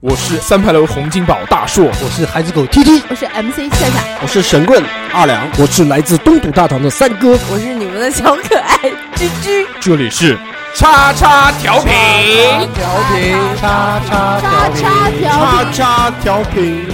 我是三牌楼洪金宝大硕， 我是孩子狗 TT， 我是 MC 夏夏， 我是神棍二两， 我是来自东土大唐的三哥， 我是你们的小可爱居居。 这里是叉叉调频， 叉叉调频。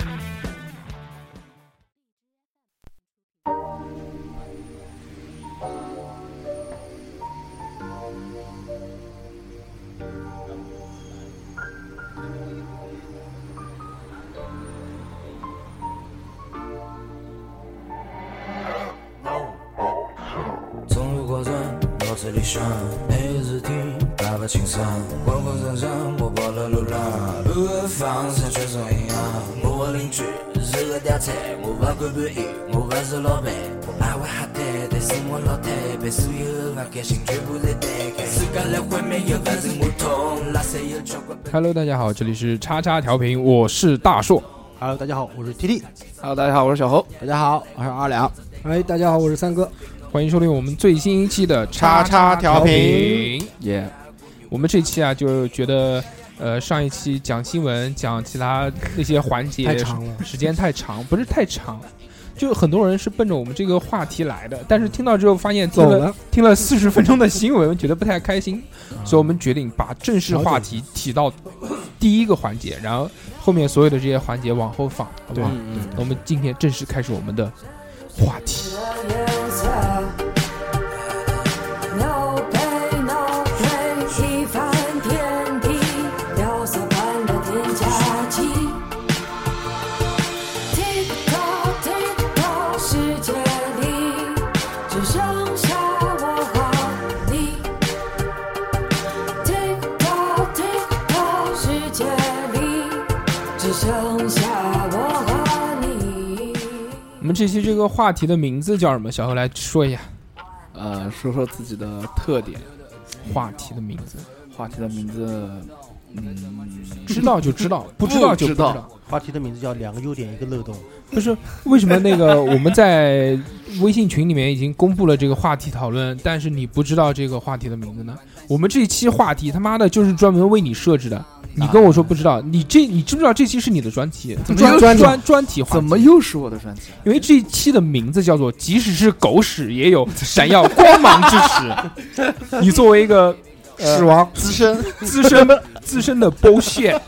理想每日听爸爸轻声滚滚山山我跑了路浪路的方向全是营养我邻居是个屌菜我不管不义我不是老板爱玩哈呆但是我老太被所有的开心全部在带开世界来毁灭有个人不同拉塞有交关 Hello 大家好，这里是叉叉调频，我是大硕。 Hello 大家好，我是 TT。 Hello 大家好，我是小侯。 大家好，我是二两。 哎，大家好，我是三哥。 欢迎收听我们最新一期的叉叉调频。 耶！ 我们这期啊，就觉得上一期讲新闻、讲其他那些环节太长了， 时间太长，不是太长，就很多人是奔着我们这个话题来的，但是听到之后发现听了40分钟的新闻，觉得不太开心，所以我们决定把正式话题提到第一个环节，然后后面所有的这些环节往后放，好不好？我们今天正式开始我们的话题。我们这期这个话题的名字叫什么？小何来说一下。 说说自己的特点。 话题的名字，知道就知道，不知道就不知道。 话题的名字叫两个优点一个漏洞。 就是为什么那个我们在微信群里面已经公布了这个话题讨论，但是你不知道这个话题的名字呢？我们这一期话题他妈的就是专门为你设置的。你跟我说不知道，你知不知道这期是你的专题？专题话题？ 怎么又是我的专题？ 因为这一期的名字叫做"即使是狗屎也有闪耀光芒之时"。你作为一个死亡资深的bullshit，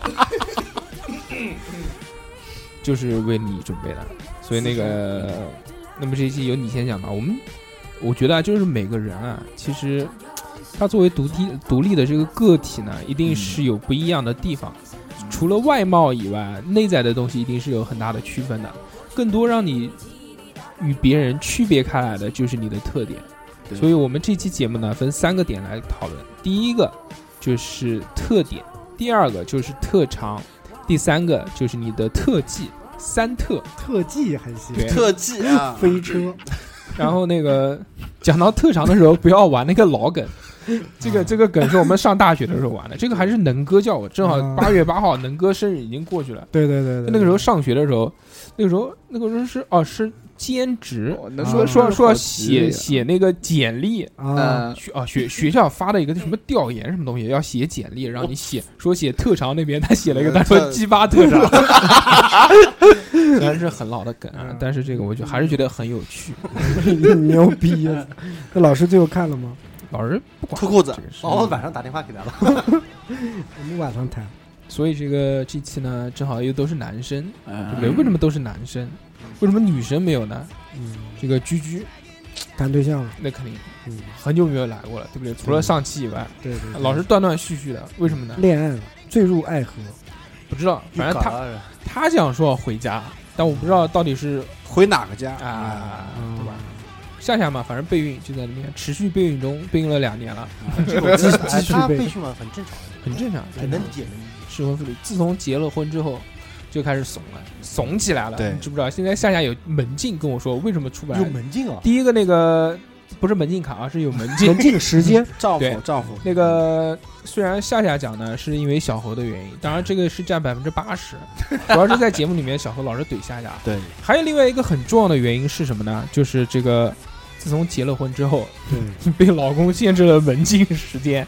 就是为你准备的。所以那么这一期由你先讲吧。我觉得啊，就是每个人啊，其实他作为独立的这个个体呢，一定是有不一样的地方。除了外貌以外，内在的东西一定是有很大的区分的。更多让你与别人区别开来的就是你的特点。所以我们这期节目呢，分3个点来讨论。第一个就是特点，第二个就是特长，第三个就是你的特技。3特， 特技还行， 特技啊， 飞车。 然后讲到特长的时候，不要玩那个老梗。这个梗是我们上大学的时候玩的，这个还是能哥教我。正好8月8号能哥生日已经过去了。 对。 那个时候上学的时候，那个时候是兼职，说要写那个简历啊， 学校发的一个什么调研什么东西，要写简历，让你写特长那边他写了一个，他说鸡巴特长，虽然是很老的梗啊，但是这个我就还是觉得很有趣。 牛逼啊！那老师最后看了吗？ 老师不管， 脱裤子， 我晚上打电话给他了。我们晚上谈。 所以这期呢，正好又都是男生，对不对？为什么都是男生？为什么女生没有呢？这个居居谈对象了， 那肯定，很久没有来过了，对不对？除了上期以外， 对， 老是断断续续的，为什么呢？ 恋爱了，坠入爱河， 不知道，反正他讲说要回家，但我不知道到底是回哪个家啊，对吧？夏嘛，反正备孕就在那边持续备孕中，备孕了2年了。 继续备孕嘛， 很正常， 很正常， 能理解。 适婚妇女自从结了婚之后，就开始怂起来了。 对， 你知不知道？现在夏有门禁跟我说，为什么出不来？ 有门禁啊！ 第一个不是门禁卡啊，是有门禁时间。 丈夫那个虽然夏讲呢是因为小猴的原因，当然这个是占80%，主要是在节目里面小猴老是怼夏。 对， 还有另外一个很重要的原因是什么呢？就是自从结了婚之后，被老公限制了门禁时间，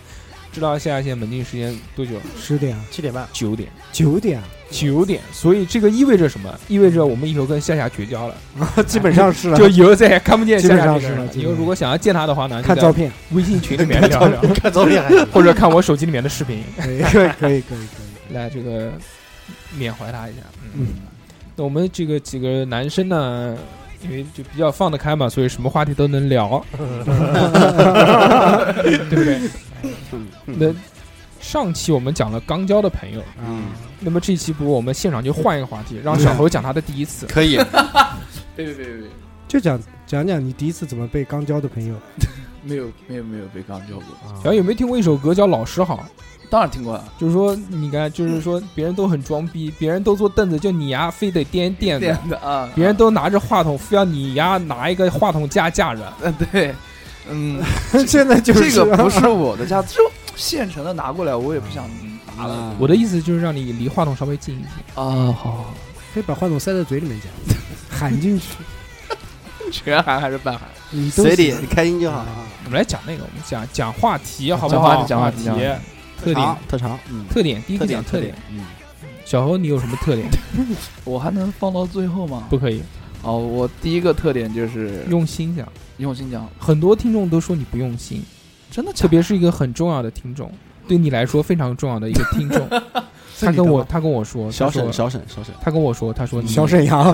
知道下线门禁时间多久 10点 7点半， ？9点。 9点 9点，所以这个意味着什么？意味着我们以后跟夏夏绝交了， 基本上是了， 就以后再也看不见夏基本上夏这个人了。 是了基本上以后如果想要见他的话呢，就在看照片， 微信群里面聊聊， 看照片还行。 或者看我手机里面的视频， 可以， 来这个缅怀他一下。那我们这个几个男生呢，因为就比较放得开嘛，所以什么话题都能聊，对不对？那上期我们讲了刚交的朋友，那么这期不如我们现场就换一个话题，让小侯讲他的第一次。 可以， 别， 就讲你第一次怎么被刚交的朋友。 没有被刚交过， 小侯有没有听过一首歌叫《老师好》？ 当然听过了， 就是说，你看，就是说，别人都很装逼，别人都坐凳子，就你呀，非得颠垫子； 的啊， 别人都拿着话筒，非要你呀拿一个话筒架着。 对， 现在就是这个不是我的家，就现成的拿过来，我也不想拿了。 我的意思就是让你离话筒稍微近一些。 啊，好， 可以把话筒塞在嘴里面讲，喊进去， 全含还是半含？ 你都随你开心就好。 我们来讲那个，我们讲话题，好不讲好？ 话题特点， 特长， 特点，第一个讲特点。小侯，你有什么特点？ 我还能放到最后吗？ 不可以。 哦，我第一个特点就是用心讲。 用心讲， 很多听众都说你不用心， 真的假的， 特别是一个很重要的听众，对你来说非常重要的一个听众。他跟我说， 小沈， 他跟我说，他说你小沈阳，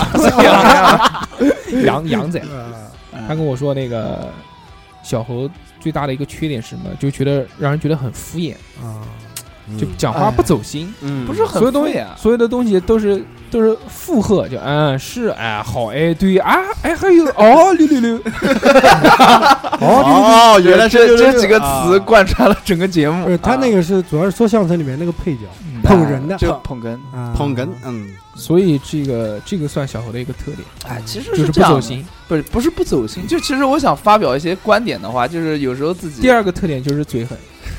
杨仔，他跟我说那个小侯最大的一个缺点是什么？就觉得让人觉得很敷衍啊， 就讲话不走心， 不是很所有东西敷衍啊， 所有的东西都是附和，就是好对啊还有666， 原来是这几个词贯穿了整个节目。 他那个是主要是说相声里面那个配角，捧人的， 就捧哏， 捧哏， 所以这个算小侯的一个特点。 哎，其实就是不这样的， 走心。 不是不走心，就其实我想发表一些观点的话，就是有时候自己第二个特点就是嘴狠，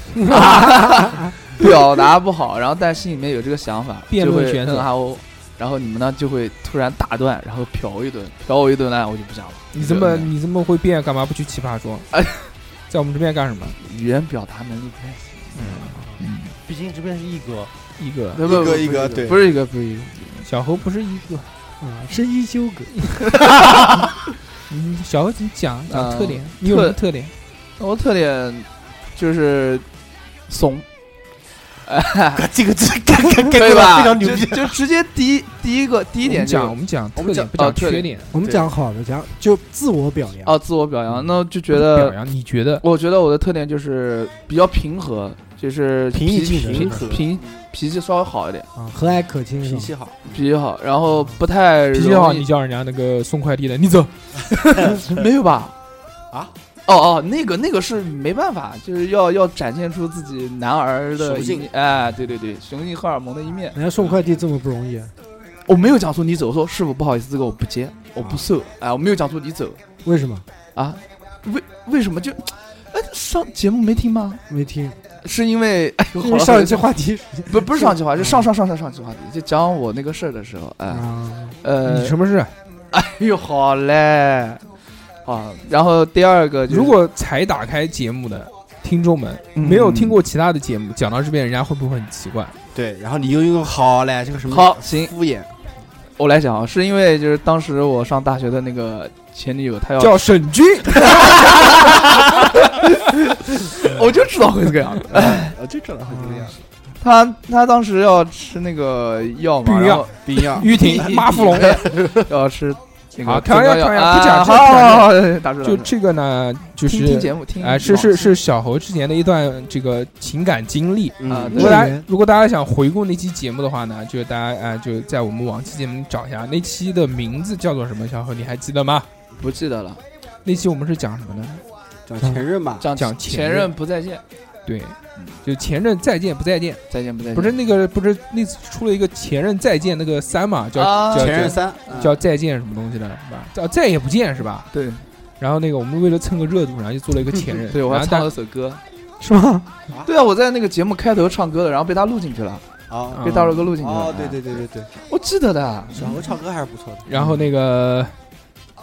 表达不好，然后但心里面有这个想法， 辩论选手然后你们呢就会突然打断，然后瞟我一顿呢，我就不讲了。 你这么会辩，干嘛不去奇葩说？ 哎， 在我们这边干什么？ 语言表达能力不太行。 毕竟这边是一哥， 一个，对， 不是一个， 小侯不是一个， 是一休哥。 小侯你讲特点，你有什么特点？ 我特点就是怂。 这个可以吧？ 非常牛逼， 就直接第一点我们讲特点，不讲缺点。 我们讲好的，讲就自我表扬。 哦，自我表扬，那就觉得表扬。你觉得？ 我觉得我的特点就是比较平和，就是平易近人， 脾气稍微好一点啊，和蔼可亲， 脾气好， 然后不太脾气好。你叫人家那个送快递的，你走， 没有吧？ 啊？ 哦，那个是没办法，就是要展现出自己男儿的雄性， 哎，对，雄性荷尔蒙的一面。 人家送快递这么不容易， 我没有讲出你走，我说师傅不好意思，这个我不接，我不收。哎，我没有讲出你走， 为什么？ 啊？为什么就？上节目没听吗？ 没听， 是因为上一期话题不是上期话题，是上期话题，就讲我那个事儿的时候， 你什么事？ 哎呦，好嘞。啊，然后第二个， 如果才打开节目的听众们没有听过其他的节目，讲到这边，人家会不会很奇怪？ 对，然后你又用好嘞，这个什么好行敷衍。 我来讲啊，是因为就是当时我上大学的那个前女友，她要叫沈军， 我就知道会这个样子， 我就知道会这个样子。 她当时要吃那个药嘛， 避孕药， 毓婷、马富龙要吃。 好，开玩笑，不讲就这个呢，就是听节目听是小侯之前的一段这个情感经历啊。 如果大家想回顾那期节目的话呢，就是大家就在我们往期节目找一下，那期的名字叫做什么？小侯你还记得吗？ 不记得了。 那期我们是讲什么呢？ 讲前任吧， 讲前任不再见。 对，就前任再见不再见，不是那次出了一个前任再见那个3嘛，叫前任3， 叫再见什么东西的，是吧？叫再也不见是吧？ 对。 然后那个我们为了蹭个热度，然后就做了一个前任。 对，我还唱了首歌， 是吗？ 对啊，我在那个节目开头唱歌的，然后被他录进去了。被大肉哥录进去了。 哦，对， 我记得的。 小何唱歌还是不错的。 然后那个。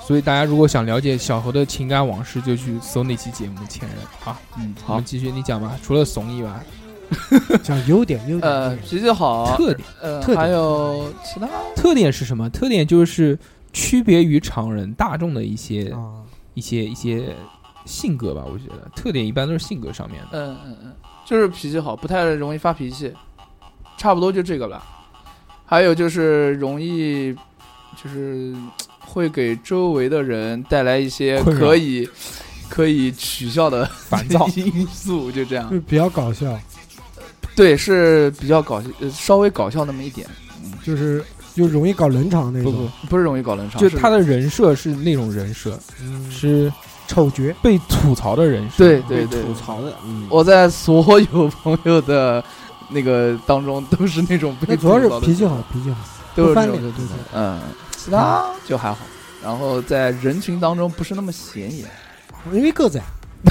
所以大家如果想了解小何的情感往事，就去搜那期节目《前任》。好，我好们，继续，你讲吧。除了怂以外， 讲优点， 脾气好， 特点， 特点还有其他特点是什么？特点就是区别于常人大众的一些啊， 一些性格吧。我觉得特点一般都是性格上面的。 就是脾气好，不太容易发脾气，差不多就这个吧。还有就是容易，就是会给周围的人带来一些困扰可以取笑的烦躁因素，就这样。 就比较搞笑， 对，是比较搞笑，稍微搞笑那么一点。 就是就容易搞冷场那不种， 不是容易搞冷场， 就他的人设是那种人设，是丑角， 被吐槽的人设。 对， 吐槽的， 我在所有朋友的那个当中都是那种被那主要是吐槽的脾气好，脾气好， 都是不翻脸， 那种对其他就还好。然后在人群当中不是那么显眼， 因为个子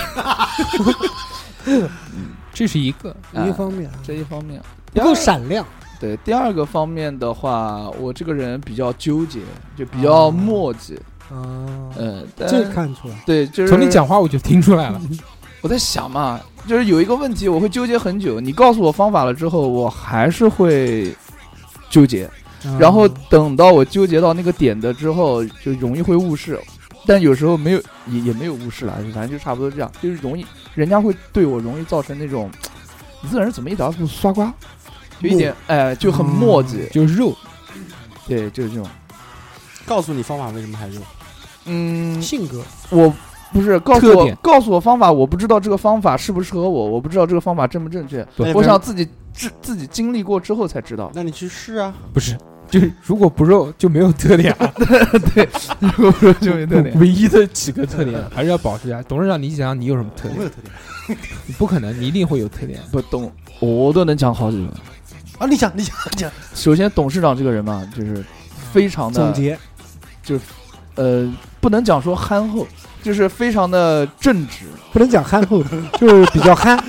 这是一个。 一方面， 这一方面不够闪亮。 对，第二个方面的话，我这个人比较纠结，就比较磨叽。 这看出来。 对，就是从你讲话我就听出来了。 我在想嘛，就是有一个问题我会纠结很久，你告诉我方法了之后，我还是会纠结，然后等到我纠结到那个点的之后，就容易会误事。但有时候没有，也没有误事了，反正就差不多这样，就是容易人家会对我容易造成那种，你这个人怎么一点不刷瓜，就一点就很磨叽， 就是肉。 对，就是这种。 告诉你方法为什么还肉？ 性格， 我不是告诉我方法，我不知道这个方法适不适合我，我不知道这个方法正不正确，我想自己经历过之后才知道。 那你去试啊。 不是，就是如果不肉就没有特点啊。 对，如果不肉就没特点。 唯一的几个特点还是要保持一下。董事长，你想想你有什么特点？ 我有特点。 你不可能，你一定会有特点。 不懂，我都能讲好几个。 啊，你讲。 首先，董事长这个人嘛，就是非常的总结， 就是不能讲说憨厚，就是非常的正直， 不能讲憨厚，就是比较憨。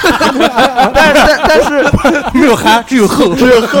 但是只有憨，只有厚，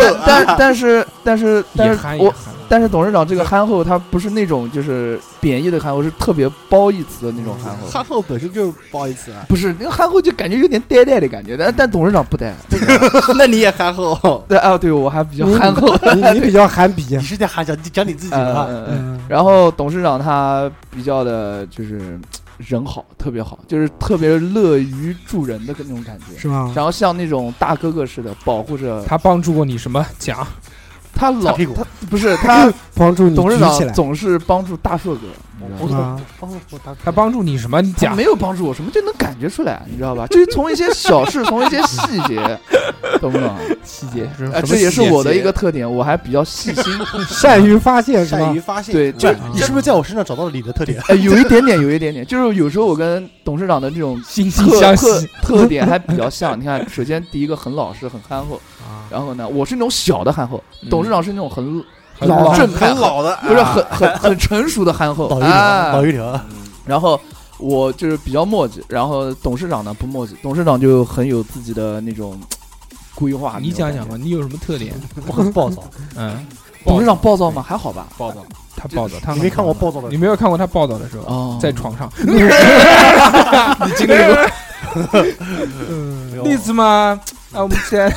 但是董事长这个憨厚，他不是那种就是贬义的憨厚，是特别褒义词的那种憨厚。 憨厚本身就是褒义词啊。 不是那个憨厚就感觉有点呆呆的感觉，但董事长不呆。 那你也憨厚？ 对啊，对我还比较憨厚。 你比较憨比， 你是在憨讲你自己的话。 然后董事长他比较的就是人好，特别好，就是特别乐于助人的那种感觉， 是吗？ 然后像那种大哥哥似的保护着他。帮助过你什么？讲。 他屁股不是他帮助你董事举起来长总是帮助大硕哥， 他帮助你什么？你讲。 他没有帮助我什么，就能感觉出来，你知道吧？就是从一些小事，从一些细节，懂不懂？ 细节是这也是我的一个特点，我还比较细心， 善于发现，是吧？ 对， 就你是不是在我身上找到了你的特点？ 有一点点，就是有时候我跟董事长的这种惺惺相惜特点还比较像。你看，首先第一个很老实，很憨厚，然后呢，我是那种小的憨厚，董事长是那种很老正很老的， 不是很成熟的憨厚， 老油条。 然后我就是比较磨叽，然后董事长呢不磨叽，董事长就很有自己的那种规划。 你讲讲吧，你有什么特点？ 我很暴躁。 董事长暴躁吗？还好吧， 暴躁。 他暴躁，他你没看过暴躁的？ 你没有看过他暴躁的时候？ 哦， 在床上。 你经历过？ 例子吗？我们先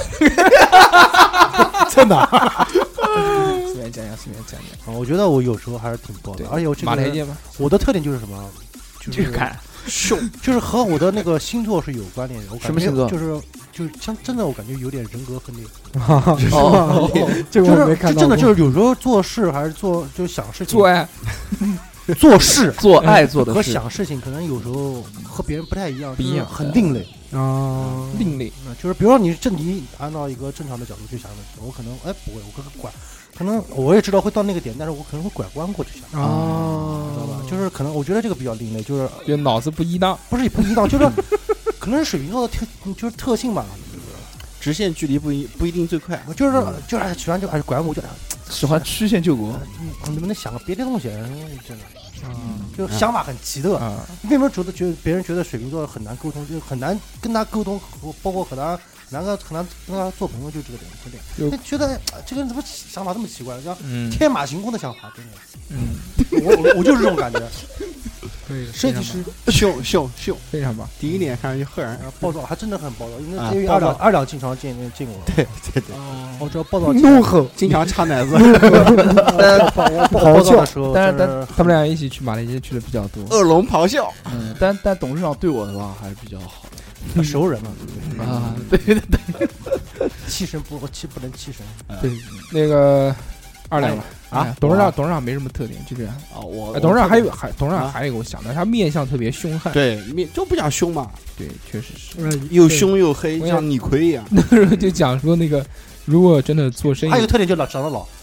在哪？ 随便讲讲。 我觉得我有时候还是挺暴的，而且我这个马台阶吗？ 我的特点就是什么？就是看凶，就是和我的那个星座是有关联的。 什么星座？ 就是像真的，我感觉有点人格分裂。 这个我没看到。 真的就是有时候做事还是就想事情。 做爱。 做事、 做爱做的和想事情，可能有时候和别人不太一样， 不一样， 很另类啊， 另类。 就是比如说你按照一个正常的角度去想问题，我可能不会，我拐，可能我也知道会到那个点，但是我可能会拐弯过去想啊， 知道吧？就是可能我觉得这个比较另类，就脑子不一当， 不是不一当，就是可能是水瓶座的就是特性吧。 直线距离不一定最快， 就是喜欢拐弯，我就喜欢曲线救国。 你能不能想个别的东西？真的。就想法很奇特。你为什么觉得别人觉得水瓶座很难沟通，就很难跟他沟通，包括很难跟他做朋友，就这个点，觉得这个人怎么想法这么奇怪，叫天马行空的想法，真的。 我就是这种感觉。 对， 设计师秀， 非常棒。 第一脸看上去赫然， 暴躁，还真的很暴躁，因啊为暴躁二两经常见我。 对， 我知道暴躁怒吼， 经常插奶子， 暴躁的时候， 但是他们俩一起去马来西亚去的比较多。 恶龙咆哮。 但董事长对我的话还是比较好的熟人嘛， 啊。对， 气神不能气神。 对，那个二两了啊， 董事长没什么特点，就这样。 我董事长董事长还有一个我想的，他面相特别凶悍。 对面就不讲凶嘛， 对，确实是又凶又黑， 对像李逵一样。 那个时候就讲说那个，如果真的做生意， 还有个特点就是长得老，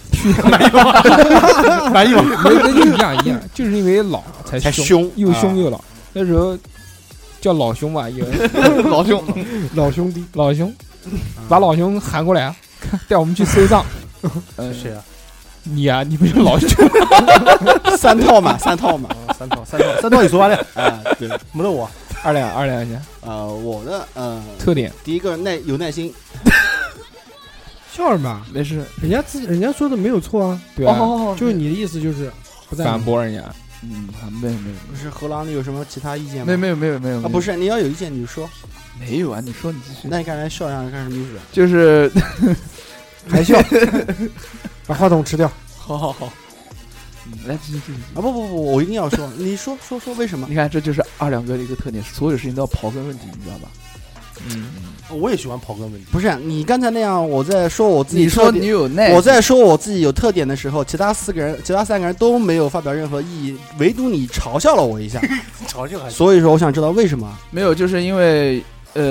满意吗？ 那就一样，就是因为老才才凶， 凶又凶又老。那时候叫老兄吧，有老兄， 老兄弟， 老兄，把老兄喊过来啊，带我们去收账。 谁啊？ 你啊，你不是老兄？ 三套嘛， 三套，你说完了？ 哎，对， 没得我。 二两先。 我的特点， 第一个有耐心， 笑什么？ 没事， 人家说的没有错啊， 对啊， 就是你的意思就是不在反驳人家。 没有， 不是何狼，你有什么其他意见吗？ 没有啊，不是，你要有意见你就说。 没有啊，你说你继续。 那你刚才笑样干什么意思？ 就是还笑，把话筒吃掉。 好，来继续。 啊不，我一定要说，你说为什么？ 你看，这就是二两哥的一个特点，所有事情都要刨根问底，你知道吧？ 我也喜欢刨根问底。 不是你刚才那样，我在说我自己， 你说你有耐心， 我在说我自己有特点的时候，其他三个人都没有发表任何异议，唯独你嘲笑了我一下， 嘲笑还。 所以说我想知道为什么？ 没有，就是因为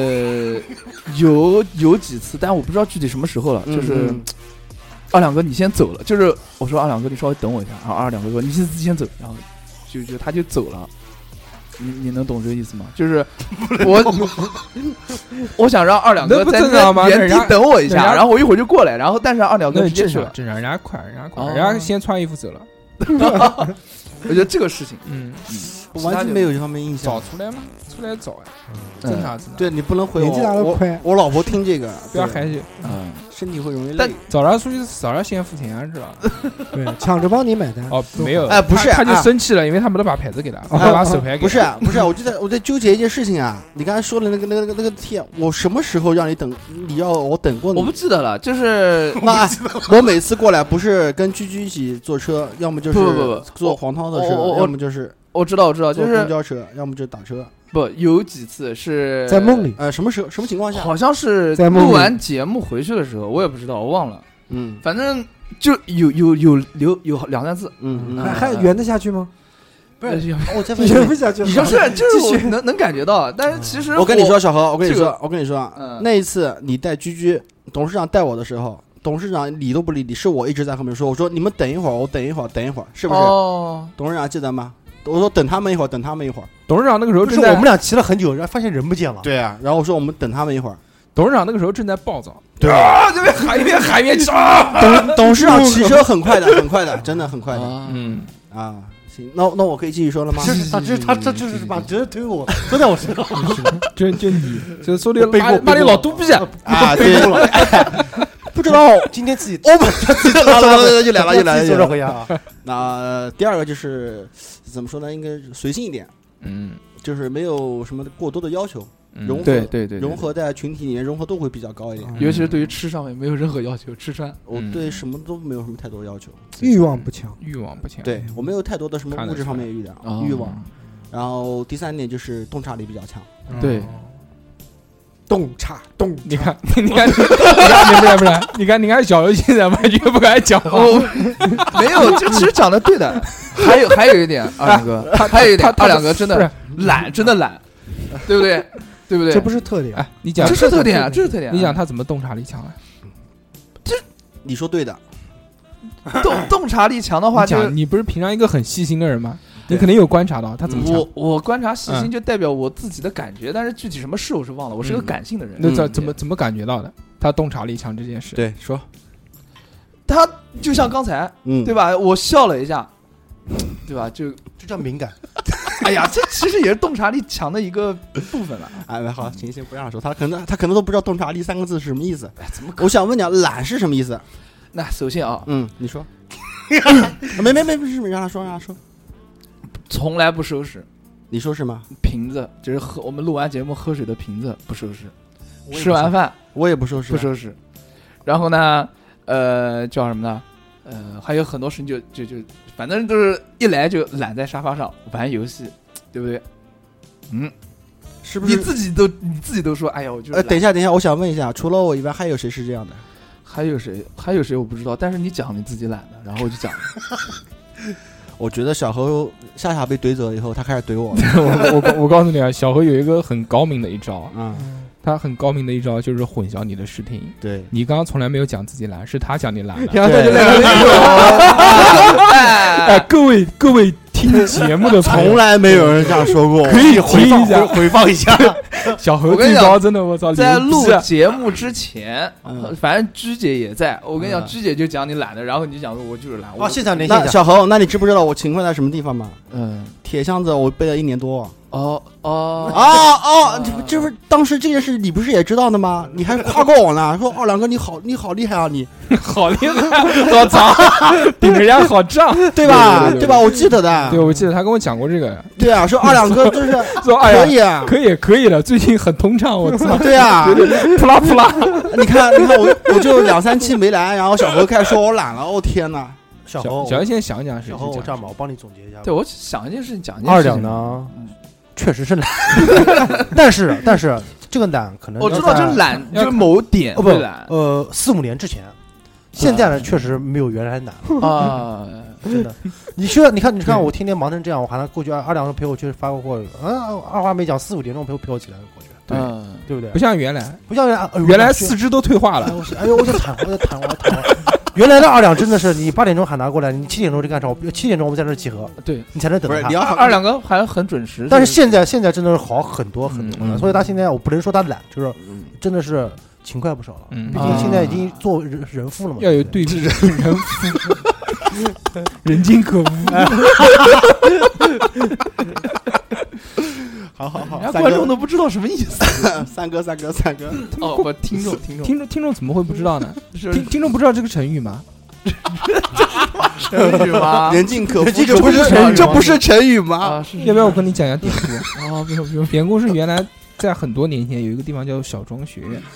有几次，但我不知道具体什么时候了，就是二两哥你先走了，就是我说二两哥你稍微等我一下，然后二两哥说你先走，然后就他就走了。你能懂这个意思吗？就是我想让二两哥在原地等我一下，然后我一会儿就过来，然后但是二两哥直接去了， 正常，人家快，人家先穿衣服走了。 我觉得这个事情， 我完全没有这方面印象。 早出来吗？出来早呀，正常。 对你不能回年纪大了快， 我老婆听这个不要害羞， 身体会容易累。 但早上出去，早上先付钱是吧？ 对，抢着帮你买单。 哦，没有， 不是， 他就生气了，因为他没得把牌子给他，把手牌给他。 不是，我在纠结一件事情啊。你刚才说的那个贴，我什么时候让你等？你要我等过你？ 我不记得了，就是我每次过来不是跟居居一起坐车，要么就是坐黄涛的车，要么就是我知道，就是公交车，要么就是打车。 不，有几次是在梦里， 什么时候、什么情况下？ 好像是录完节目回去的时候，我也不知道，我忘了。反正就有2-3次。 还圆得下去吗？ 不是，我再圆不下去。 你就是我能感觉到，但是其实我跟你说，小何，我跟你说，那一次你带居居，董事长带我的时候，董事长理都不理你，是我一直在后面说，我说你们等一会儿，我等一会儿，是不是？董事长记得吗？我说等他们一会儿。 董事长那个时候就是我们俩骑了很久，然后发现人不见了。 对啊，然后我说我们等他们一会儿。 董事长那个时候正在暴躁， 对啊，这边喊一边董事长骑车很快的，真的很快的。行，那我可以继续说了吗？ 他就是把责任推我，都在我身上。 就你，就说你把你老嘟逼啊！对，不知道今天自己我们又来了， 坐着回家啊。 那第二个就是怎么说呢？应该随性一点，就是没有什么过多的要求。 对， 融合在群体里面，融合度会比较高一点， 尤其是对于吃上面没有任何要求，吃穿我对什么都没有什么太多要求， 欲望不强， 对我没有太多的什么物质方面的欲望。然后第三点就是洞察力比较强， 对， 洞察， 你看，不是，你看小刘现在完全不敢讲话， 没有，这其实讲的对的。还有一点，二两哥，还有一点，二两哥真的懒，真的懒。对不对？ 这不是特点。 哎，你讲这是特点啊，这是特点。 你讲他怎么洞察力强啊？ 这你说对的。 洞察力强的话， 讲你不是平常一个很细心的人吗？你肯定有观察到他怎么强。 我观察细心就代表我自己的感觉，但是具体什么事我是忘了。我是个感性的人。 那怎么感觉到的？他洞察力强这件事？ 对，说。 他就像刚才，对吧？我笑了一下，对吧？就叫敏感。 哎呀，这其实也是洞察力强的一个部分了。 哎，好，行，先不让说，他可能都不知道洞察力3个字是什么意思。怎么？我想问你，懒是什么意思？ 那首先啊， 你说， 没，不是，让他说， 从来不收拾。 你收拾吗？ 瓶子就是我们录完节目喝水的瓶子不收拾，吃完饭我也不收拾， 不收拾。然后呢，叫什么呢？还有很多事情就反正就是一来就懒在沙发上玩游戏，对不对？ 是不是？ 你自己都说，哎呀，我就等一下，我想问一下，除了我以外，还有谁是这样的？ 还有谁我不知道，但是你讲你自己懒的，然后我就讲。 我觉得小何夏被怼走了以后，他开始怼我。 我告诉你啊，小何有一个很高明的一招，他很高明的一招就是混淆你的视听。 对， 你刚刚从来没有讲自己懒，是他讲你懒的。 然后他就哎，各位听节目的从来没有人这样说过， 可以听一下， 回放一下。 小何最高真的，我操！ 在录节目之前，反正居姐也在。我跟你讲，居姐就讲你懒的，然后你就讲说我就是懒。 现场连线。 那小何，那你知不知道我勤快在什么地方吗？铁箱子我背了1年多。这不是当时这件事你不是也知道的吗？你还夸过我呢，说二两哥你好厉害啊，你好厉害，我操，顶人家好仗， 对吧？对吧？我记得的， 对，我记得他跟我讲过这个。 对啊，说二两哥就是说哎呀可以啊， 可以了，最近很通畅，我操， 对啊， 扑啦扑啦， 你看我就2-3期没来，然后小何开始说我懒了，哦天哪！ 小何现在想讲是小何，我这样吧，我帮你总结一下。 对，我想一件事情，讲一件事情。 二两呢，确实是懒，但是这个懒可能我知道这懒就是某点会懒。 4-5年之前，现在呢确实没有原来懒啊， 真的。你看我天天忙成这样，我还能过去二两个陪我去发个货，二话没讲4-5点钟陪我起来过去，对不对？ 不像原来原来四肢都退化了。 哎呦，我就躺。原来的二两真的是你8点钟喊他过来，你7点钟就干啥？7点钟我们在这集合， 对你才能等他。 二两个还很准时， 但是现在真的是好很多了，所以他现在我不能说他懒，就是真的是勤快不少了。毕竟现在已经做人父了嘛， 要有对比人父，人尽可夫。 好， 人家观众都不知道什么意思。 三哥。 哦，不，听众怎么会不知道呢？听众不知道这个成语吗？ 成语吗？ 人尽可夫， 这不是成语吗？ 要不要我跟你讲典故？不用。典故是原来在很多年前有一个地方叫小庄学院，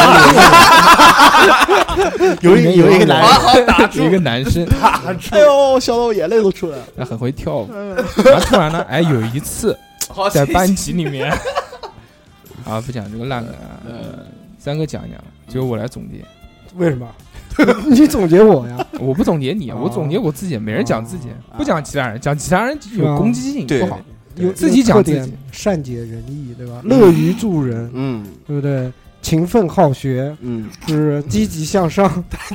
有一个男生， 哎呦，笑到我眼泪都出来了。 很会跳舞，然后突然呢，有一次在班级里面，不讲这个烂梗，三哥讲一讲，最后我来总结。 为什么？你总结我呀？ 我不总结你，我总结我自己。每人讲自己，不讲其他人，讲其他人有攻击性，不好。 有自己讲自己， 善解人意，对吧？乐于助人，对不对？勤奋好学，是积极向上，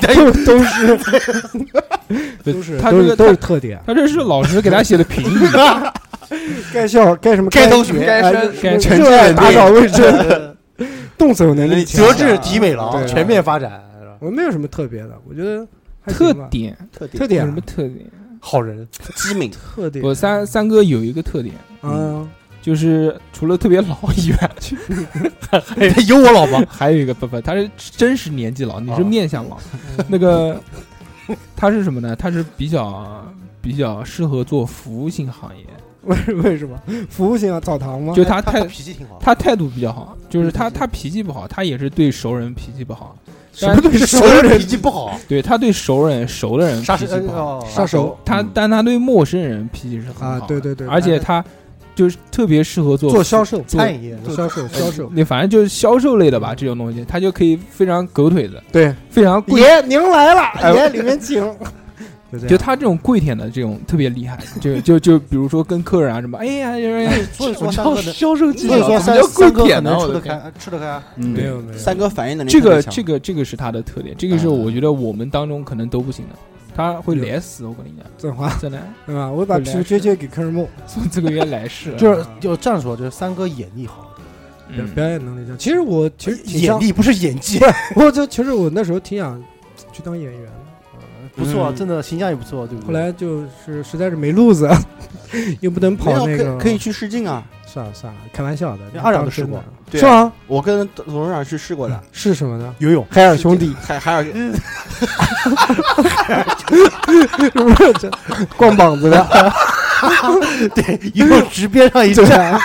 都是他这个都是特点。 他这是老师给他写的评语， 该校该什么该同学该热爱打扫卫生，动手能力强， 德智体美劳全面发展。 我没有什么特别的，我觉得特点有什么特点？ 好人机敏特点。 我三哥有一个特点，就是除了特别老以外， 有我老吗？ 还有一个不，他是真实年纪老，你是面相老。那个他是什么呢？他是比较适合做服务性行业。 为什么？服务性啊，澡堂吗？ 就他脾气挺好， 他态度比较好，就是他脾气不好，他也是对熟人脾气不好。 什么对熟人脾气不好？ 对，他对熟的人脾气不好， 杀手。 但他对陌生人脾气是很好。 对， 而且他就是特别适合做销售， 餐饮业销售。 你反正就是销售类的吧，这种东西他就可以非常狗腿的， 对， 非常贵。 爷您来了，爷里面请。 就他这种跪舔的这种特别厉害，就比如说跟客人啊什么，哎呀， 所以说销售技巧， 什么叫跪舔呢？吃得开， 没有。 三哥反应能力这个是他的特点，这个是我觉得我们当中可能都不行的，他会来死，我跟你讲， 真话真的， 对吧？我把皮绝给客人摸， 从这个月来世， 就这样说，就是三哥眼力好， 表演能力强。其实眼力不是演技， 其实我那时候挺想去当演员的。 不错，真的形象也不错，对不对？ 后来就是实在是没路子，又不能跑那个， 可以去试镜啊。 算了，开玩笑的。 二两都试过， 是吗？ 我跟董事长去试过的。 是什么呢？ 游泳， 海尔兄弟， 海尔。 是不是这光膀子的？ 对，一路直边上一站。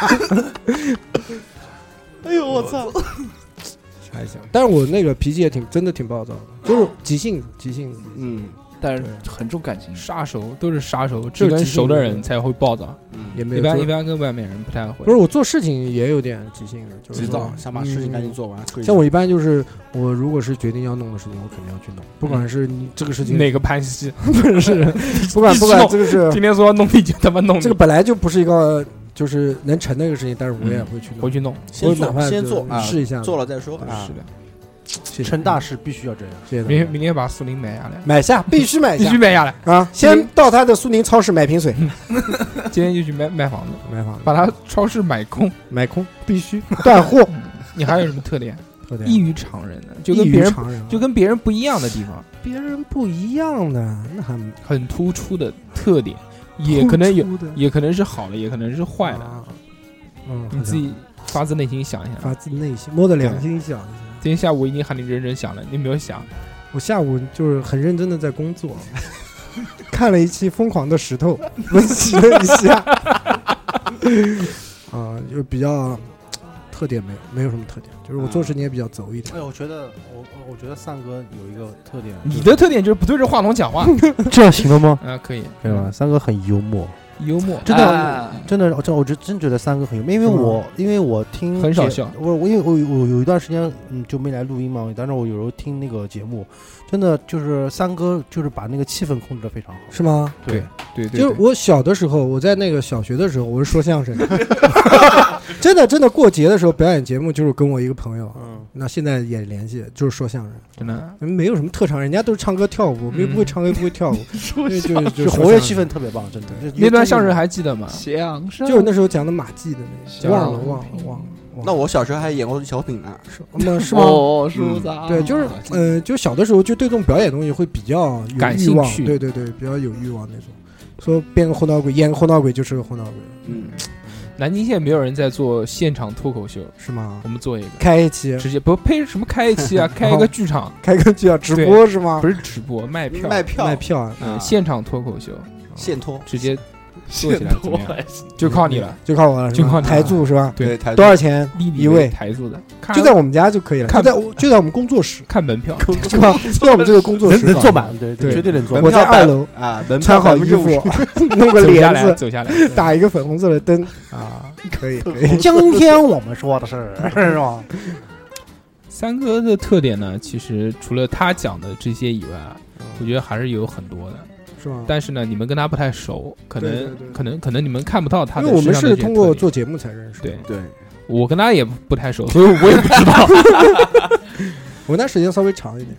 哎呦我操！ 还行，但是我那个脾气也真的挺暴躁的，就是急性子。 但是很重感情， 杀手都是杀手，只跟熟的人才会暴躁， 也没有一般跟外面人不太会。 不是我做事情也有点急性的，就是急躁，想把事情赶紧做完。 像我一般就是我如果是决定要弄的事情，我肯定要去弄，不管是你这个事情哪个潘西， 不是，不管这个是今天说要弄你就他妈弄， 这个本来就不是一个就是能成的一个事情，但是我也会去弄， 回去弄， 先做试一下， 做了再说。 是的。 成大事必须要这样。 明天把苏宁买下来， 买下必须买下来啊！先到他的苏宁超市买瓶水， 今天就去卖房子，把他超市买空必须断货。 你还有什么特点？异于常人的，就跟别人不一样的地方， 别人不一样的那很突出的特点，也可能有，也可能是好的，也可能是坏的。你自己发自内心想一下， 发自内心摸着良心想一下。 今天下午我已经喊你认真想了，你没有想。 我下午就是很认真的在工作，看了一期《疯狂的石头》，温习了一下。就比较特点没有什么特点，就是我做事情也比较走一点。 哎，我觉得三哥有一个特点， 你的特点就是不对着话筒讲话， 这样行了吗？ 可以吧？三哥很幽默。真的，我真觉得三哥很幽默，因为我听很少笑， 我因为我有一段时间就没来录音嘛，但是我有时候听那个节目，真的就是三哥就是把那个气氛控制得非常好， 是吗？ 对， 就是我小的时候，我在那个小学的时候，我是说相声的，真的过节的时候表演节目就是跟我一个朋友，那现在也联系，就是说相声， 真的没有什么特长，人家都是唱歌跳舞，没不会唱歌不会跳舞， 就活跃气氛特别棒，真的。 那段相声还记得吗？ 相声就是那时候讲的马季的那个，忘了。 那我小时候还演过小品呢， 是吗？ 哦，是的。 对，就是就小的时候就对这种表演东西会比较有感欲望， 兴趣， 对，比较有欲望那种。说编个后脑鬼，演个后脑鬼就是个后脑鬼。 南京现在没有人在做现场脱口秀， 是吗？ 我们做一个， 开一期， 直接不配什么开一期啊，开一个剧场， 开个剧场直播是吗？ 不是直播，卖票啊！ 现场脱口秀， 现脱， 直接做起来怎么样？就靠你了， 就靠我了， 就靠台柱是吧？ 对， 多少钱一位？ 台柱的， 就在我们家就可以了，就在我们工作室看门票， 是吧？在我们这个工作室能坐满，对，绝对能坐满。 我在2楼啊， 穿好衣服，弄个帘子， 走下来， 打一个粉红色的灯啊，可以。 今天我们说的是吧？ 三哥的特点呢，其实除了他讲的这些以外，我觉得还是有很多的。 是吗？ 但是呢，你们跟他不太熟，可能你们看不到他的。 因为我们是通过做节目才认识。 对，我跟他也不太熟，所以我也不知道。 我那时间稍微长一点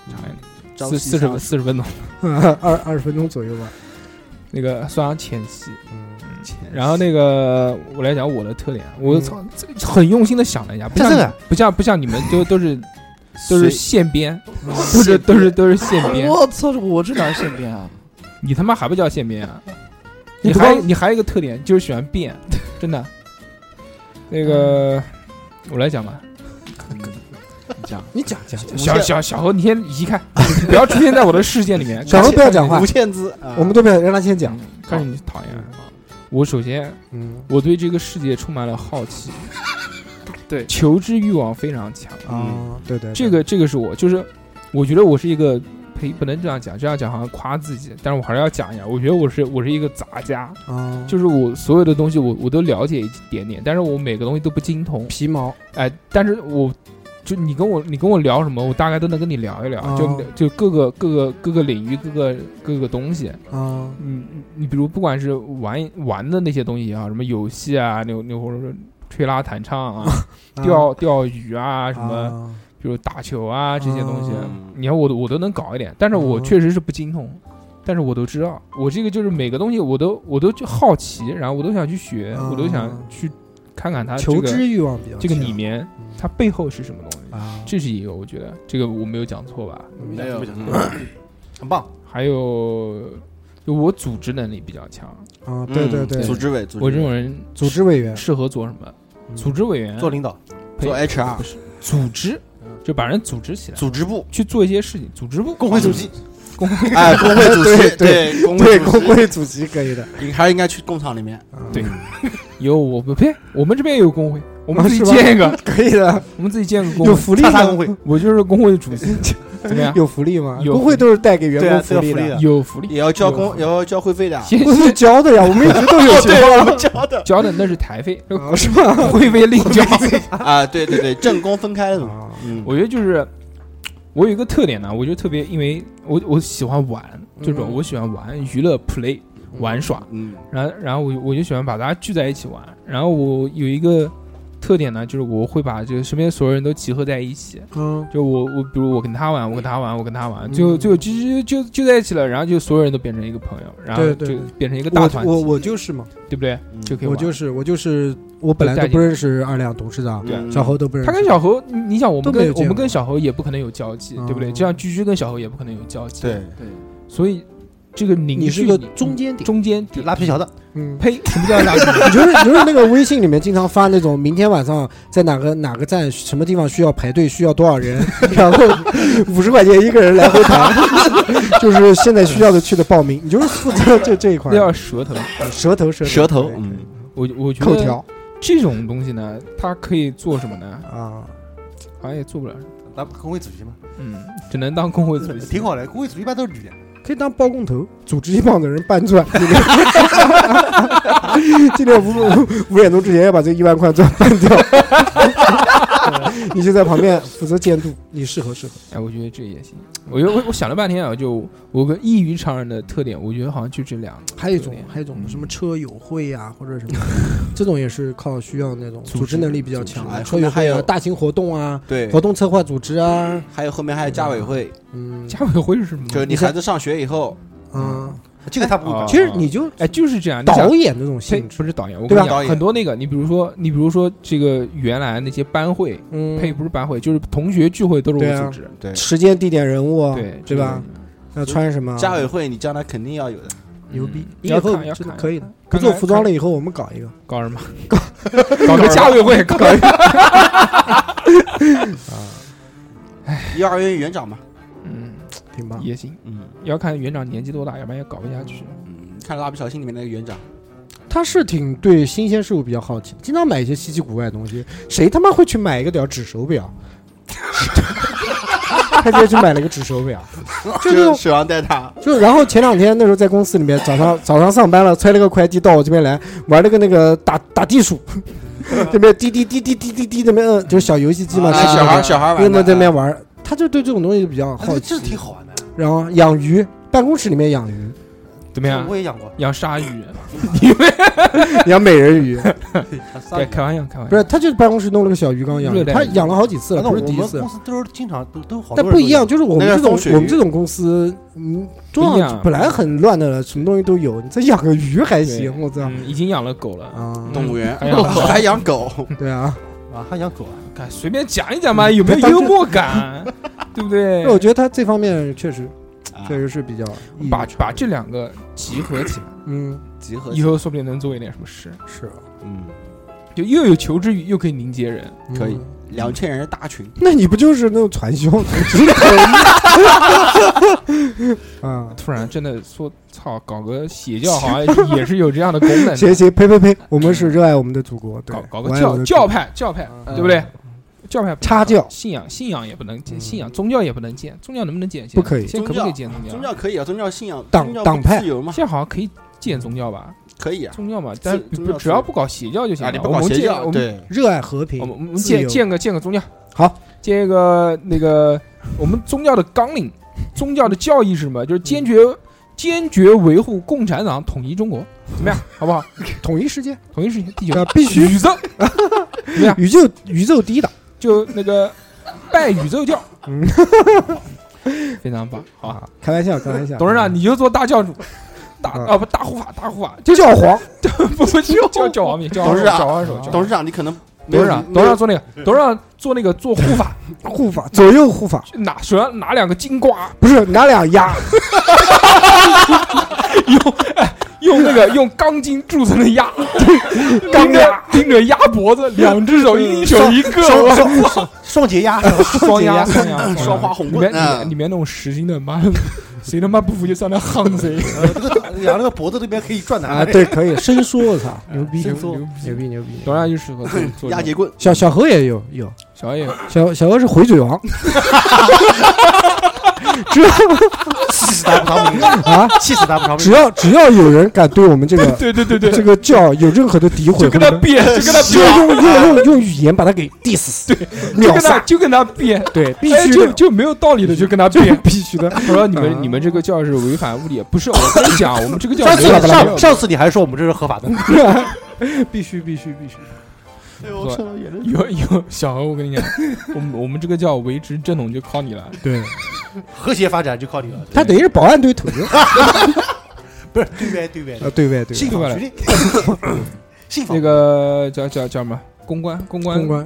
，40分钟 ，20分钟左右吧。 那个算上前期，然后那个我来讲我的特点，我很用心的想了一下，不像你们都是现编，都是现编。 我操，我这哪是现编啊？ 你他妈还不叫现编啊？你还有一个特点就是喜欢变，真的。那个我来讲吧， 你讲。 小何，你先移开，不要出现在我的视线里面。 小何不要讲话， 无限制， 我们都不要让他先讲。 看着你讨厌。我首先，我对这个世界充满了好奇，对，求知欲望非常强啊。对， 这个是我，就是我觉得我是一个。不能这样讲好像夸自己，但是我还是要讲一下。我觉得我是一个杂家，就是我所有的东西我都了解一点点，但是我每个东西都不精通， 皮毛。 但是就你跟我聊什么，我大概都能跟你聊一聊，就各个领域各个东西啊。 你比如不管是玩的那些东西也好，什么游戏啊，那或者说吹拉弹唱啊，钓鱼啊什么。就是打球啊这些东西，你看我都能搞一点，但是我确实是不精通，但是我都知道，我这个就是每个东西我都就好奇，然后我都想去学，我都想去看看它求知欲望比较这个里面它背后是什么东西这是一个我觉得这个我没有讲错吧？ 没有，很棒。 还有就我组织能力比较强啊，对， 组织委， 我这种人组织委员适合做什么？组织委员做领导， 做 HR 不是组织。就把人组织起来， 组织部去做一些事情，组织部工会主席， 工会哎，工会主席， 对工对， 主席工会主席可以的， 你还是应该去工厂里面。 对，有我不呸，我们这边也有工会，我们自己是吧建一个， 可以的， 我们自己建个工会， 有福利吗？ 叉叉工会我就是工会主席，怎么样？ 有福利吗？ 有工会都是带给员对啊工福利的， 都有福利的有福利， 也要交工，也要交会费的。 先不是交的呀，我们一直都有对， 交我们交的交的那是台费， 啊，是吧？ 会费另交。 啊，对对对，正工分开那种。 啊嗯， 我觉得就是我有一个特点呢，我觉得特别，因为我喜欢玩这种，我喜欢玩娱乐 play 玩耍，然后我就喜欢把大家聚在一起玩，然后我有一个特点呢，就是我会把这个身边所有人都集合在一起，就我比如我跟他玩，我跟他玩，我跟他玩，就在一起了，然后就所有人都变成一个朋友，然后就变成一个大团体， 我就是嘛， 对不对？就可以玩。 我就是我本来都不认识二两董事长，小侯都不认识。 他跟小侯，你想我们跟小侯也不可能有交集，对不对？就像居居跟小侯也不可能有交集， 对对， 所以这个你是个中间点， 中间拉皮条的， 呸，什么叫拉皮？ 你就是那个微信里面经常发那种明天晚上在哪个站什么地方需要排队，需要多少人，然后50块钱一个人来回排，就是现在需要的去的报名，你就是负责这一块。 那叫舌头，我觉得口条这种东西呢，它可以做什么呢？ 啊， 好像也做不了。 当工会主席嘛， 只能当工会主席， 挺好的。工会主席一般都是女的。 可以当包工头，组织一帮的人搬砖。今天5点钟之前要把这1万块砖搬掉，你就在旁边负责监督，你适合。 哎，我觉得这也行。我想了半天啊，就我个异于常人的特点，我觉得好像就这两个。 还有一种什么车友会呀，或者什么，这种也是靠需要那种组织能力比较强的。车友会啊，大型活动啊， 对， 活动策划组织啊， 还有后面还有家委会。 家委会是什么？ 就是你孩子上学以后， 这个他不会搞。 其实你就就是这样， 导演那种性质， 不是导演，我跟你讲，很多那个，你比如说这个原来那些班会，不是班会，就是同学聚会都是我组织， 对， 时间、地点、人物， 对吧？要穿什么？ 家委会你将来肯定要有的， 牛逼！ 以后真的可以的。不做服装了以后，我们搞一个， 搞什么？搞个家委会，搞一个。 幼儿园园长嘛。 挺棒， 也行，要看园长年纪多大，要不然也搞不下去。 看蜡笔小新里面那个园长， 他是挺对新鲜事物比较好奇，经常买一些稀奇古怪的东西。谁他妈会去买一个屌纸手表？他直接去买了个纸手表， 就是手上戴它。 然后前2天那时候在公司里面，早上上班了，催了个快递到我这边来玩了个那个打地鼠，这边滴滴滴滴滴滴滴那边就是小游戏机嘛， 小孩玩的，在那边玩。他就对这种东西比较好奇， 这挺好玩的。 然后养鱼，办公室里面养鱼， 怎么样？ 我也养过， 养鲨鱼， 养美人鱼。 开玩笑， 不是，他就是办公室弄了个小鱼缸养，他养了好几次了，不是第一次。 公司都是经常都好， 但不一样，就是我们这种公司，中央本来很乱的了，什么东西都有，你再养个鱼还行，我操， 已经养了狗了啊， 动物园还养狗， 对啊。 还养狗啊？ 随便讲一讲嘛，有没有幽默感，对不对？ 我觉得他这方面确实是比较把这两个集合起来， 集合以后说不定能做一点什么事。 是， 就又有求知欲，又可以凝结人， 可以2000人的大群。 那你不就是那种传销组织啊？ 突然真的说，操，搞个邪教好像也是有这样的功能。 谁呸！我们是热爱我们的祖国， 搞个教派，对不对？教派插教， 信仰也不能建，宗教也不能建，宗教能不能建？ 不可以。 现在可不可以建宗教？ 宗教可以啊，宗教信仰党派自由嘛。 现在好像可以建宗教吧？ 可以啊， 宗教嘛，但只要不搞邪教就行了。 你不搞邪教，对， 热爱和平。 我们建个宗教， 好， 建一个那个我们宗教的纲领，宗教的教义是什么？就是坚决维护共产党统一中国，怎么样？好不好？ 统一世界， 地球必须宇宙，怎么样？ 宇宙第一党， 就那个拜宇宙教，非常棒，好， 开玩笑。 董事长，你就做大教主。大护法， 教皇， 不教皇命， 董事长，你可能董事长做那个，董事长做那个做护法， 左右护法， 手上拿2个金瓜， 不是拿2鸭， 用那个用钢筋铸成的鸭，盯着鸭脖子，2只手，一手一个， 双节鸭， 双鸭， 双花红棍， 里面那种10斤的，妈谁他妈不服就上来夯谁。 养那个脖子这边可以转的啊，对，可以伸缩，我操，牛逼， 伸缩牛逼。 当然就适合做压节棍。 小何也有， 小野小何是回嘴王， 气死他不偿命啊！ 气死他不偿命！ 只要有人敢对我们这个对这个教有任何的诋毁， 就跟他辩， 就用语言把他给 diss， 对，秒杀， 就跟他辩， 对，必须的， 就没有道理的就跟他辩， 必须的。 他说你们这个教是违反物理，不是，我跟你讲，我们这个教上次你还说我们这是合法的， 必须。 有小何，我跟你讲，我们这个教维持正统就靠你了。 对， 和谐发展就靠你了。 他等于是保安队头子， 不是对外对外， 信访局的，信访那个叫什么公关部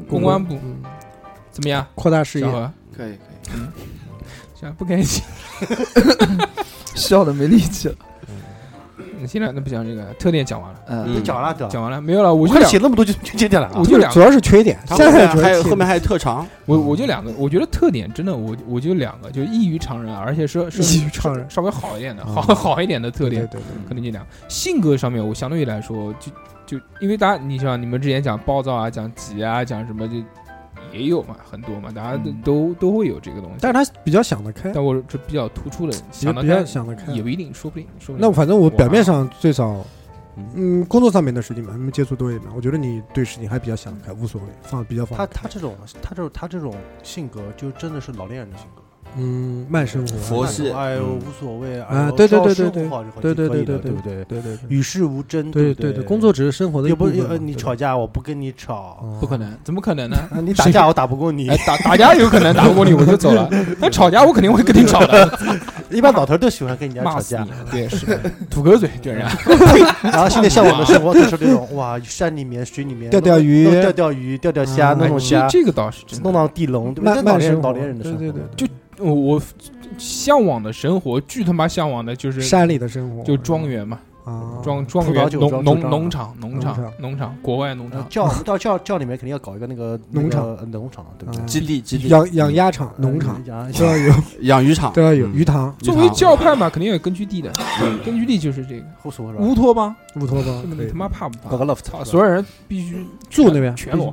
怎么样？ 扩大视野， 可以， 行，不开心， 笑的没力气了。 现在那不讲这个特点讲完了， 都讲完了，没有了。我就写那么多就简单了， 我就两个， 主要是缺点。现在后面还有特长， 我就两个。我觉得特点真的，我就两个，就异于常人，而且是异于常人， 稍微好一点的，好一点的特点， 对， 可能就两个。性格上面，我相对于来说，就因为大家，你像你们之前讲暴躁啊，讲急啊，讲什么就。也有嘛，很多嘛，大家都会有这个东西。 但是他比较想得开， 但我是比较突出的， 比较想得开， 也不一定，说不定。 那反正我表面上最少，工作上面的事情嘛，你们接触多一点嘛，我觉得你对事情还比较想得开，无所谓，比较放。 他这种性格，就真的是老年人的性格。 慢生活， 佛系， 哎呦，无所谓啊，对， 对， 对， 与世无争， 对，工作只是生活的一部分。你吵架，我不跟你吵， 不可能，怎么可能呢？ 你打架，我打不过你， 打架有可能打不过你，我就走了。但吵架，我肯定会跟你吵的。 一般老头都喜欢跟人家吵架， 对，是吐口水，对人家。 然后现在向往的生活就是那种哇，山里面、水里面钓鱼、 钓虾那种虾， 这个倒是真的。 弄到地笼，对吧？老年人的生活， 就。我向往的生活，巨他妈向往的就是山里的生活， 就庄园嘛，庄园、农场，国外农场。 教里面肯定要搞一个那个农场，对不对？ 基地， 养鸭场、农场都要有， 养鱼场都要有鱼塘。 作为教派嘛，肯定要有根据地的，根据地就是这个乌托邦， 你他妈怕不怕？ 搞个 loft， 所有人必须住那边， 全裸，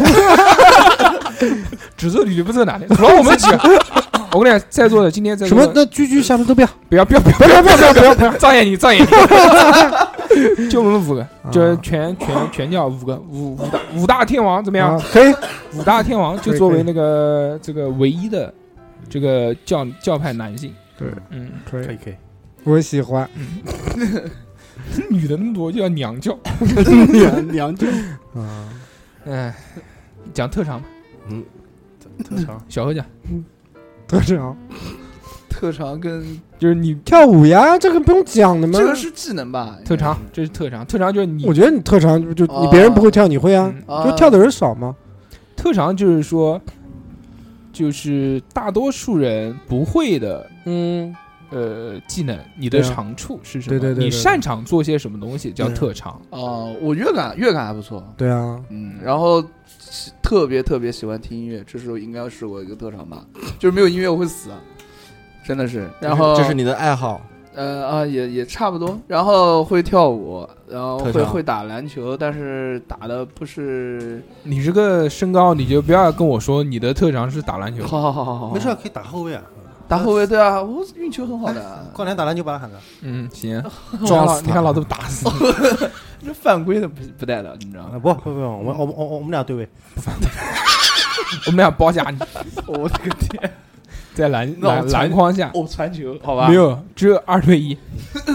只走女的不走男的，除了我们几个。我跟你讲，在座的今天在什么？那居下面都不要， 障眼你，就我们5个，就全教5个，五大天王怎么样？ 可以 ，5大天王就作为那个这个唯一的这个教派男性。 对， 可以， 我喜欢。 女的那么多就叫娘教， 娘教啊。 讲特长吧， 特长， 小何讲。 特长跟就是你跳舞呀，这个不用讲的吗？ 这个是技能吧？ 特长，这是特长，特长就是你。 我觉得你特长就你别人不会跳，你会啊？就跳的人少吗？ 特长就是说，就是大多数人不会的，技能，你的长处是什么？ 对， 你擅长做些什么东西叫特长。 我乐感还不错。 对啊， 然后。特别喜欢听音乐，这时候应该是我一个特长吧，就是没有音乐我会死，真的是。然后这是你的爱好， 也差不多。然后会跳舞，然后会打篮球，但是打的不是。 你这个身高，你就不要跟我说你的特长是打篮球。 好， 没事，可以打后卫啊。 打后卫对啊，我运球很好的。 过年打篮球把他喊个。 行，撞死你看老子打死你。 这犯规的不带的，你知道吗？ 不，我们俩对位， 不犯规。我们俩包夹你。 我的个天， 在篮筐下。 传球，好吧？ 没有，只有2对1。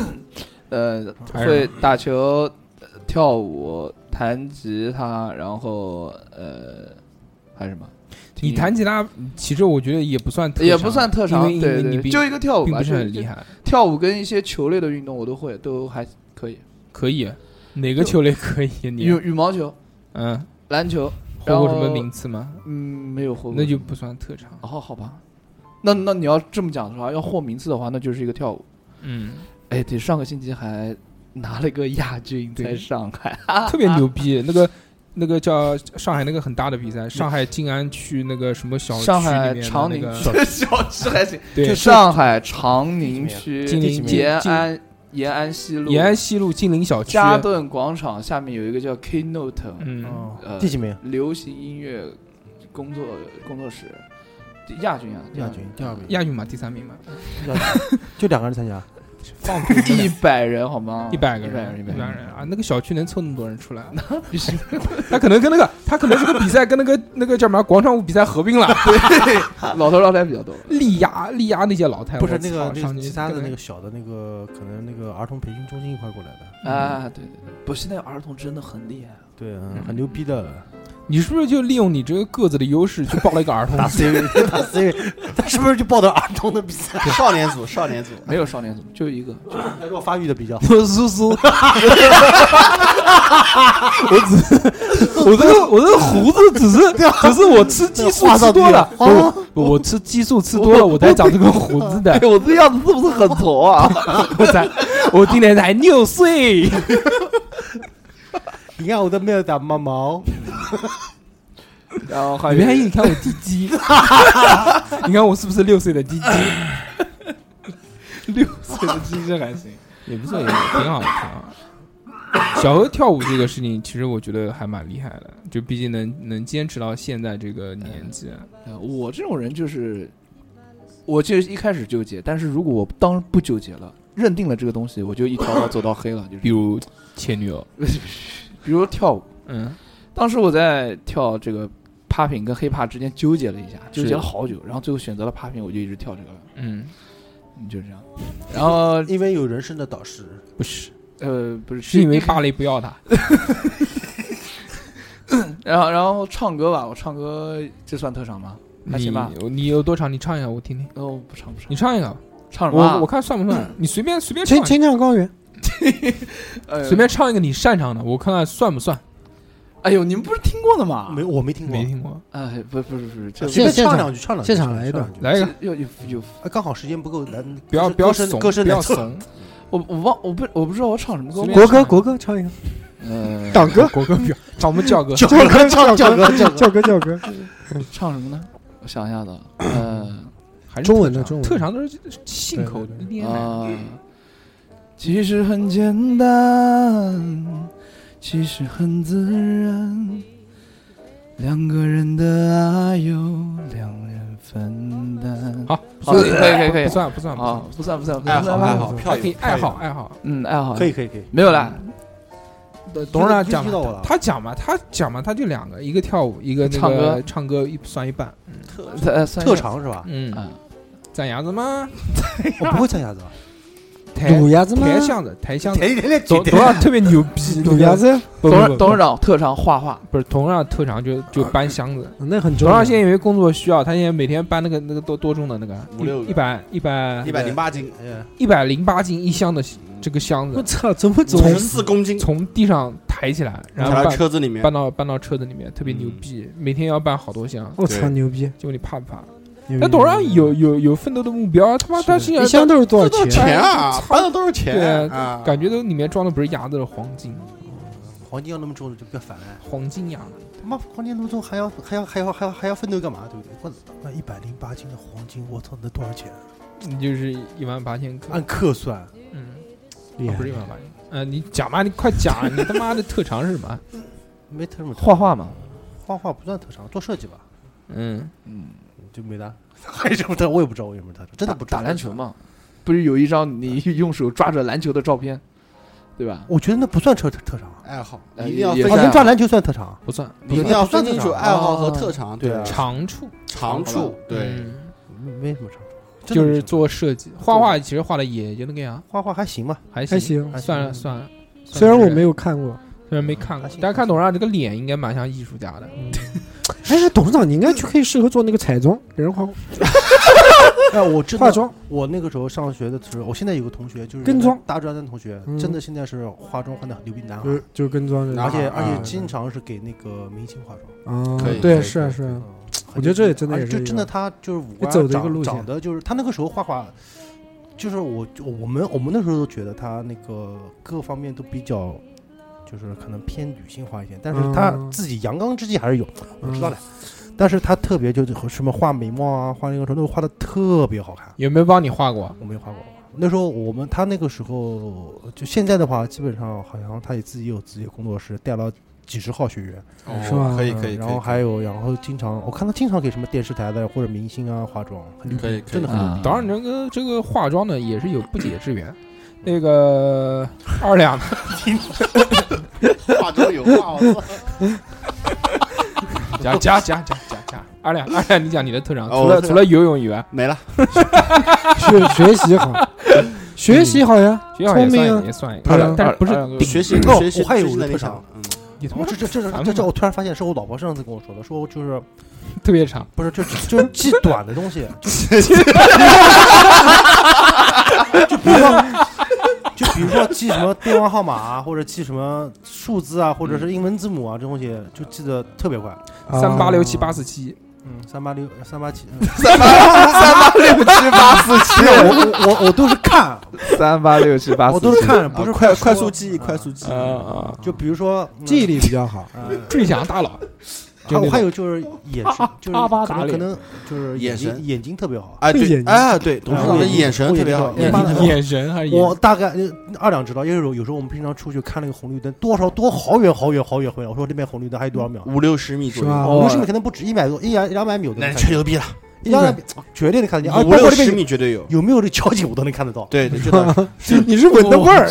会打球、跳舞、弹吉他，然后还有什么？ 你弹吉他，其实我觉得也不算特长，对， 你就一个跳舞吧， 不是很厉害。 跳舞跟一些球类的运动我都会，都还可以。 可以，哪个球类可以？你羽毛球，篮球， 获过什么名次吗？ 没有获过， 那就不算特长。 好吧。那你要这么讲的话，要获名次的话，那就是一个跳舞。对，上个星期还拿了个亚军在上海， 特别牛逼。 那个叫上海那个很大的比赛，上海静安区那个什么小区上海里面长宁的那个小区还行， 对， 上海长宁区金陵延安西路， 延安西路金陵小区嘉顿广场下面有一个叫 Keynote， 第几名？ 流行音乐工作室，亚军啊， 第二名， 亚军嘛，第3名嘛， 就2个人参加， 放 100人好吗 ？100个人啊！那个小区能凑那么多人出来，那必须。他可能跟那个，他可能这个比赛跟那个叫什么广场舞比赛合并了。 对，老头老太比较多。 力压那些老太， 不是那个上其他的那个小的那个，可能那个儿童培训中心一块过来的啊，对，不，现在儿童真的很厉害， 对，很牛逼的。 你是不是就利用你这个个子的优势去报了一个儿童打 C 位？他是不是就报的儿童的比赛？ 少年组没有少年组，就一个， 还弱发育的比较。 苏，我这个胡子只是我吃激素吃多了，我吃激素吃多了，我才长这个胡子的。 我这样子是不是很矬啊？ 我今年才6岁。 你看我都没有长毛毛， 然后还有你看我鸡鸡，你看我是不是6岁的鸡鸡？6岁的鸡鸡还行，也不错，也挺好，挺好。小何跳舞这个事情，其实我觉得还蛮厉害的，就毕竟能坚持到现在这个年纪。 我这种人就是，我就一开始纠结，但是如果我当不纠结了，认定了这个东西，我就一条道走到黑了。就是比如前女友。 比如跳舞，当时我在跳这个 popping 跟 hiphop 之间纠结了一下，纠结了好久，然后最后选择了 popping，我就一直跳这个了。就是这样。然后因为有人生的导师， 不是， 不是， 是因为芭蕾不要他。 然后唱歌吧，我唱歌这算特长吗？还行吧。 你有多长？你唱一下我听听。 哦，不唱。 你唱一个， 唱什么？ 我看算不算？你随便唱。 青藏高原。 随便唱一个你擅长的，我看看算不算。 哎呦，你们不是听过的吗？ 我没听过。 哎，不是， 随便唱两句， 现场来一段， 来一个。 有， 刚好时间不够， 不要怂， 歌声不要怂。 我不知道我唱什么歌。 国歌唱一个。党歌， 国歌不要，唱我们教歌。 教歌。 唱什么呢？我想一下子。 还是中文的， 特长都是信口拈来。 其实很简单，其实很自然，2个人的爱由2人分担。 好， 可以， 不算， 不算， 爱好， 爱好， 爱好，可以， 没有啦。 董事长讲嘛，他讲嘛，他就2个，一个跳舞，一个那个唱歌，算一半。 特长是吧？ 粘牙子吗？ 我不会粘牙子。 卤鸭子吗？ 抬箱子，董事长特别牛逼。 卤鸭子， 董事长特长画画， 不是董事长特长就搬箱子， 那很重要。 董事长现在因为工作需要，他现在每天搬那个多重的那个 108斤 ，108斤一箱的这个箱子。 我操，怎么重4公斤， 从地上抬起来，然后车子里面搬到车子里面，特别牛逼。每天要搬好多箱。 我操，牛逼！ 就你怕不怕？那董事长有奋斗的目标，他妈他现在一箱都是多少钱啊？搬的都是钱啊！感觉都里面装的不是牙子，是黄金。 黄金要那么重就不要烦了。 黄金牙， 他妈黄金那么重还要奋斗干嘛？对不对？那108斤的黄金，我操，那多少钱？ 你就是18000克， 按克算。 不是18000。你讲嘛，你快讲，你他妈的特长是什么？ 没特长， 画画嘛。 画画不算特长，做设计吧。就没的，还有什么特？我也不知道为什么特长，真的不知道。 打篮球嘛，不是有一张你用手抓着篮球的照片，对吧？ 我觉得那不算特长， 爱好一定要能抓篮球算特长， 不算， 一定要分清楚爱好和特长，对， 长处， 对， 没什么长处， 就是做设计，画画其实画的也就那个样， 画还行吧， 还行，算了， 虽然我没有看过。 虽然没看过，大家看董事长这个脸应该蛮像艺术家的。 哎，董事长，你应该可以适合做那个彩妆，给人化。 我真的化妆， 我那个时候上学的时候，我现在有个同学就是跟妆大专的同学，真的现在是化妆化的牛逼男孩， 就跟妆， 而且经常是给那个明星化妆。 对，是啊，我觉得这也真的就真的他就是五官长得就是他那个时候画，就是我们那时候都觉得他那个各方面都比较。 就是可能偏女性化一点，但是他自己阳刚之气还是有，我知道的。但是他特别就是什么画眉毛啊，画那个什么，画的特别好看。 有没有帮你画过？ 我没画过。那时候他那个时候就现在的话，基本上好像他也自己有自己的工作室，带了几十号学员， 是吧？可以。 然后然后经常我看他经常给什么电视台的或者明星啊化妆， 可以， 真的很牛逼。 当然，这个化妆呢也是有不解之缘。那个2两化妆有话，我操！ 加2两，你讲你的特长，除了游泳以外没了。 学习好，学习好呀，聪明啊， 也算一个，但是不是学习我还有一个特长。 你他妈这我突然发现是我老婆上次跟我说的，说就是特别长， 不是就是记短的东西，就比如说记什么电话号码啊，或者记什么数字啊，或者是英文字母啊，这东西就记得特别快。 38678847。 386、387、 3867847， 我都是看 3867847， 我都是看，不是快速记忆， 就比如说记忆力比较好， 最强大佬。 还有就是眼神，就是可能就是眼睛特别好。 哎，对，董事长的眼神特别好， 眼神还是我大概2两知道，因为有时候我们平常出去看那个红绿灯，多好远回来。我说这边红绿灯还有多少秒 ？50-60米左右 ，50米可能不止100多，100-200米。 那吹牛逼了 ，100绝对能看得见 ，5-60米绝对有。 有没有这交警我都能看得到。 对，知道。 你是闻的味儿。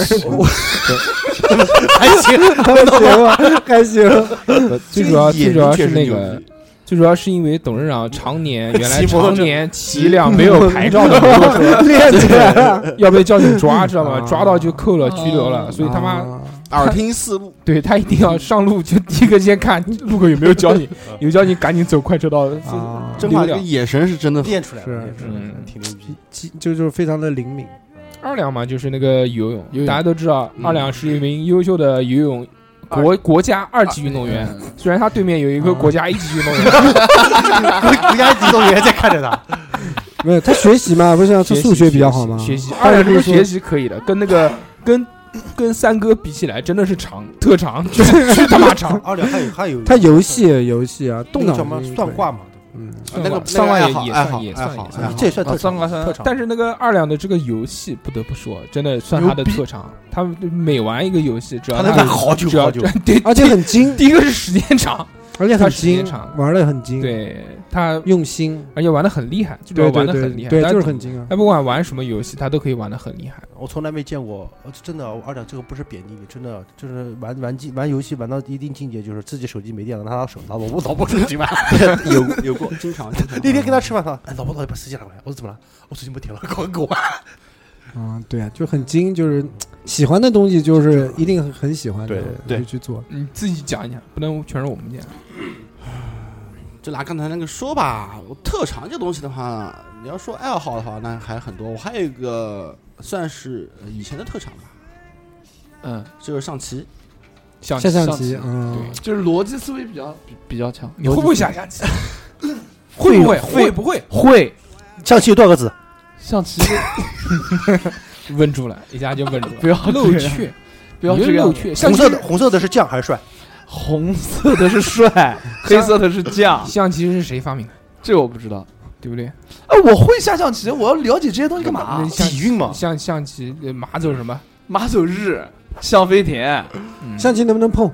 还行。 最主要是那个，最主要是因为董事长原来常年骑一辆没有牌照的摩托车练起来了，要被交警抓，知道吗？抓到就扣了，拘留了。所以他妈耳听四路， 对他一定要上路就第一个先看路口有没有交警，有交警赶紧走快车道。 这话这个眼神是真的练出来了， 挺牛逼， 就是非常的灵敏。 2两嘛，就是那个游泳，大家都知道，2两是一名优秀的游泳国家2级运动员。虽然他对面有一个国家1级运动员， 国家1级运动员在看着他。 没有，他学习嘛，不是他数学比较好吗？ 学习，2两这个学习可以的，跟那个跟三哥比起来，真的是特长，去他妈长。 2两还有他游戏啊，动脑叫什么算卦嘛？ 那个算卦也算， 这也算特长。但是那个2两的这个游戏不得不说，真的算他的特长。他每玩一个游戏，只要他能玩好久， 对，而且很精。 第一个是时间长， 而且很精，玩的很精。 对他用心， 而且玩的很厉害，主要玩的很厉害。 对，就是很精啊。 他不管玩什么游戏，他都可以玩的很厉害。 我从来没见过，真的，2两这个不是贬低你，真的就是玩游戏玩到一定境界，就是自己手机没电了，拿手拿我老婆手机玩。 有过，经常。 那天跟他吃饭，他老婆把手机拿过来，我说怎么了？我手机没电了，给我玩。 对啊，就很精，就是喜欢的东西，就是一定很喜欢的， 对， 就去做。 你自己讲一讲，不能全是我们讲。 就拿刚才那个说吧，我特长这东西的话，你要说爱好的话，那还很多。我还有一个算是以前的特长吧，就是象棋。 下象棋， 对，就是逻辑思维比较强。 你会不会下象棋？会不会？ 会。象棋有多少个字？ 象棋问住了，一下就问住了。 不要露怯，不要露怯。 红色的是将还是帅？ 红色的是帅，黑色的是将。 象棋是谁发明的？ 这我不知道， 对不对？ 我会下象棋，我要了解这些东西干嘛？ 底蕴嘛。 象棋马走什么？ 马走日，象飞田。 象棋能不能碰？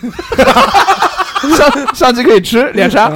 象棋可以吃，连杀。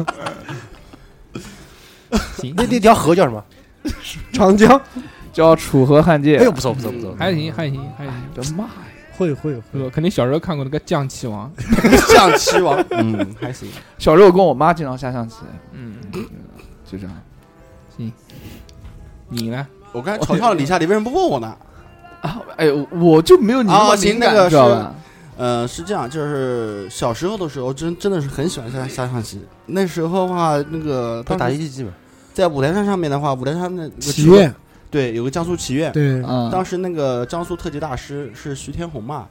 行， 那条河叫什么？ 长江。 叫楚河汉界。 哎呦，不错， 还行。 我的妈呀！ 会， 肯定小时候看过那个象棋王， 象棋王，还行。 小时候跟我妈经常下象棋，就这样。 行，你呢？ 我刚才嘲笑了李夏，你为什么不问我呢？ 我就没有你那么敏感，知道吧？ 是这样，就是小时候的时候，真的是很喜欢下象棋。那时候的话，那个他打游戏嘛， 在五台山上面的话，五台山的棋院。 对，有个江苏棋院。 对， 当时那个江苏特级大师是徐天红嘛，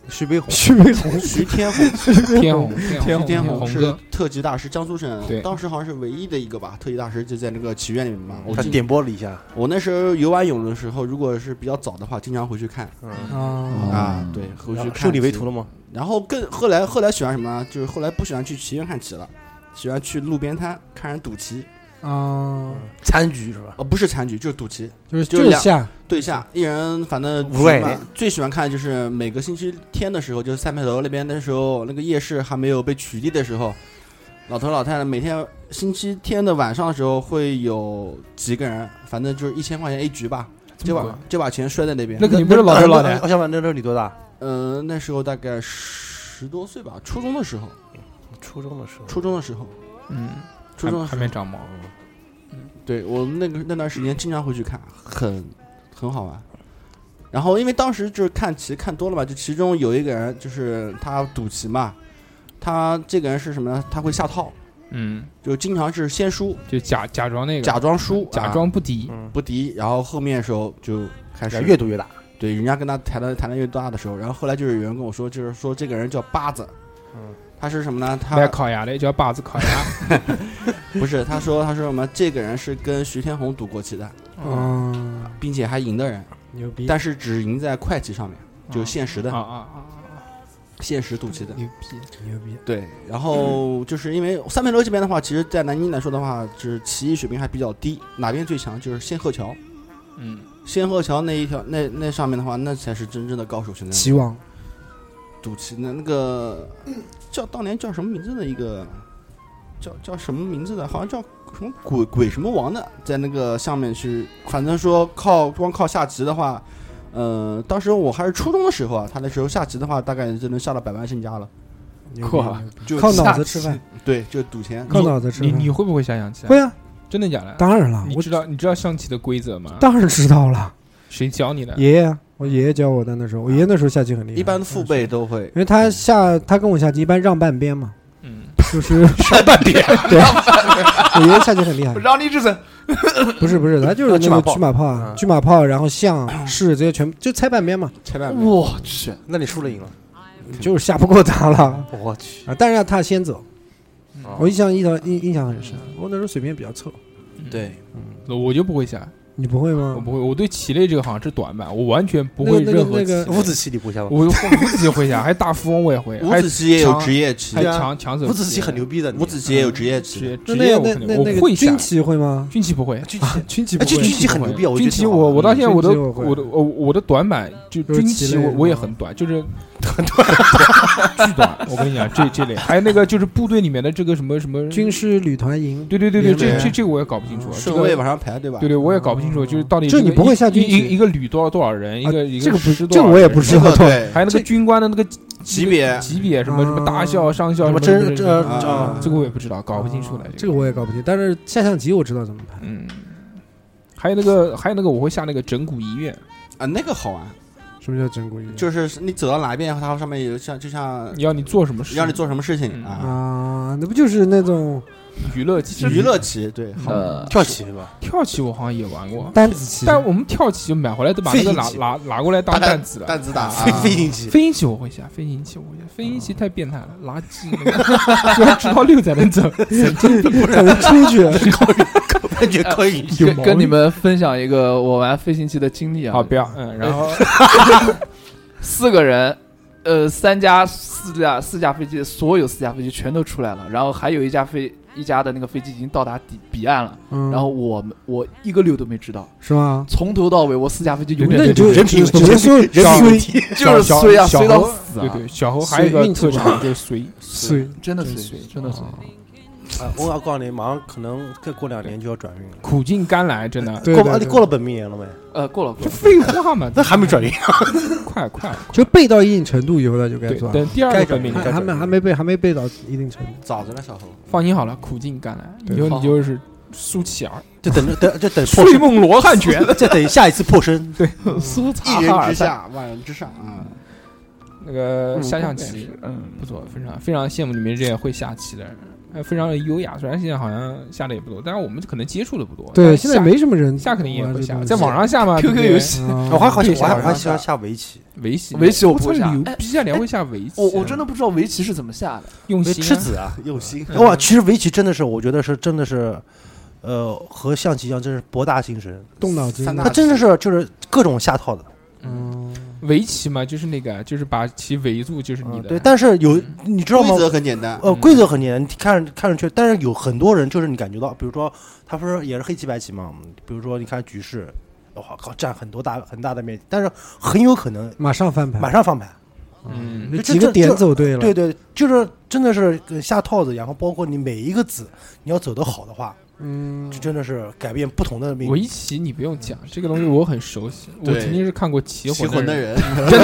徐悲鸿， 徐悲鸿， 徐天红， 天天红是红哥， 特级大师，江苏省对当时好像是唯一的一个吧，特级大师就在那个祈愿里面嘛。 他点拨了一下。 我那时候游完泳的时候，如果是比较早的话，经常回去看。对，回去看。 受你为徒了吗？ 然后后来喜欢什么呢？就是后来不喜欢去棋院看棋了，喜欢去路边摊看人赌棋。 残局是吧？ 不是残局，就是赌棋， 就是下对下，一人反正 5块钱。 最喜欢看的就是每个星期天的时候，就是三牌楼那边那时候那个夜市还没有被取缔的时候，老头老太太每天星期天的晚上的时候会有几个人，反正就是1000块钱一局吧，就把钱摔在那边。 那肯定不是老头老太太。 我想问，那时候你多大？ 那时候大概10多岁吧，初中的时候。 初中的时候， 初中的时候，初中还没长毛。 对，我那段时间经常会去看，很好玩。然后因为当时就是看棋看多了嘛，就其中有一个人就是他赌棋嘛，他这个人是什么呢？他会下套，就经常是先输， 就假装那个假装输， 假装不敌， 然后后面的时候就开始越赌越大。 对，人家跟他谈的越大的时候，然后后来就是有人跟我说，就是说这个人叫八子，他是什么呢？他来烤鸭的叫八子烤鸭， 不是，他说什么？这个人是跟徐天红赌过棋的，并且还赢的人， 牛逼， 但是只赢在快棋上面，就是现实的现实赌棋的， 牛逼。 对，然后就是因为三牌楼这边的话，其实在南京来说的话，就是棋艺水平还比较低，哪边最强就是仙鹤桥，仙鹤桥那一条那上面的话，那才是真正的高手。现在棋王赌棋的那个当年叫什么名字的一个叫什么名字的，好像叫什么鬼什么王的，在那个上面去，反正说光靠下棋的话，当时我还是初中的时候啊，他那时候下棋的话，大概就能下到100万身家了， 就靠脑子吃饭， 对，就赌钱， 靠脑子吃饭。 你会不会下象棋？ 会啊， 真的假的？ 当然了， 你知道象棋的规则吗？ 当然知道了。 谁教你的？ 爷爷啊，我爷爷教我的。那时候我爷爷那时候下棋很厉害， 一般父辈都会， 因为他跟我下棋一般让半边嘛，就是上半边。 对，我爷爷下棋很厉害。 让你制胜。 不是，他就是那个车马炮，车马炮，然后象士这些全就猜半边嘛， 猜半边。 我去，那你输了赢了， 就是下不过他了。 我去啊！但是他先走，我印象很深。我那时候水平比较凑。 对， 我就不会下。 你不会吗？ 我不会，我对棋类这个好像是短板，我完全不会任何棋。 五子棋你不会下吗？ 我五子棋会下，还大富翁我也会。 五子棋也有职业棋， 还抢手。 五子棋很牛逼的， 五子棋也有职业棋。 职业我会下。 军棋会吗？ 军棋不会， 军棋很牛逼。 军棋我到现在我的短板就军棋我也很短，就是很短，巨短。我跟你讲，这类还有那个就是部队里面的这个什么军师旅团营。 对，这个我也搞不清楚。 顺位往上排对吧？ 对，我也搞不清楚，就是到底就你不会下军棋， 一个旅多少人，一个这个不是这个我也不知道。 对， 还有那个军官的那个级别什么大校上校什么这个我也不知道，搞不清楚了。 这个我也搞不清，但是下象棋我知道怎么排。 还有那个我会下那个整蛊医院啊，那个好玩。 什么叫整蛊医院？ 就是你走到哪一边，它上面有就像要你做什么事， 让你做什么事情啊？那不就是那种娱乐棋？ 对， 跳棋是吧？ 跳棋我好像也玩过单子棋， 但我们跳棋就买回来都把那个拿过来当弹子了， 弹子打。 飞行棋， 飞行棋我会下，飞行棋太变态了，垃圾，需要直到6才能走， 才能出去。 感觉可以跟你们分享一个我玩飞行棋的经历啊。 好，不要，然后 4个人，4架飞机，所有4架飞机全都出来了，然后还有一家的那个飞机已经到达彼岸了，然后我一个溜都没知道， 是吗？ 从头到尾我4架飞机永远就人品衰， 就是衰啊，衰到死啊！ 对，小侯还有一个特长就是衰， 真的衰。 我要告诉你，马上可能再过2年就要转运了， 苦尽甘来，真的。 过了本命年了没？ 过了。 这废话嘛， 那还没转运， 快， 就背到一定程度以后他就该转。 等第2个本命年， 还没背到一定程度， 早着呢，小侯。 放心好了，苦尽甘来，以后你就是苏乞儿， 就等睡梦罗汉拳， 再等下一次破身。 对，苏一人之下，万人之上啊。 那个下象棋，不错，非常羡慕你们这些会下棋的人。 非常的优雅。虽然现在好像下的也不多，但是我们可能接触的不多。 对，现在没什么人下，肯定也会下， 玩在网上下嘛。 QQ 游戏， 我还喜欢下围棋。 围棋我不会下。 牛逼啊！你还会下围棋？ 我真的不知道围棋是怎么下的， 用心吃子啊， 用心。 哇，其实围棋真的是，我觉得是真的是，和象棋一样，真是博大精深， 动脑筋。 它真的是就是各种下套的。 围棋嘛，就是那个，就是把棋围住，就是你的。 对，但是你知道吗？ 规则很简单， 规则很简单，看上去，但是有很多人就是你感觉到，比如说他不是也是黑棋白棋嘛，比如说你看局势，哇靠，占很大的面积，但是很有可能马上翻盘， 嗯， 几个点走对了。 对对，就是真的是下套子，然后包括你每一个子，你要走得好的话。这真的是改变不同的命运。 围棋你不用讲，这个东西我很熟悉，我曾经是看过棋魂的人，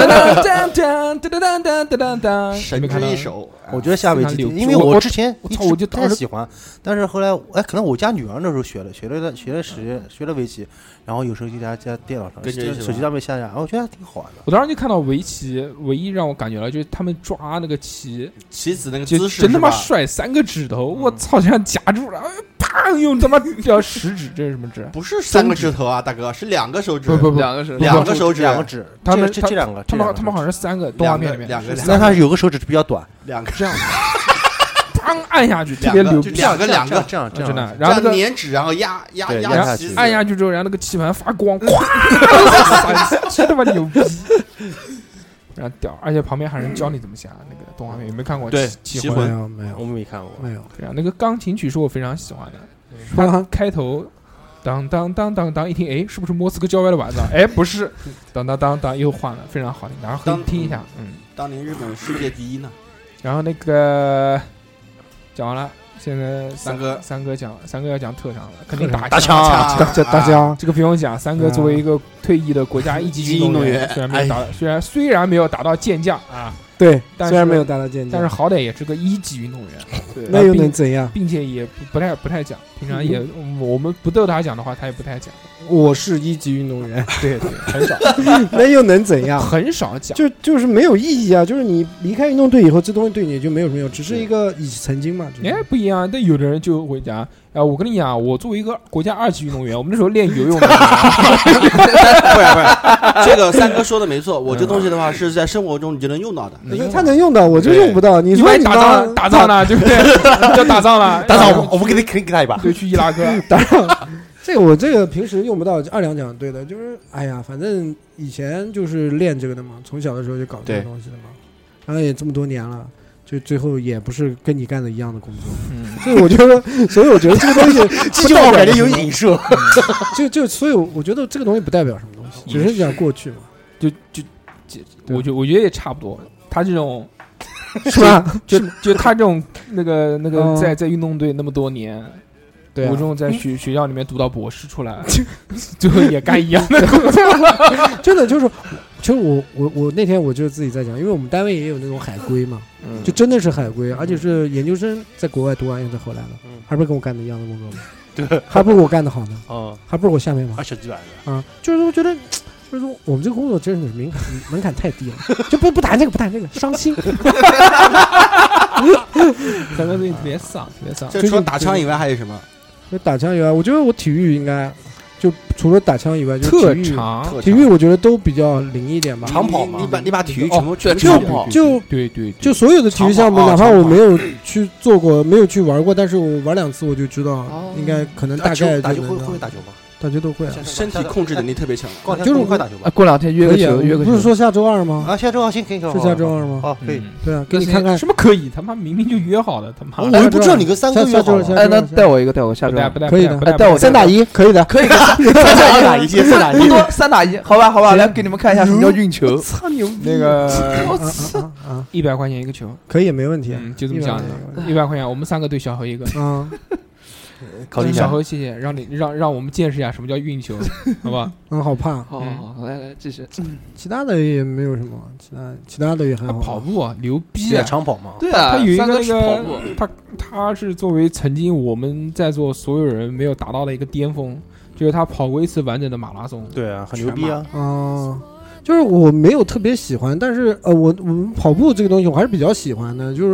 神之一手。 我觉得下围棋，因为我之前我就太喜欢，但是后来可能我家女儿那时候学了围棋，然后有时候就在电脑上、手机上面下，然后我觉得挺好玩的。 我当时就看到围棋，唯一让我感觉到就是他们抓那个棋子那个姿势， 真他妈帅，3个指头，我操，像夹住了，啪用他妈掉食指，这是什么指？ 不是3个指头啊，大哥，是2个手指。 不， 两个手指，2个指。 他们这两个， 他们好像是3个动画片里面 2个， 那他有个手指比较短 ，2个这样，砰按下去特别牛逼， 两个这样真的，然后那个粘纸，然后压棋， 按下去之后，然后那个棋盘发光，咵，真他妈牛逼。然后屌，而且旁边还有人教你怎么下那个动画片，有没有看过？ 对， 棋魂没有，我们没看过， 没有。 然后那个钢琴曲是我非常喜欢的，它开头当当当当当，一听，哎，是不是莫斯科郊外的晚上？哎，不是，当当当当又换了，非常好听，然后听一下， 当年日本世界第一呢。 然后那个讲完了。现在三哥要讲特长了，肯定打枪， 这个不用讲。三哥作为一个退役的国家一级运动员，虽然没有达到健将啊， 对，虽然没有达到健将， 但是好歹也是个1级运动员。 那又能怎样？ 并且也不太讲，平常也我们不逗他讲的话，他也不太讲。 我是1级运动员， 对，很少。 那又能怎样？ 很少讲， 就是没有意义啊！就是你离开运动队以后，这东西对你就没有什么用，只是一个曾经嘛。 哎，不一样，但有的人就会讲，我跟你讲，我作为一个国家2级运动员，我们那时候练游泳的。 不是，这个三哥说的没错，我这东西的话是在生活中你就能用到的。 他能用到，我就用不到。你说你打仗了，对不对？要打仗了， 我们肯定给他一把。 对，去伊拉克打仗。我这个平时用不到，2两讲对的，就是哎呀，反正以前就是练这个的嘛，从小的时候就搞这个东西的嘛，然后也这么多年了，就最后也不是跟你干的一样的工作，所以我觉得这个东西， 这句话感觉有影射， 所以我觉得这个东西不代表什么东西，只是讲过去嘛， 我觉得也差不多，他这种是吧？ 就他这种那个在运动队那么多年。对、我这种在学校里面读到博士出来，最后也干一样的工作， 真的就是，其实我那天我就自己在讲，因为我们单位也有那种海归嘛，就真的是海归，而且是研究生在国外读完又再回来的，还不是跟我干的一样的工作吗？ 对， 还不如我干的好呢，还不如我下面嘛， 小鸡来的就是我觉得。就是说，我们这个工作真的是门槛太低了，就不谈这个，伤心。 三哥最近特别丧。 就除了打枪以外还有什么？ 就打枪以外，我觉得我体育应该就除了打枪以外，就特长。 体育我觉得都比较灵一点吧。 长跑嘛， 你把体育全部就所有的体育项目，哪怕我没有去做过，没有去玩过，但是我玩2次我就知道，应该可能大概打球会打球吗？ 大家都会啊， 身体控制能力特别强。 就是快打球吧。 过2天约个球， 不是说下周2吗？ 下周2行可以， 是下周2吗？ 好，可以。 对啊，给你看看什么可以？他妈明明就约好了，他妈。 我又不知道你跟三哥约好了。 哎，那带我下周可以的， 带我 3打1，可以的， 可以3打1，3打1， 3打1，好吧，来给你们看一下什么叫运球。 操牛逼！ 那个100块钱一个球， 可以，没问题。 就这么讲的，100块钱，我们3个对小何一个。 考虑小何，谢谢，让我们见识一下什么叫运球，好吧？ 好怕。 好，来继续。 其他的也没有什么，其他的也很好。 跑步啊，牛逼啊， 长跑嘛。 对啊， 他有一个那个，他是作为曾经我们在座所有人没有达到的一个巅峰，就是他跑过1次完整的马拉松。 对啊，很牛逼啊。 就是我没有特别喜欢，但是我们跑步这个东西我还是比较喜欢的，就是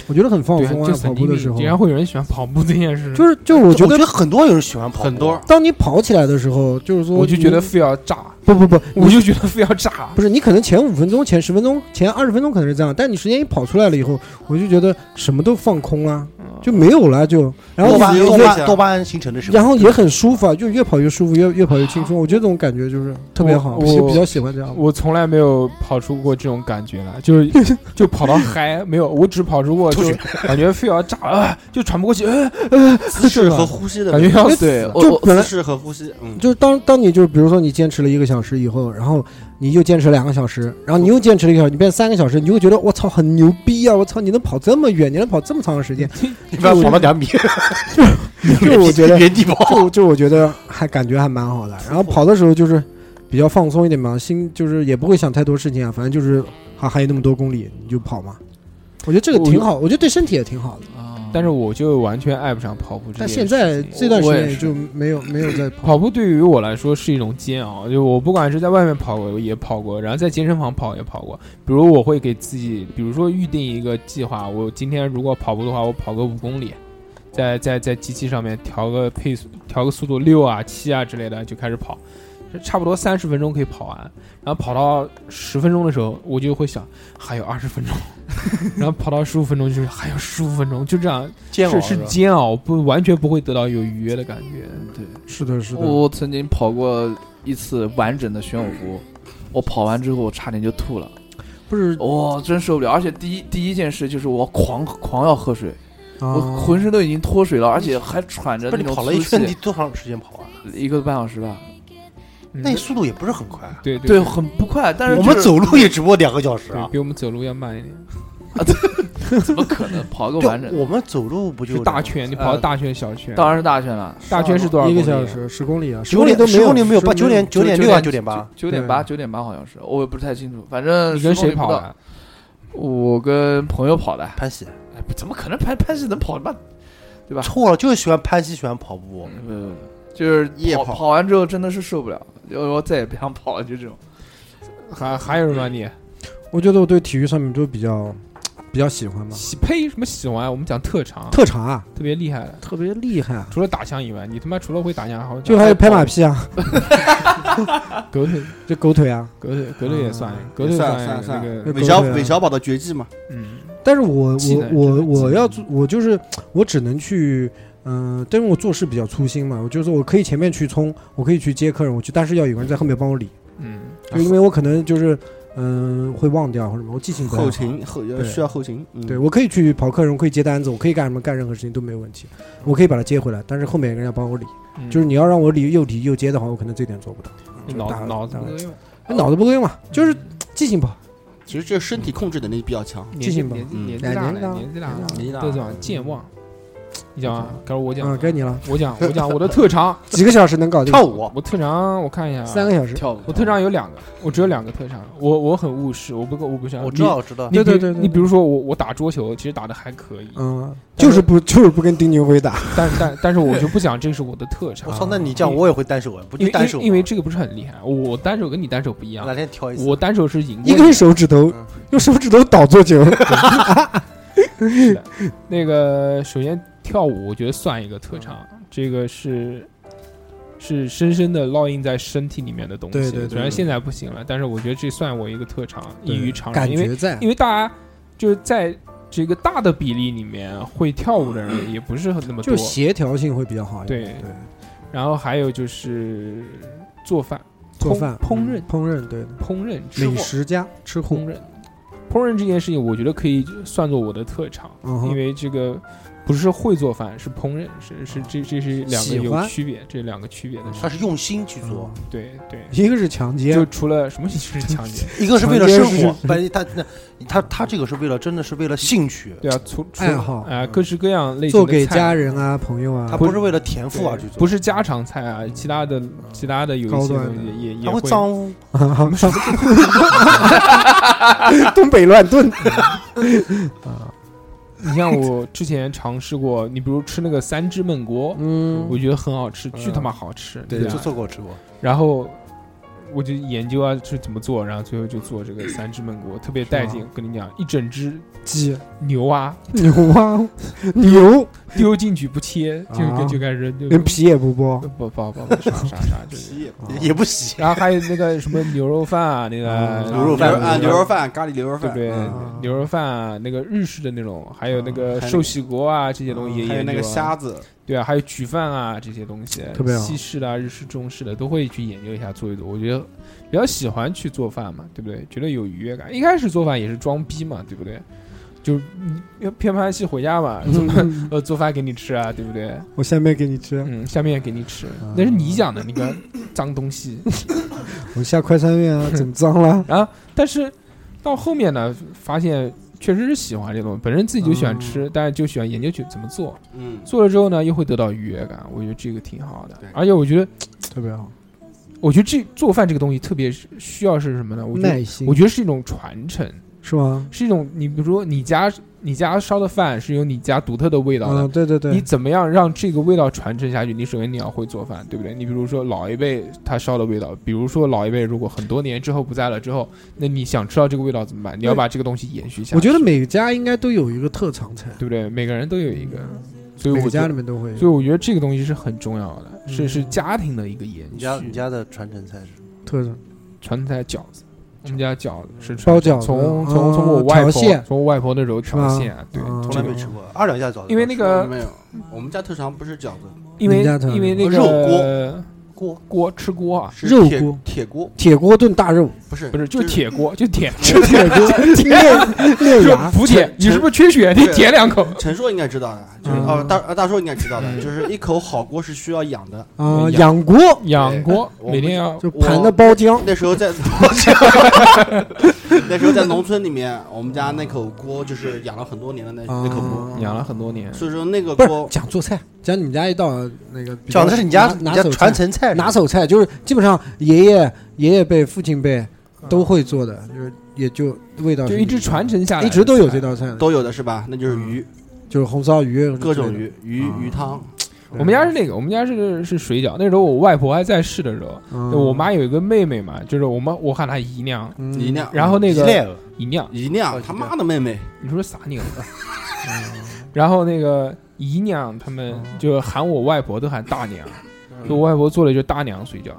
我觉得很放松啊就。 跑步的时候， 竟然会有人喜欢跑步这件事， 就我觉得很多人喜欢跑步， 很多。 当你跑起来的时候，就是说， 我就觉得非要炸， 不， 我就觉得非要炸。 不是你可能前5分钟、前10分钟、前20分钟可能是这样，但你时间一跑出来了以后，我就觉得什么都放空了，就没有了，就然后多巴胺形成的时候， 然后也很舒服啊，就越跑越舒服，越跑越轻松。我觉得这种感觉就是特别好，我比较喜欢这样。 我从来没有跑出过这种感觉来，就跑到嗨没有，我只跑出过就感觉非要炸就喘不过气， 姿势和呼吸的感觉要死。 就本来姿势和呼吸， 就是当你就是比如说你坚持了1个小时以后，然后你又坚持2个小时，然后你又坚持了1个小时，你变3个小时，你就会觉得我操很牛逼啊！我操，你能跑这么远，你能跑这么长的时间， 你不要跑到2米， 就我觉得原地跑， 就我觉得感觉还蛮好的。然后跑的时候就是比较放松一点嘛，心就是也不会想太多事情啊，反正就是还有那么多公里你就跑嘛。我觉得这个挺好，我觉得对身体也挺好的。 但是我就完全爱不上跑步这件事情。 但现在这段时间就没有在跑步。对于我来说是一种煎熬，就我不管是在外面跑过也跑过，然后在健身房跑也跑过。比如我会给自己，比如说预定一个计划，我今天如果跑步的话，我跑个5公里，在机器上面调个速度6啊7啊之类的就开始跑。差不多30分钟可以跑完，然后跑到10分钟的时候，我就会想还有20分钟，然后跑到15分钟就是还有15分钟，就这样是煎熬，不完全不会得到有愉悦的感觉。 对， 是的。 我曾经跑过一次完整的玄武湖，我跑完之后我差点就吐了， 不是， 真受不了。而且第一件事就是我狂要喝水，我浑身都已经脱水了，而且还喘着那种粗气。 跑了一圈，你多长时间跑啊 ？1个半小时吧。 那速度也不是很快， 对，很不快。但是我们走路也只不过2个小时啊， 比我们走路要慢一点啊！怎么可能跑个完整？ 我们走路不就是大圈？你跑大圈、小圈？ 当然是大圈了。 大圈是多少 ？1个小时10公里啊 ，10公里都没有，9.6没有9.6啊 ，9.8好像是，我也不是太清楚。反正你跟谁跑的？ 我跟朋友跑的。 潘西？ 怎么可能潘西能跑的嘛？对吧？ 错了，就是喜欢潘西，喜欢跑步。 就是跑完之后真的是受不了，我再也不想跑了，就这种。 还有什么你？ 我觉得我对体育上面都比较喜欢嘛。 什么喜欢？我们讲特长啊， 特别厉害的， 特别厉害。 除了打枪以外，你他妈除了会打枪，好就还有拍马屁啊， 狗腿， 就狗腿啊， 狗腿也算，狗腿算那个韦小宝的绝技嘛。 但是我就是我只能去。但是我做事比较粗心嘛，我就是说我可以前面去冲，我可以去接客人，但是要有个人在后面帮我理。就因为我可能就是会忘掉或者什么，我记性不好。 后勤需要后勤。 对，我可以去跑客人，我可以接单子，我可以干任何事情都没有问题，我可以把他接回来，但是后面有个人要帮我理。就是你要让我理又接的话，我可能这点做不到。 脑子不够用， 脑子不够用嘛，就是记性不好。 其实这身体控制能力比较强， 记性不好。 年纪大，都讲健忘。你讲啊，该我讲， 该你了。 我讲我的特长， 几个小时能搞定？ 跳舞。 我特长我看一下 ，3个小时跳舞。 我特长有2个，我只有2个特长。我很务实，我不像。 我知道。 对。 你比如说我打桌球，其实打的还可以。 就是不跟丁俊晖打。 但是我就不讲这是我的特长。 我操，那你这样我也会单手啊，不就单手？ 因为这个不是很厉害，我单手跟你单手不一样。 哪天挑一次？ 我单手是赢一根手指头，用手指头倒做球。 是的，那个首先跳舞，我觉得算一个特长，这个是深深的烙印在身体里面的东西。 对， 虽然现在不行了，但是我觉得这算我一个特长，异于常人。 感觉在， 因为大家就是在这个大的比例里面，会跳舞的人也不是那么多， 就协调性会比较好一点。 对。然后还有就是做饭、 烹饪， 对， 烹饪美食家吃烹饪这件事情，我觉得可以算作我的特长，因为这个不是会做饭，是烹饪，这是两个有区别，这两个区别的事。 他是用心去做， 对， 一个是强奸， 就除了什么是强奸， 一个是为了生活，他这个是为了真的是为了兴趣， 对啊， 爱好啊，各式各样类型的做给家人啊、朋友啊， 他不是为了填富而去做， 不是家常菜啊，其他的有一些东西也会脏污， 东北乱炖啊。你像我之前尝试过，你比如吃那个3汁焖锅，我觉得很好吃，巨他妈好吃。 对，就做过吃过。 然后我就研究啊是怎么做，然后最后就做这个三只焖锅，特别带劲。跟你讲，一整只鸡、 牛啊， 牛丢进去不切，就开始连皮也不剥， 不啥，就是也不洗。 然后还有那个什么牛肉饭啊，那个牛肉饭，咖喱牛肉饭， 对不对？牛肉饭啊，那个日式的那种，还有那个寿喜锅啊，这些东西也研究。 还有那个虾子， 对啊，还有焗饭啊这些东西， 特别好。 西式的、日式、中式的都会去研究一下做一做。我觉得比较喜欢去做饭嘛，对不对？觉得有愉悦感。一开始做饭也是装逼嘛，对不对？就是要骗盘戏回家嘛，做饭给你吃啊，对不对？ 我下面给你吃， 下面给你吃，那是你讲的那个脏东西。 我下快餐面啊，怎么脏了？ 然后，但是到后面呢，发现确实是喜欢这东西，本身自己就喜欢吃，但是就喜欢研究去怎么做。做了之后呢，又会得到愉悦感，我觉得这个挺好的。而且我觉得特别好。 我觉得这做饭这个东西特别需要是什么呢？ 耐心。 我觉得是一种传承。 是吗？ 是一种，你比如说你家烧的饭是有你家独特的味道的， 对对对。 你怎么样让这个味道传承下去？你首先你要会做饭，对不对？你比如说老一辈他烧的味道，比如说老一辈如果很多年之后不在了之后，那你想吃到这个味道怎么办？你要把这个东西延续下去。 我觉得每个家应该都有一个特长菜， 对不对？每个人都有一个，所以每个家里面都会。 所以我觉得这个东西是很重要的，是家庭的一个延续。 你家的传承菜是什么？ 特长传承菜饺子。我们家饺子是包饺子， 从我外婆从我外婆那时候调馅，对， 从来没吃过。二两家饺子， 因为那个没有，我们家特长不是饺子， 因为那个肉锅吃锅啊， 肉锅铁锅炖大肉， 不是就是铁锅，就铁吃铁锅练牙补铁。你是不是缺血？你舔2口。 陈硕应该知道的，就是大硕应该知道的，就是一口好锅是需要养的啊，养锅， 每天要就盘的包浆。 那时候在农村里面，我们家那口锅就是养了很多年的那口锅， 养了很多年。 所以说那个锅讲做菜，讲你们家一道那个讲的是你家传承菜， 拿手菜，就是基本上爷爷辈、父亲辈都会做的，就是也就味道就一直传承下来， 一直都有这道菜， 都有的是吧？那就是鱼， 就是红烧鱼， 各种鱼汤。 我们家是那个，我们家是水饺。那时候我外婆还在世的时候，我妈有一个妹妹嘛，就是我喊她姨娘，然后那个姨娘， 他妈的妹妹， 你说啥娘的？然后那个姨娘他们就喊我外婆都喊大娘，我外婆做的就是大娘水饺。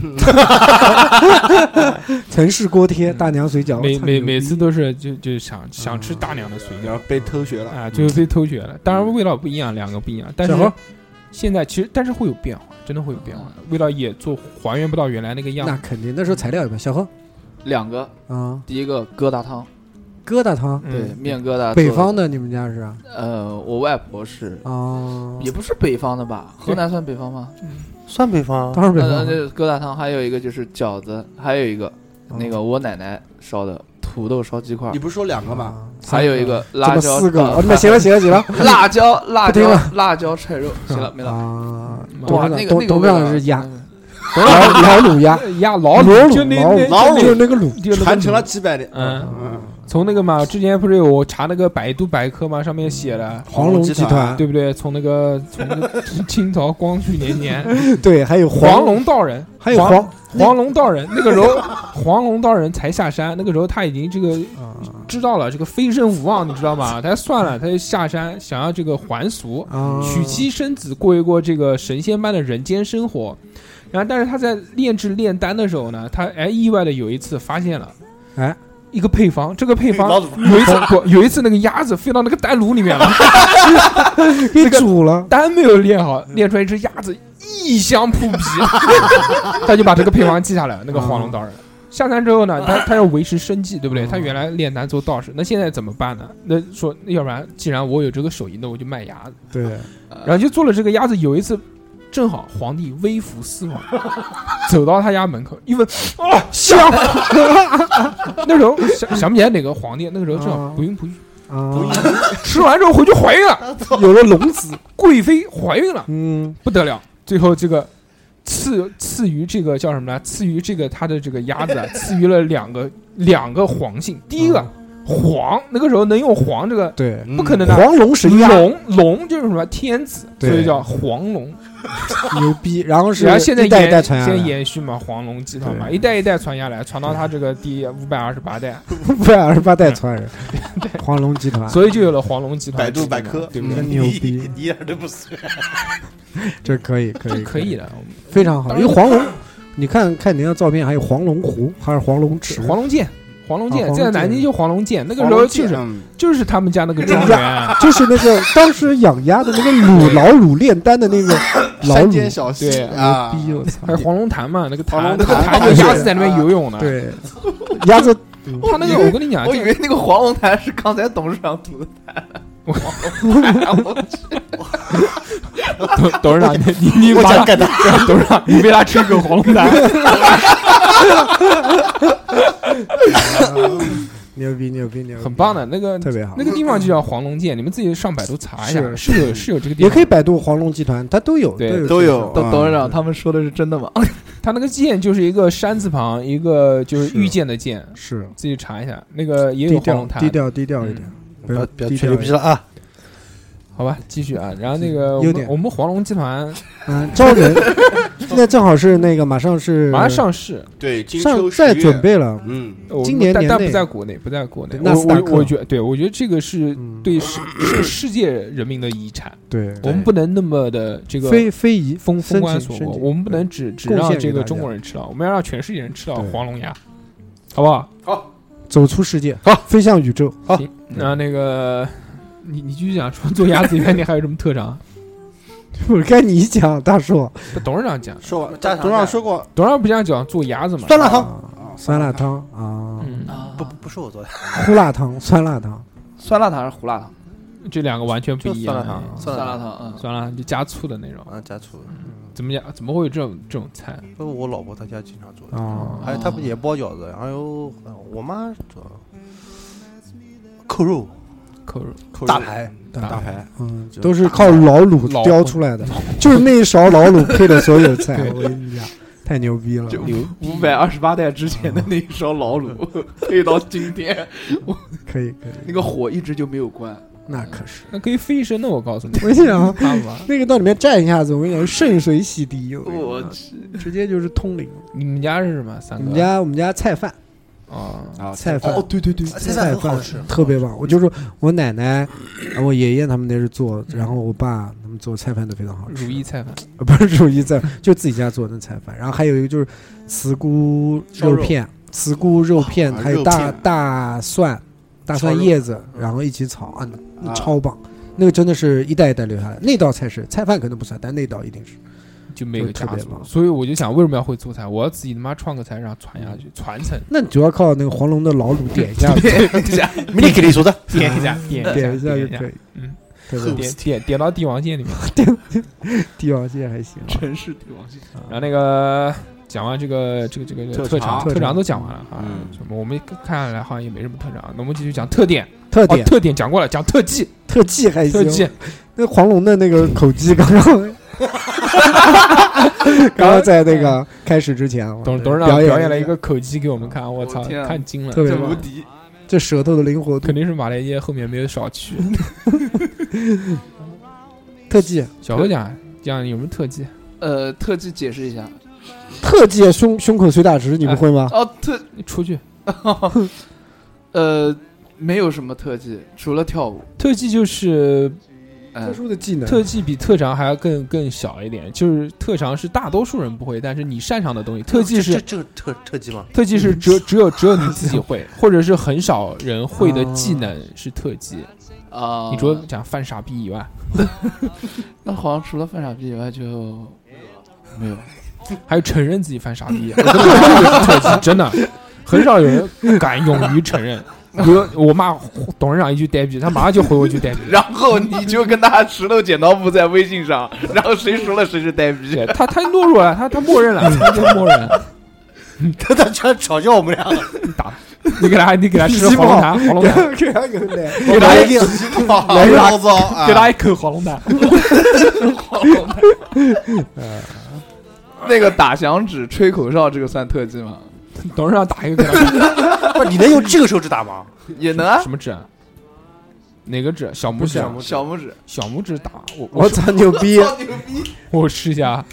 城市锅贴大娘水饺， 每次都是就想吃大娘的水饺， 被偷学了啊，最后被偷学了。当然味道不一样，两个不一样，但是现在其实但是会有变化，真的会有变化，味道也还原不到原来那个样子。 那肯定，那时候材料有没有？小何 2个啊，第一个疙瘩汤，对，面疙瘩。 北方的你们家是？ 我外婆是也不是北方的吧？河南算北方吗？ 算北方， 当然北方。 那疙瘩汤还有一个就是饺子，还有一个那个我奶奶烧的土豆烧鸡块。 你不是说2个吗？ 还有一个辣椒 ，4个。那行了， 辣椒菜肉，行了没了啊。 哇，那个东边是鸭，老卤鸭， 老卤就那个卤， 传承了几百年。 从那个嘛，之前不是有查那个百度百科嘛，上面写了黄龙集团， 对不对？从那个清朝光绪年间， 对，还有黄龙道人， 还有黄龙道人，那个时候黄龙道人才下山，那个时候他已经这个知道了这个非圣无望，你知道吗？他算了，他就下山想要这个还俗，娶妻生子，过一过这个神仙般的人间生活。然后，但是他在炼制炼丹的时候呢，他意外的有一次发现了，一个配方，这个配方有一次那个鸭子飞到那个丹炉里面了， 给煮了， 丹没有炼好，炼出来一只鸭子异香扑鼻，他就把这个配方记下来了。那个黄龙道人下山之后呢，他要维持生计，对不对？他原来炼丹做道士，那现在怎么办呢？那说要不然既然我有这个手艺，那我就卖鸭子。 对， 然后就做了这个鸭子。有一次正好皇帝微服私访，走到他家门口一闻，香！那时候想不起来哪个皇帝，那个时候正好不孕，吃完之后回去怀孕了， 有了龙子， 贵妃怀孕了，不得了。最后这个赐予这个叫什么呢？赐予这个他的这个鸭子赐予了两个皇姓，第一个黄，那个时候能用黄这个， 对， 不可能的。 黄龙神鸭， 龙就是什么天子，所以叫黄龙， 牛逼。然后是现在一代一代传下来， 现在延续嘛，黄龙集团嘛，一代一代传下来，传到他这个第528代 ，528代传人，黄龙集团， 所以就有了黄龙集团。 百度百科， 对不对？ 牛逼， 一点都不算， 这可以的， 非常好。因为黄龙，你看你那照片，还有黄龙湖，还是黄龙池， 黄龙剑。黄龙剑在南京就黄龙剑，那个时候就是他们家那个庄园， 就是那个当时养鸭的那个老卤炼丹的那个老卤小溪啊， 还有黄龙潭嘛，那个潭就鸭子在那边游泳呢， 对，鸭子， 他那个我跟你讲， 我以为那个黄龙潭是刚才董事长吐的痰。 董事长，你我想干他， 董事长，你喂他吃一口黄龙潭。 牛逼， 很棒的那个特别好， 那个地方就叫黄龙剑，你们自己上百度查一下，是有这个地方， 也可以百度黄龙集团，它都有， 都有。 董事长，他们说的是真的吗？ 他那个剑就是一个山字旁，一个就是遇见的见， 是自己查一下，那个也有黄龙潭， 低调一点， 不要吹牛逼了啊！ 好吧，继续啊。然后那个我们黄龙集团， 招人，现在正好是那个马上上市， 对， 在准备了，今年但不在国内，我觉得这个是对世界人民的遗产， 对， 我们不能那么的这个非遗封关锁国，我们不能只让这个中国人吃到，我们要让全世界人吃到黄龙鸭，好不好？ 好， 走出世界，好，飞向宇宙，好。 那个。你继续讲，除了做鸭子以外，你还有什么特长？ 我该你讲，大叔。 董事长讲， 说董事长说过， 董事长不想讲做鸭子吗？ 酸辣汤啊， 不是我做的， 胡辣汤，酸辣汤还是胡辣汤？ 这两个完全不一样。 酸辣汤， 酸辣就加醋的那种。 加醋。 怎么讲？怎么会有这种菜？ 我老婆她家经常做的。还有她不也包饺子，还有我妈做扣肉。大排， 都是靠老卤雕出来的，就是那一勺老卤配的所有菜。我跟你讲，太牛逼了 ！528代之前的那一勺老卤配到今天， 可以， 那个火一直就没有关。 那可是， 那可以飞升的，我告诉你。 我跟你讲，那个到里面蘸一下子，我跟你讲，渗水洗涤， 我去， 直接就是通灵。 你们家是什么？ 我们家菜饭。菜饭对，菜饭很好吃， 特别棒。我就是我奶奶、我爷爷他们那是做，然后我爸他们做菜饭都非常好吃。 如意菜饭不是如意菜，就自己家做的菜饭。然后还有一个就是慈菇肉片，还有大蒜叶子，然后一起炒啊，超棒。那个真的是一代一代留下来。那道菜是菜饭可能不算，但那道一定是。 就没有加速，所以我就想，为什么要会做菜？我要自己他妈创个菜，让传下去，传承。 那你主要靠那个黄龙的老卤点一下， 你给你说的， 点一下就可以。 点到帝王蟹里面， 帝王蟹还行， 城市帝王蟹。 然后那个讲完这个特长都讲完了啊，我们看下来好像也没什么特长，那我们继续讲特点讲过了，讲特技还行。 特技， 那黄龙的那个口技刚刚在那个开始之前， 董事长表演了一个口技给我们看，我操，看惊了， 特别无敌，这舌头的灵活度肯定是马来西亚后面没有少去。 特技， 小何讲有没有特技？ 特技解释一下。 特技胸口碎大石，你们会吗？ 你出去。 没有什么特技，除了跳舞。 特技就是特殊的技能， 特技比特长还要更小一点，就是特长是大多数人不会，但是你擅长的东西，特技是这个特技吗？ 特技是只有你自己会，或者是很少人会的技能是特技啊。你除了讲犯傻逼以外， 那好像除了犯傻逼以外就没有， 还有承认自己犯傻逼，我跟你说这个是特技，真的很少有人敢勇于承认。比如我骂董事长一句呆逼，他马上就回我一句呆逼， 然后你就跟他石头剪刀布在微信上，然后谁输了谁是呆逼。 他懦弱了，他默认了，他就默认。 他全嘲笑我们俩了。 你打你给他吃黄龙潭， 给他一口来， 给他一口黄龙潭。 那个打响指、吹口哨，这个算特技吗？ 董事长打一个给他看， 不，你能用这个手指打吗？ 也能啊， 什么指啊？哪个指？小拇指啊？ 小拇指， 小拇指打我操，牛逼！ 我试一下， 啊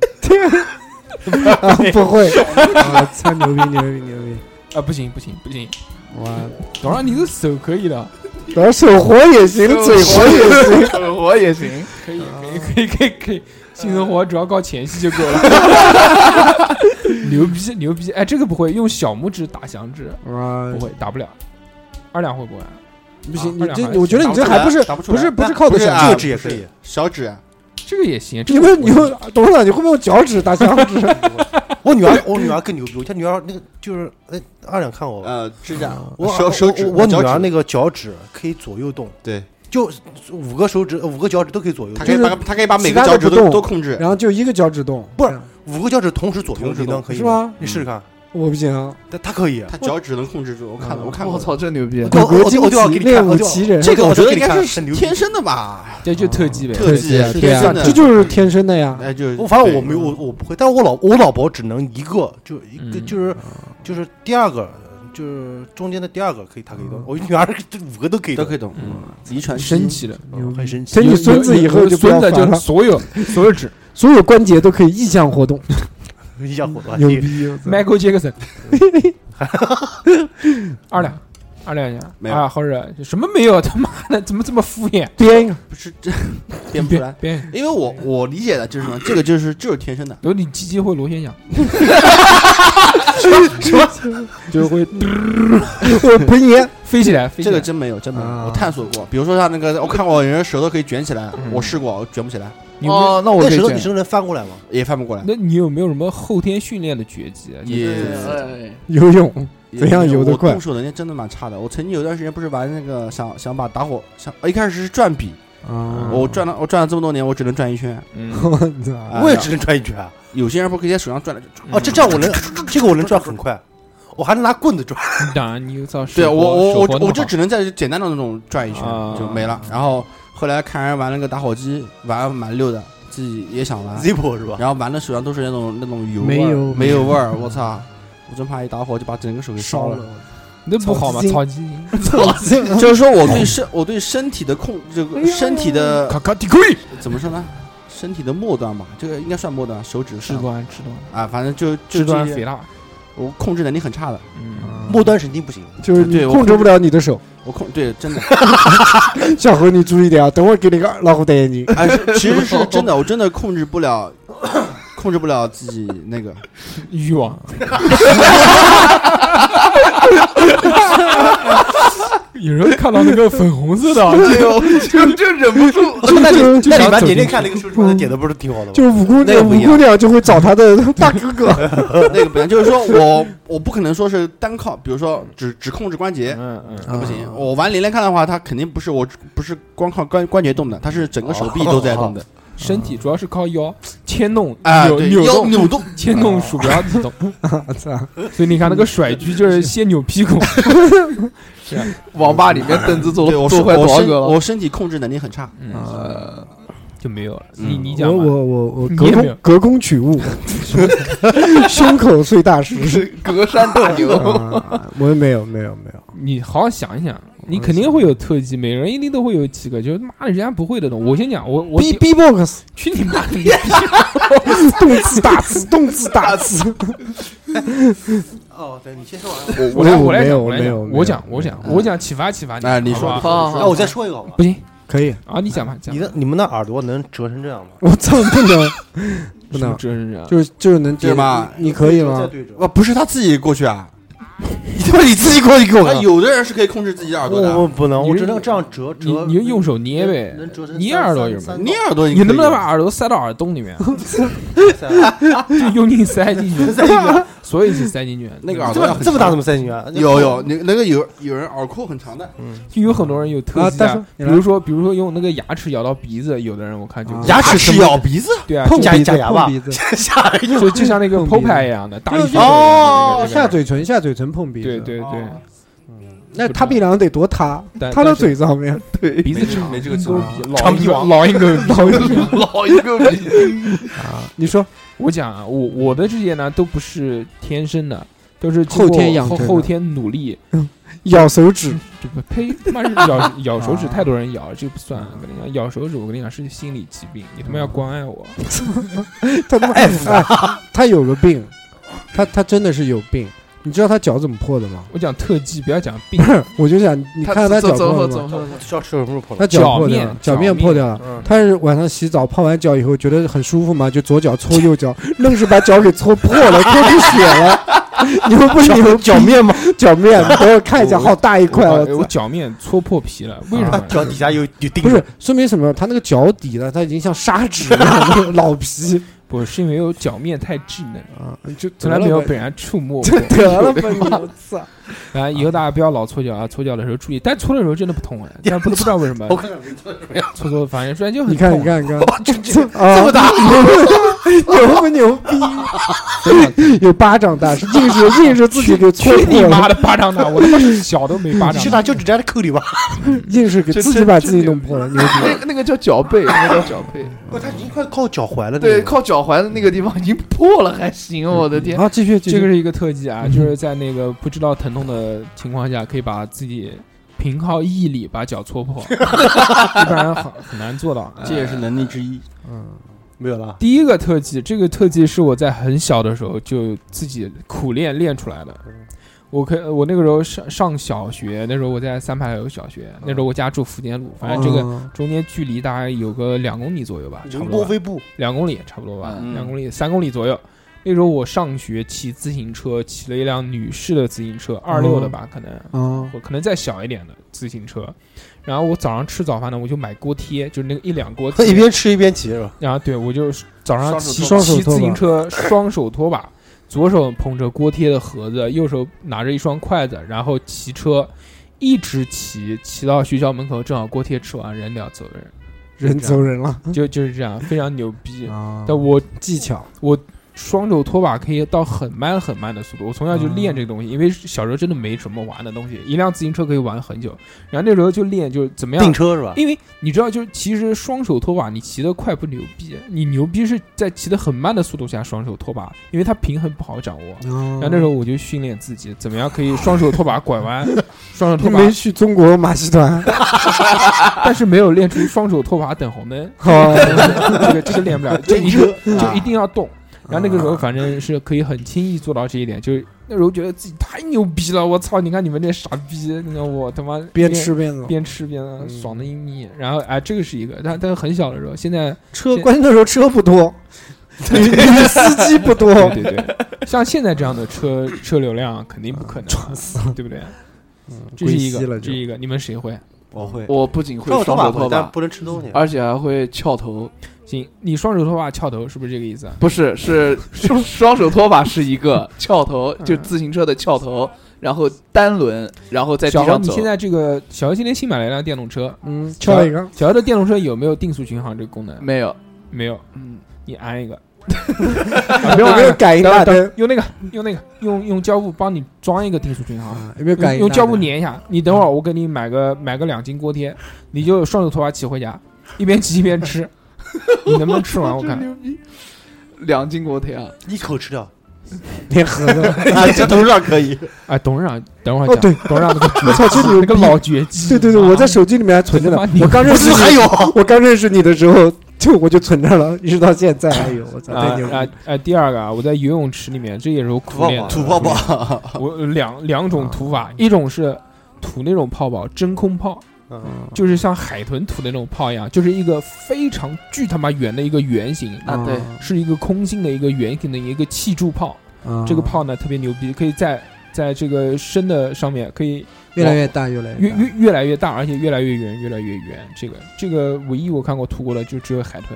不会，啊，操，牛逼牛逼牛逼！ 啊，不行不行不行， 哇， 董事长你的手可以的， 主要手活也行，嘴活也行， 手活也行， 可以，性生活主要靠前戏就够了。牛逼牛逼！哎，这个不会，用小拇指打响指， 哇， 不会打不了。二两会不会？ 不行，你二两还这我觉得你这还不是不是靠的小这个指也可以， 小指。 这个也行。 你们董事长，你会不会用脚趾打响指？ 我女儿更牛逼，她女儿那个就是二两看我吧， 指甲， 手指，我女儿那个脚趾可以左右动， 对， 就5个手指5个脚趾都可以左右动， 她可以把每个脚趾都控制， 然后就一个脚趾动， 不是5个脚趾同时左右动，可以是吗？ 你试试看。 我不行， 他可以， 他脚趾能控制住。我看， 我操，真牛逼！ 我就要给你练武奇人， 这个我觉得应该是天生的吧？ 这就特技呗， 特技， 天生的，这就是天生的呀。 哎，就反正我没有，我不会，但是我老婆只能一个，就一个就是第二个，就是中间的第二个可以，她可以动。我女儿这5个都可以动， 遗传神奇的， 很神奇。 等你孙子以后就不要烦了，所有指， 所有关节都可以异向活动。 一下火牛逼 ，Michael Jackson， 二两呀， 没有啊，好热，什么没有？他妈的，怎么这么敷衍？ 编一个， 不是这编不出来，因为我理解的就是什么，这个就是天生的。 有你鸡鸡会螺旋桨，什么？就会喷烟飞起来， 这个真没有，我探索过。比如说像那个，我看过有人舌头可以卷起来，我试过，我卷不起来。 哦，那我可以舌头能翻过来吗？ 也翻不过来。 那你有没有什么后天训练的绝技啊？ 游泳怎样游得快？ 我动手能力真的蛮差的。我曾经有段时间不是玩那个想把打火，一开始是转笔，我转了这么多年，我只能转一圈。 我也只能转一圈。 有些人不可以在手上转的。 哦，这样我能，这个我能转很快，我还能拿棍子转。 当然，你操！ 对我就只能在简单的那种转一圈就没了，然后。后来看人玩那个打火机，玩蛮溜的，自己也想玩 Zippo 是吧？ 然后玩的手上都是那种油味，没有味儿，我操！我真怕一打火就把整个手给烧了， 那不好吗？操鸡！ 就是说我对身体的这个身体的怎么说呢？身体的末端吧，这个应该算末端，手指肢端啊，反正就肢端肥大， 我控制能力很差的， 末端神经不行， 就是你控制不了你的手。 对，真的， 小何你注意点啊！等会儿给你个老虎戴眼镜。 哎，其实是真的，我真的控制不了自己那个欲望。有人看到那个粉红色的， 就忍不住。 那你玩点点看那个手指头点的不是挺好的吗？ 就是五姑娘就会找她的大哥哥。 那个不一样，就是说我不可能说是单靠，比如说只控制关节，不行。我玩连连看的话，它肯定不是光靠关节动的，它是整个手臂都在动的。 身体主要是靠腰牵动扭动牵动鼠标移动。所以你看那个甩狙就是先扭屁股。 是啊，网吧里面凳子坐坏多少个了？ 我身体控制能力很差， 就没有了。你讲吧， 我隔空取物，胸口碎大石， 隔山打牛。 我没有。 你好好想一想，你肯定会有特技，每个人一定都会有几个，就是妈的人家不会的东西。我先讲，我 B-box 去你妈的！ 动词大词。 哦，对，你先说完。 我来讲，我讲启发你。 哎，你说， 那我再说一个好吧？ 不行， 可以啊，你讲吧。 你们的耳朵能折成这样吗？ 我操，不能折成这样， 就是能折吗？ 你可以吗？ 不是他自己过去啊。 你自己过去给我看。 有的人是可以控制自己的耳朵的， 我不能，我只能这样折。 你就用手捏呗，捏耳朵有吗？ 捏耳朵， 你能不能把耳朵塞到耳洞里面？就用力塞进去，所以是塞进去。 那个耳朵这么大怎么塞进去啊？ 有，那个有人耳廓很长的， 就有很多人有特技啊。比如说用那个牙齿咬到鼻子，有的人我看就牙齿咬鼻子， 对啊， 假牙吧， 就像那个 Popeye 一样的大力水哦，下嘴唇碰鼻子， 对。 那他鼻梁得多塌，塌到嘴上面， 对，鼻子长没这个长鼻王，老一个鼻啊！你说， 我讲啊，我的这些呢都不是天生的， 都是后天养成的后天努力。 咬手指， 这不呸！他妈是咬手指，太多人咬，这不算。我跟你讲，咬手指，我跟你讲是心理疾病，你他妈要关爱我。 他有个病，他真的是有病。你知道他脚怎么破的吗？ 我讲特技，不要讲病。 我就想，你看他脚破了吗？他脚破掉，脚面破掉了。他是晚上洗澡泡完脚以后觉得很舒服嘛，就左脚搓右脚，愣是把脚给搓破了，搓出血了。牛不牛？脚面吗？脚面，你等我看一下，好大一块。 我脚面搓破皮了，为什么？ 脚底下有钉。 不是，说明什么？他那个脚底呢，他已经像砂纸一样的老皮。 不是因为有脚面太稚嫩啊，就从来没有被人触摸过。 得了吧，我操！ 啊，以后大家不要老搓脚啊，搓脚的时候注意，但搓的时候真的不痛哎，但不知道为什么。搓反正突然就很痛。 你看， 这么大， 牛不牛逼？有巴掌大，是硬是自己给搓破了。 你妈的巴掌大，我他妈小都没巴掌。 是他就只在扣里吧， 硬是给自己把自己弄破了，牛逼！ 那个叫脚背，那个叫脚背。 不，他已经快靠脚踝了。 对，靠脚踝的那个地方已经破了，还行，我的天！ 啊，继续， 这个是一个特技啊，就是在那个不知道疼痛的情况下，可以把自己凭靠毅力把脚戳破，一般人很难做到， 这也是能力之一。 没有了。 第一个特技，这个特技是我在很小的时候就自己苦练出来的。我那个时候上小学，那时候我在三牌楼小学，那时候我家住福建路，反正这个中间距离大概有个2公里左右吧，差不多。2公里差不多吧，2公里3公里左右。那时候我上学骑自行车，骑了一辆女士的自行车，26的吧，可能，可能再小一点的自行车。然后我早上吃早饭呢，我就买锅贴，就是那个1两锅贴， 一边吃一边骑是吧？ 然后对我就早上骑自行车，双手拖把，左手捧着锅贴的盒子，右手拿着一双筷子，然后骑车一直骑到学校门口，正好锅贴吃完，人了走人走人了， 就是这样，非常牛逼。但我技巧， 我双手拖把可以到很慢很慢的速度，我从小就练这个东西，因为小时候真的没什么玩的东西，一辆自行车可以玩很久，然后那时候就练，就怎么样定车是吧？因为你知道，就是其实双手拖把你骑得快不牛逼，你牛逼是在骑得很慢的速度下双手拖把，因为它平衡不好掌握。然后那时候我就训练自己怎么样可以双手拖把拐弯，双手拖把。 没去中国马戏团， 但是没有练出双手拖把等红灯。这个练不了，就一定要动。然后那个时候反正是可以很轻易做到这一点，就是那时候觉得自己太牛逼了，我操！你看你们这傻逼，你看我他妈边吃边爽的一逼。然后这个是一个，但很小的时候，现在关键的时候车不多，女司机不多， 对，像现在这样的车流量肯定不可能，对不对？这是一个，你们谁会？ 我会， 我不仅会双手拖把， 不能吃东西， 而且还会翘头。 行，你双手拖把翘头是不是这个意思？ 不是，是双手拖把是一个翘头，就自行车的翘头，然后单轮，然后在地上走。 你现在这个小何今天新买了一辆电动车， 翘了一个。 小何的电动车有没有定速巡航这个功能？ 没有， 你安一个。 没有感应大灯， 用胶布帮你装一个定速巡航， 有没有感应？ 用胶布粘一下。你等会儿我给你买个2斤锅贴，你就双手拖把骑回家，一边骑一边吃。你能不能吃完？我看 2斤锅贴啊， 一口吃掉， 连盒子啊，这董事长可以。 哎，董事长，等会儿讲。对，董事长那个老绝技。 对，我在手机里面还存着呢。我刚认识还有，我刚认识你的时候，我就存着了，一直到现在还有。我操！ 第二个啊，我在游泳池里面，这也是我苦练的吐泡泡。 我两种吐法，一种是吐那种泡泡，真空泡。就是像海豚吐的那种泡一样，就是一个非常巨他妈圆的一个圆形啊，对， 是一个空心的一个圆形的一个气柱泡。这个泡呢特别牛逼，可以在这个深的上面可以越来越大，越来越大，而且越来越圆，越来越圆。这个唯一我看过吐过的就只有海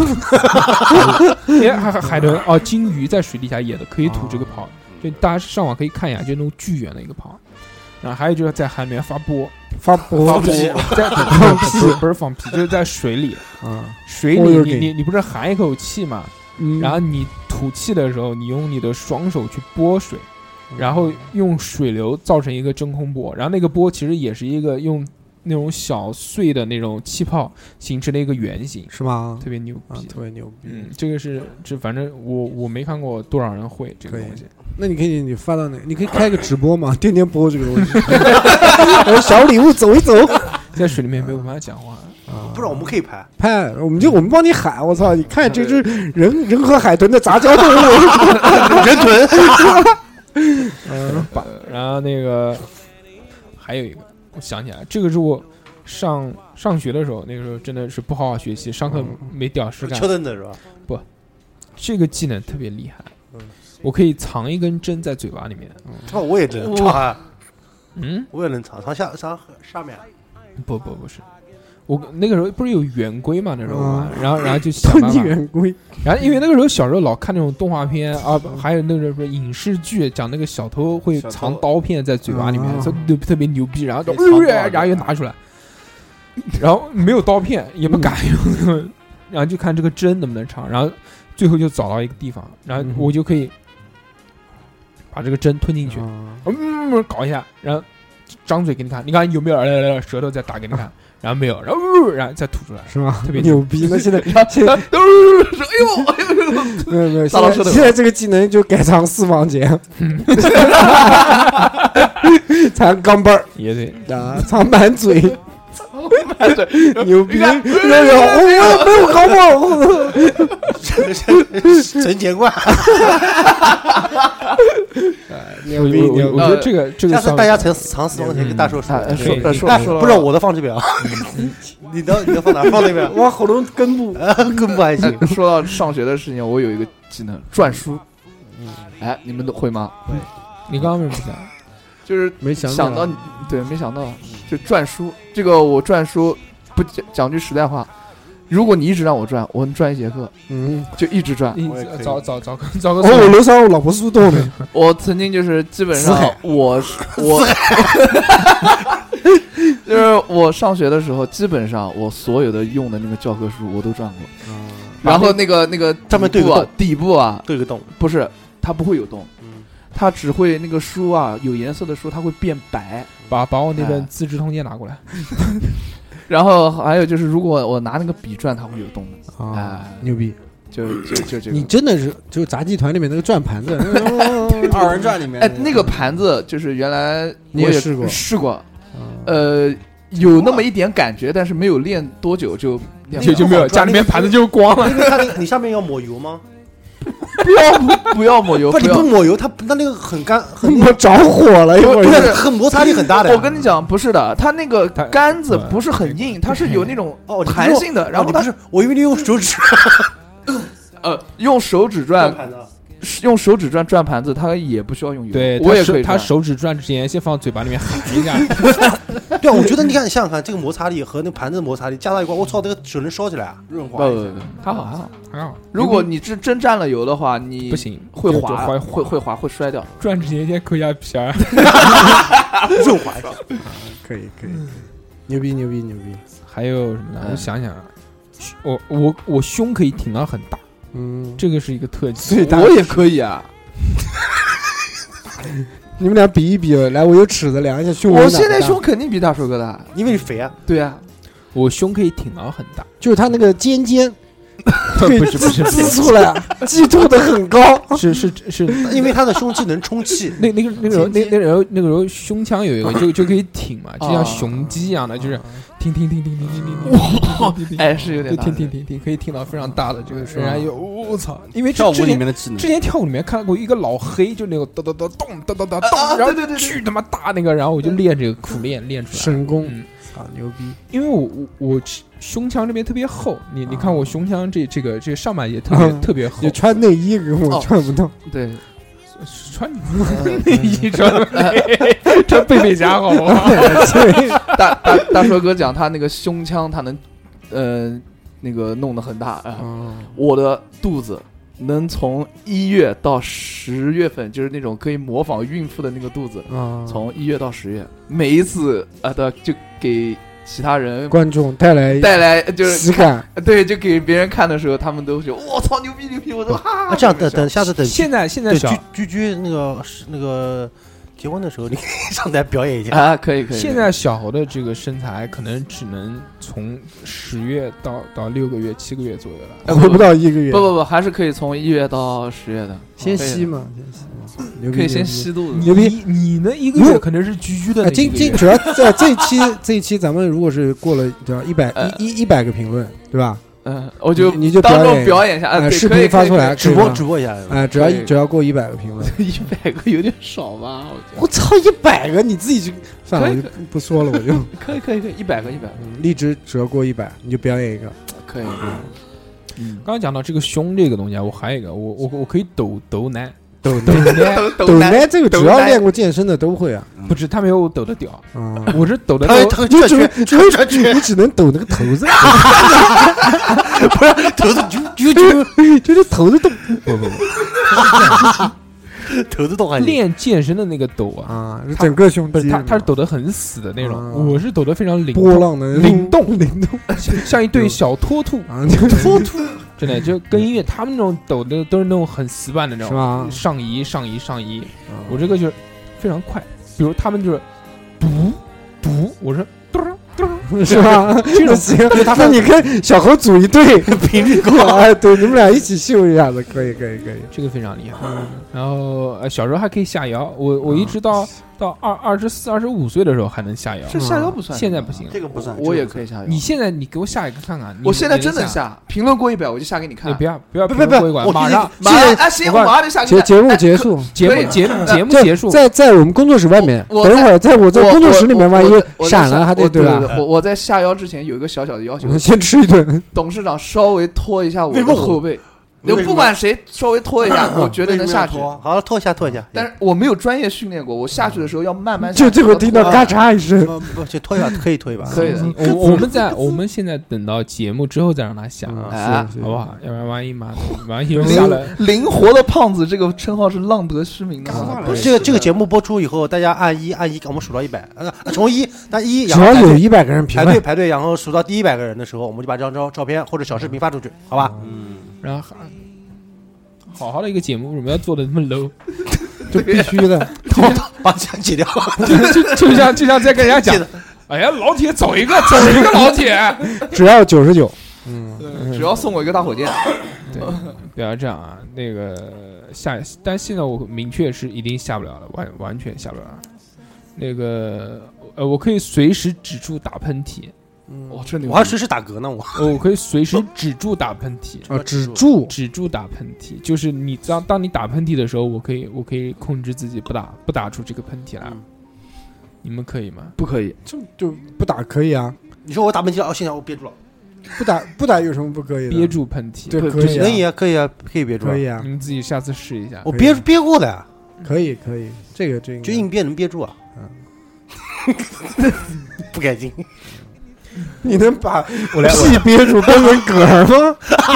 豚，海豚哦，金鱼在水底下也的可以吐这个泡，就大家上网可以看一下，就那种巨圆的一个泡。然后还有就是在海里面发波，在放屁不是放屁，就是在水里，水里你不是含一口气嘛，然后你吐气的时候，你用你的双手去拨水，然后用水流造成一个真空波，然后那个波其实也是一个用那种小碎的那种气泡形成了一个圆形， 是吗？ 特别牛逼， 特别牛逼。 这个是反正我没看过多少人会这个东西。 那你可以你发到那个，你可以开个直播嘛，天天播这个东西。小礼物走一走， 在水里面没有办法讲话啊，不然我们可以拍， 我们帮你喊，我操！你看这只人和海豚的杂交动物， 人豚。 然后那个还有一个，我想起来，这个是我上学的时候，那个时候真的是不好好学习，上课没屌丝干。 敲灯的是吧？ 不，这个技能特别厉害。我可以藏一根针在嘴巴里面。 我也能藏。我也能藏下面。 不是，我那个时候不是有圆规嘛，那时候然后就想办法圆规。 然后因为那个时候小时候老看那种动画片啊，还有那个什么影视剧，讲那个小偷会藏刀片在嘴巴里面，特别牛逼，然后然后又拿出来，然后没有刀片也不敢用，然后就看这个针能不能藏，然后最后就找到一个地方，然后我就可以把这个针吞进去，搞一下，然后张嘴给你看，你看有没有舌头再打给你看，然后没有，然后再吐出来， 是吗？ 特别牛逼！那现在都是没有，现在这个技能就改藏私房钱，藏钢镚儿也对啊，藏满嘴。牛逼！我没有搞我， 陈钱罐。 牛逼！ 我觉得这个下次大家藏私房钱跟大硕说，不知道我的放这边啊，你的放哪？放那边。 往喉咙根部还行。 说到上学的事情，我有一个技能篆书，哎，你们都会吗？ 会。你刚刚为什么不讲？ 就是没想到，对，没想到，就篆书这个，我篆书不讲句实在话，如果你一直让我篆，我能篆一节课，就一直篆。 找个。 我楼上我老婆速冻的。 我曾经就是基本上我就是我上学的时候，基本上我所有的用的那个教科书我都篆过，然后那个上面底部啊对个洞， 不是它不会有洞。它只会那个书啊，有颜色的书它会变白。 把我那本《资治通鉴》拿过来。 然后还有就是，如果我拿那个笔转，它会有洞的。 啊，牛逼！ 就这个。 你真的是就杂技团里面那个转盘子， 二人转里面。 哎，那个盘子就是原来你也试过，有那么一点感觉，但是没有练多久就没有，家里面盘子就光了。 因为它你下面要抹油吗？ 不要抹油， 不，你不抹油，它那个很干， 着火了， 不是很摩擦力很大的。 我跟你讲，不是的，它那个杆子不是很硬，它是有那种弹性的。然后不是，我以为你用手指， 用手指转。用手指转盘子，它也不需要用油。 对， 我也可以。 他手指转之前，先放嘴巴里面喊一下。 对啊，我觉得你看，想想看，这个摩擦力和那盘子的摩擦力加到一块，我操，这个手能烧起来啊！ 润滑。 还好。如果你是真沾了油的话，你不行， 会滑，会摔掉。 转之前先抠一下皮儿， 润滑一下。 可以，牛逼！ 还有什么呢？我想想，我胸可以挺到很大。这个是一个特技， 我也可以啊。 你们俩比一比，来，我有尺子量一下胸。 我现在胸肯定比大手哥大， 因为你肥啊。 对啊， 我胸可以挺到很大， 就是他那个尖不是滋出来，激突的很高。 是， 因为他的胸肌能充气。 那个时候胸腔有一个就可以挺嘛，就像雄鸡一样的，就是挺。哇， 哎，是有点挺，可以挺到非常大的这个是。然后我操，因为跳舞里面的技能， 之前跳舞里面看过一个老黑，就那个咚，然后巨他妈大那个，然后我就练这个苦练出来神功。牛逼！ 因为我胸腔这边特别厚，你看我胸腔这个上半截特别厚， 你穿内衣给我穿不到。 对， 穿内衣穿贝贝侠好不好？ 大硕哥讲他那个胸腔，他能那个弄得很大。我的肚子能从1月到10月份，就是那种可以模仿孕妇的那个肚子，从1月到10月，每一次就给其他人观众带来就是喜感。 对，就给别人看的时候，他们都说我操牛逼，我都哈。 这样等下次等现在居那个结婚的时候你可以上台表演一下啊，可以。 现在小猴的这个身材可能只能从10月到6个月、7个月左右了， 回不到1个月。 不，还是可以从1月到10月的， 先吸嘛， 可以先吸肚子。 牛逼！ 你那1个月可能是居居的。 主要在这一期咱们如果是过了对吧100个评论对吧？你就当众表演一下， 视频发出来， 直播一下。 只要过100个评论 ，100个有点少吧？ 我操，100个你自己去算了，我就不说了，我就可以，100个。 荔枝只要过100，你就表演一个， 可以。 刚刚讲到这个胸这个东西啊，我还有一个，我可以抖奶。 抖奶这个只要练过健身的都会啊， 不是他没有我抖的屌啊，我是抖的， 你只能抖那个头子， 不是头子就是头子动， 不， 头子动还练健身的那个抖啊， 整个胸肌， 他是抖得很死的那种，我是抖得非常波浪的灵动，像一对小脱兔啊，脱兔。真的就跟音乐，他们那种抖的都是那种很死板的那种，上移，我这个就是非常快，比如他们就是补，我说是吧？这种行，那你跟小猴组一队，频率高，哎，对，你们俩一起秀一下子，可以， 这个非常厉害。然后小时候还可以下腰，我一直到24、25岁的时候还能下腰， 这下腰不算， 现在不行， 这个不算， 我也可以下腰。 你现在你给我下一个看看， 我现在真的下，评论过100我就下给你看。 你不要，马上， 行，我马上就下给你看。 节目结束， 节目结束， 在我们工作室外面，等一会儿在我在工作室里面，万一闪了还得对吧？ 我在下腰之前有一个小小的要求， 先吃一顿。 董事长稍微拖一下我的后背。不管谁稍微拖一下，我觉得能下去。 好，拖一下。 但是我没有专业训练过，我下去的时候要慢慢下。 就这会听到嘎嚓一声， 不，就拖一把，可以拖一把， 可以的。 我们现在等到节目之后再让他下，好不好？要不然万一下了。灵活的胖子这个称号是浪得虚名的。 不是这个节目播出以后，大家按一，我们数到100，从1，但1 只要有100个人排队，然后数到第100个人的时候，我们就把这张照片或者小视频发出去，好吧？ 然后好好的一个节目，为什么要做的那么 low？ 就必须的， 把钱解掉。 就像在跟人家讲，哎呀，老铁走一个老铁， 只要99， 只要送我一个大火箭。 对，不要这样啊。那个但现在我明确是一定下不了了，完全下不了了。那个我可以随时止住打喷嚏。 我还随时打嗝呢， 我可以随时止住打喷嚏啊，止住打喷嚏，就是你当你打喷嚏的时候，我可以控制自己不打出这个喷嚏来。你们可以吗？ 不可以， 就不打可以啊。 你说我打喷嚏了，现在我憋住了， 不打有什么不可以的？ 憋住喷嚏， 对，可以啊，可以憋住， 可以啊。 你们自己下次试一下。 我憋过的， 可以，这个就硬憋能憋住啊。不改进。 你能把屁憋住变成嗝吗？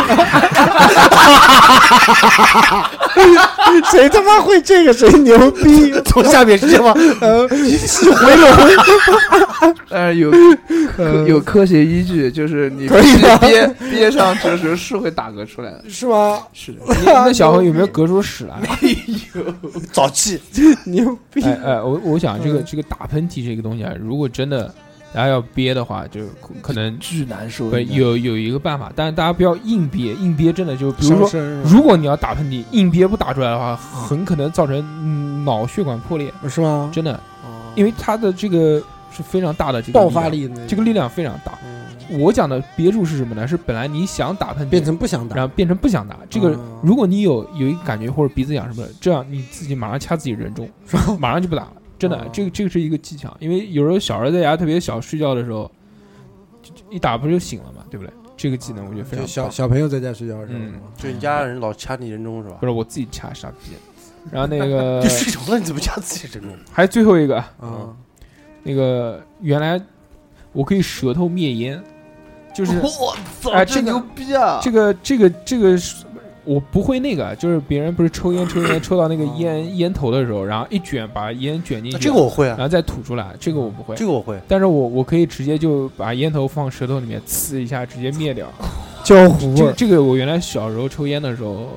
谁他妈会这个？谁牛逼？ 从下面是这吗？ 回笼。 但是有科学依据，就是你憋上去的时候是会打嗝出来的， 是吗？ 是的。那小何有没有嗝出屎来？ 没有， 早气， 牛逼！ 我想这个打喷嚏这个东西啊，如果真的。大家要憋的话，就可能巨难受。 有一个办法，但是大家不要硬憋，硬憋真的就比如说，如果你要打喷嚏，硬憋不打出来的话，很可能造成脑血管破裂， 是吗？ 真的，因为它的这个是非常大的这个爆发力， 这个力量非常大。我讲的憋住是什么呢？是本来你想打喷嚏， 变成不想打， 然后变成不想打。这个如果你有一个感觉或者鼻子痒什么的，这样你自己马上掐自己人中，马上就不打了。真的，这个是一个技巧，因为有时候小孩在家特别小，睡觉的时候一打不就醒了嘛，对不对？这个技能我觉得非常棒。 小朋友在家睡觉的时候， 就你家人老掐你人中是吧？ 不是我自己掐傻逼。然后那个你睡着了，你怎么掐自己人中？ 还最后一个那个原来我可以舌头灭烟，就是我操，这牛逼啊！ 这个。我不会那个，就是别人不是抽烟抽到那个烟头的时候，然后一卷把烟卷进去， 这个我会啊， 然后再吐出来，这个我不会， 这个我会， 但是我可以直接就把烟头放舌头里面呲一下，直接灭掉。 焦糊。 这个我原来小时候抽烟的时候，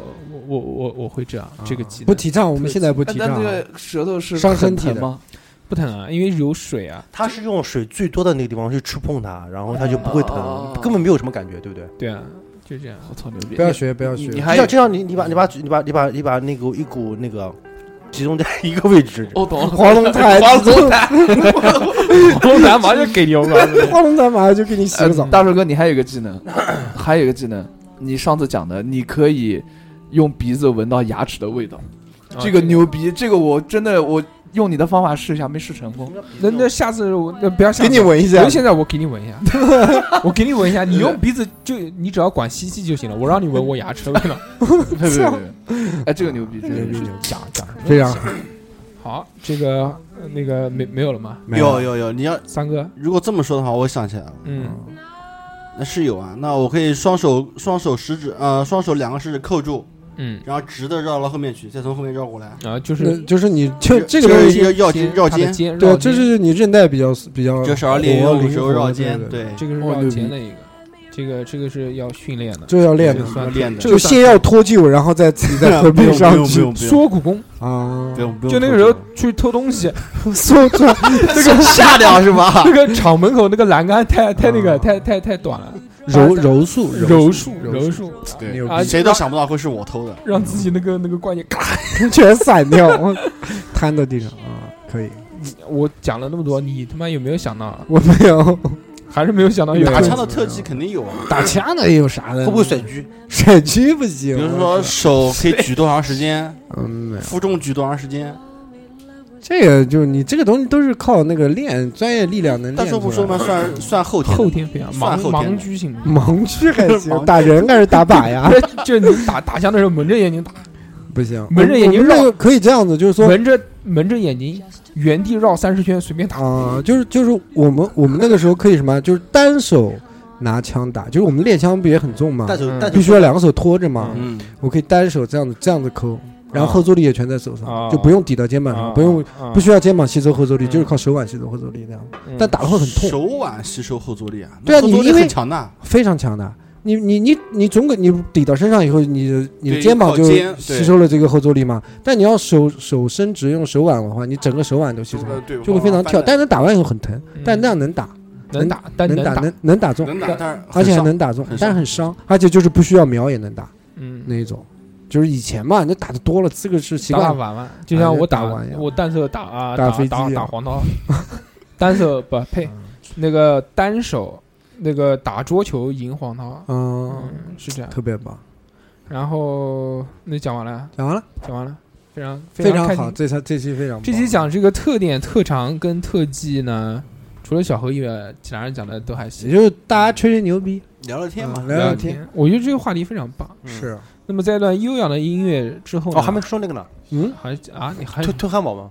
我会这样，这个技能不提倡，我们现在不提倡。 但这个舌头是伤身体的吗？ 不疼啊，因为有水啊。 他是用水最多的那个地方去触碰它，然后它就不会疼，根本没有什么感觉，对不对？ 对啊，就这样。 我操，牛逼！ 不要学，不要学。 你还就像你把那个一股那个集中在一个位置。 我懂了， 黄龙潭， 黄龙潭， 黄龙潭马上就给你，我告诉你， 黄龙潭马上就给你洗个澡。 大叔哥，你还有一个技能，还有一个技能，你上次讲的，你可以用鼻子闻到牙齿的味道，这个牛逼，这个我真的我。用你的方法试一下，没试成功。 那下次不要给你闻一下。 现在我给你闻一下，我给你闻一下。你用鼻子你只要管吸气就行了。我让你闻我牙齿的味道。 哎，这个牛逼，这个牛逼， 讲非常好。这个那个没有了吗？ 有。你要三哥， 如果这么说的话，我想起来了。那是有啊。那我可以双手食指双手2个食指扣住。然后直的绕到后面去，再从后面绕过来啊，就是你这个东西绕肩， 对，这是你韧带比较， 就是要练用手绕肩，对， 这个是绕肩的一个，这个是要训练的， 这要练的， 练的， 就先要脱臼，然后再自己再合并上去， 缩骨功啊， 就那个时候去偷东西， 缩出来那个下掉是吧？ 那个厂门口那个栏杆太那个太短了。 柔术， 对，谁都想不到会是我偷的， 让自己那个关节咔全散掉，瘫在地上啊！可以， 我讲了那么多，你他妈有没有想到？ 我没有， 还是没有想到有打枪的特技肯定有啊， 打枪的有啥的？ 会不会甩狙？ 甩狙不行， 比如说手可以举多长时间，负重举多长时间。 这个就是你这个东西都是靠那个练专业力量能练。 但是不说嘛，算后天培养，盲狙型， 盲狙还行，打人还是打靶呀？ 就你打枪的时候蒙着眼睛打， 不行， 蒙着眼睛绕可以这样子，就是说蒙着眼睛原地绕30圈随便打啊，就是我们那个时候可以什么，就是单手拿枪打，就是我们练枪不也很重吗？必须要2个手托着嘛。我可以单手这样子抠。然后后坐力也全在手上，就不用抵到肩膀上，不需要肩膀吸收后坐力，就是靠手腕吸收后坐力那样。但打的会很痛。 手腕吸收后坐力啊？ 对啊，你因为很强大， 非常强大。你总归你抵到身上以后，你的肩膀就吸收了这个后坐力嘛。但你要手伸直用手腕的话，你整个手腕都吸收，就会非常跳。但是打完以后很疼，但那样能打中，而且还能打中，但是很伤，而且就是不需要瞄也能打，那一种。就是以前嘛，你打的多了，这个是习惯。 打完，就像我我单手打飞机打黄刀，单手不配，那个单手那个打桌球赢黄刀，是这样， 特别棒。 然后那讲完了， 非常好，这期非常棒。 这期讲这个特点、特长跟特技呢，除了小何以外，其他人讲的都还行， 也就是大家吹牛逼， 聊聊天嘛， 聊聊天。 我觉得这个话题非常棒， 是。 那么在一段悠扬的音乐之后呢？ 还没说那个呢。 你还吞汉堡吗？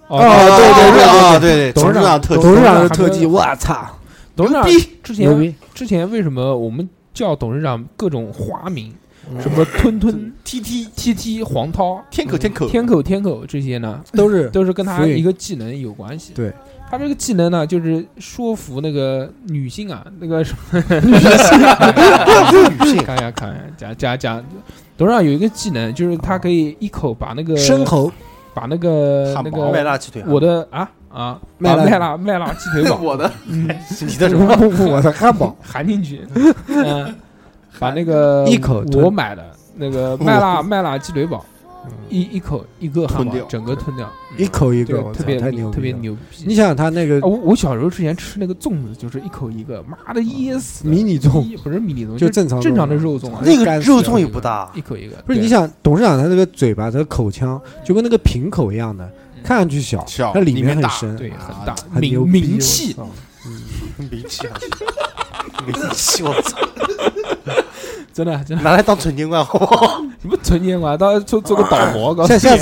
对，董事长的特技，我操！ 董事长之前为什么我们叫董事长各种花名，什么吞TT 黄涛、天口这些呢？ 都是跟他一个技能有关系。 对。 他这个技能呢，就是说服那个女性啊，那个什么女性， 看讲，董事长有一个技能，就是他可以一口把那个生喉， 把那个麦辣鸡腿， 我的麦辣鸡腿堡， 我的， 你的什么？我的汉堡含进去，把那个一口我买的那个麦辣鸡腿堡。一口一个汉堡整个吞掉， 一口一个， 特别牛逼。 你想想他那个， 我小时候之前吃那个粽子，就是一口一个，妈的噎死！ 迷你粽不是迷你粽， 就正常的肉粽啊。 那个肉粽也不大， 一口一个。 不是你想，董事长他这个嘴巴，他的口腔就跟那个瓶口一样的，看上去小，它里面很深， 对，很大， 名气， 名气，我操！ 真的拿来当存钱罐好不好？ 什么存钱罐？到做个倒模， 下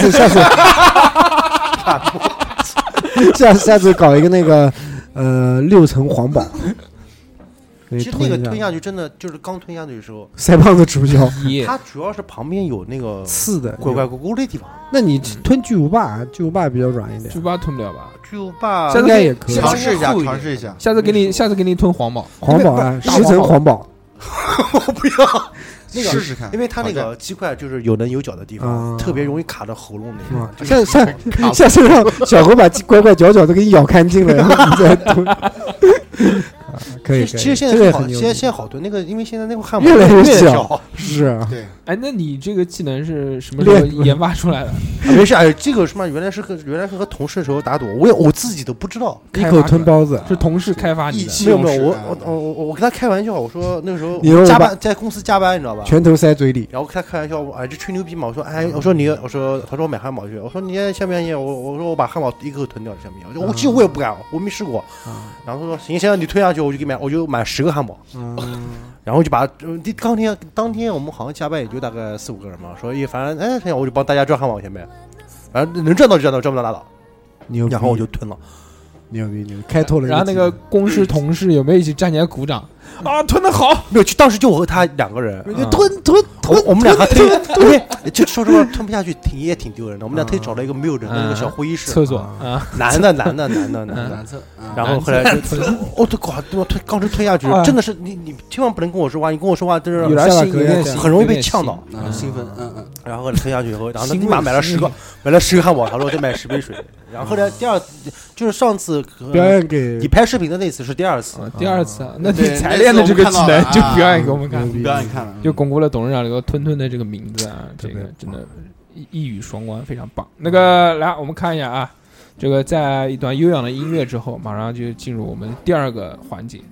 次搞一个那个6层黄堡。 其实那个吞下去真的就是刚吞下去的时候， 腮帮子吃不消。 它主要是旁边有那个刺的怪咕的地方。 那你吞巨无霸比较软一点。 巨无霸吞不了吧？ 巨无霸应该也可以。 尝试一下。 下次给你吞黄堡。 10层黄堡。 我不要。 那个试试看， 因为它那个鸡块就是有棱有角的地方，特别容易卡着喉咙那种。下次让小何把乖乖角角都给你咬干净了，然后你再吞。可以， 其实现在好，现在好多那个，因为现在那个汉堡越来越小， 是啊， 对。 哎，那你这个技能是什么时候研发出来的？ 没事，哎，这个什么原来是和同事的时候打赌，我自己都不知道， 一口吞包子， 是同事开发你的？ 没有，我跟他开玩笑，我说那个时候加班在公司加班，你知道吧？ 拳头塞嘴里， 然后跟他开玩笑，哎，这吹牛逼嘛，我说哎，他说我买汉堡去，我说你想不想去？我说我把汉堡一口吞掉，想不想？我其实我也不敢，我没试过。然后他说行，你吞下去，我就买10个汉堡。然后就把当天我们好像加班也就大概4-5个人嘛，所以反正我就帮大家赚汉堡钱呗，反正能赚到就赚到，赚不到拉倒。然后我就吞了， 牛逼，开拓了。 然后那个公司同事有没有一起站起来鼓掌啊？吞得好！ 没有，当时就我和他2个人，吞，我们俩还推，因为就说实话吞不下去，也挺丢人的。我们俩特意找了一个没有人的那个小会议室， 厕所啊，男的， 男厕。 然后后来就刚吞下去，真的是你千万不能跟我说话，你跟我说话真是很容易被呛到， 兴奋， 然后吞下去以后，然后他立马买了10个汉堡，他说再买10杯水。然后后来第二就是上次表演给你拍视频的那次是第二次， 那你才练的这个技能就表演给我们看， 表演看了， 就巩固了董事长这个吞的这个名字啊，这个真的一语双关，非常棒。那个来我们看一下啊，这个在一段悠扬的音乐之后，马上就进入我们第2个环节。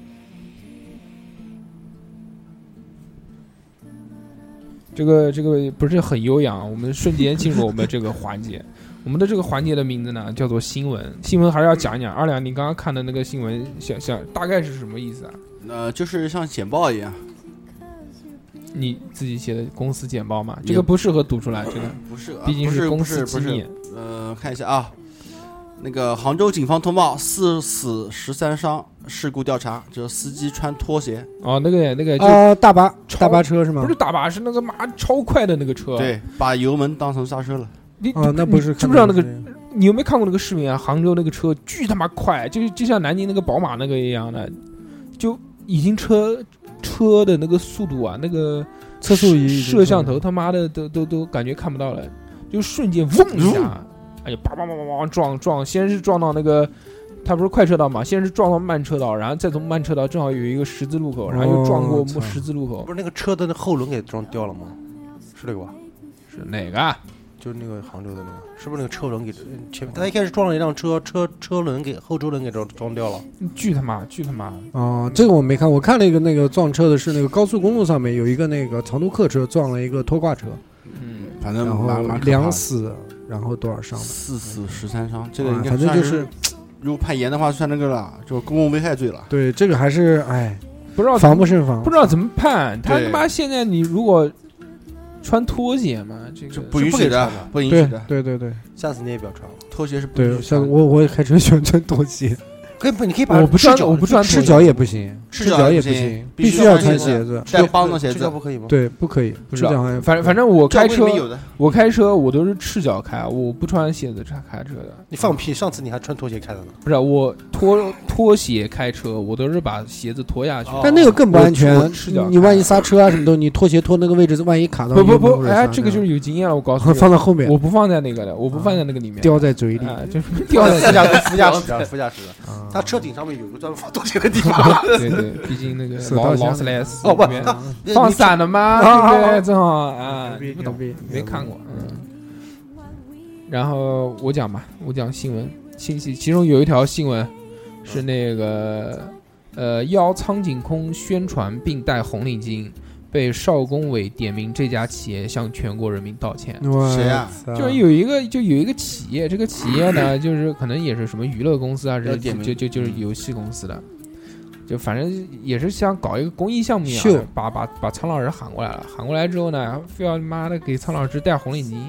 这个不是很悠扬，我们瞬间进入我们这个环节。我们的这个环节的名字呢叫做新闻，新闻还是要讲一讲。2两，你刚刚看的那个新闻，想大概是什么意思啊？ 就是像简报一样。 你自己写的公司简报嘛？这个不适合读出来，这个不适合， 毕竟是公司机密。 看一下啊，那个杭州警方通报4死13伤事故调查，就是司机穿拖鞋。 哦，那个就大巴车是吗？ 不是大巴，是那个超快的那个车。 对，把油门当成刹车了。 那不是， 知不知道那个？你有没有看过那个视频啊？杭州那个车巨他妈快，就像南京那个宝马那个一样的，就已经车的那个速度啊，那个测速仪摄像头他妈的都感觉看不到了，就瞬间嗡一下，哎呀叭撞，先是撞到那个，它不是快车道嘛，先是撞到慢车道，然后再从慢车道正好有一个十字路口，然后又撞过十字路口。 不是那个车的后轮给撞掉了吗？是那个吧？ 是哪个？ 就是那个杭州的那个，是不是那个车轮给前面？他一开始撞了一辆车轮给后车轮给撞掉了， 巨他妈！ 哦，这个我没看，我看了一个那个撞车的是那个高速公路上面有一个那个长途客车撞了一个拖挂车， 反正然后2死，然后多少伤？4 死13伤，这个应该反正就是如果判严的话算那个了，就公共危害罪了。 对，这个还是不知道防不胜防， 不知道怎么判。他他妈现在你如果穿拖鞋嘛，这个不允许的，不允许的。 对， 下次你也不要穿了， 拖鞋是不允许。 对，像我开车喜欢穿拖鞋。 你可以把我不穿赤脚也不行，赤脚也不行，必须要穿鞋子， 带帮的鞋子不可以吗？ 对，不可以，赤脚反正我开车我都是赤脚开，我不穿鞋子开车的。 你放屁！上次你还穿拖鞋开的呢？ 不是我拖鞋开车，我都是把鞋子脱下去。 但那个更不安全，你万一刹车啊什么的，你拖鞋拖那个位置，万一卡到不，哎，这个就是有经验了，我告诉你， 放在后面， 我不放在那个的，我不放在那个里面， 叼在嘴里， 就是叼在副驾驶的。他车顶上面有个专门放拖鞋的地方。 对，毕竟那个劳斯莱斯不放伞的吗？对不对？正好啊，你不懂，没看过。然后我讲新闻信息，其中有一条新闻是那个邀苍井空宣传并戴红领巾，被邵工委点名这家企业向全国人民道歉。 谁啊？ 就是有一个企业，这个企业呢，就是可能也是什么娱乐公司啊，就是游戏公司的，就反正也是想搞一个公益项目啊，把苍老师喊过来了，喊过来之后呢，非要妈的给苍老师戴红领巾。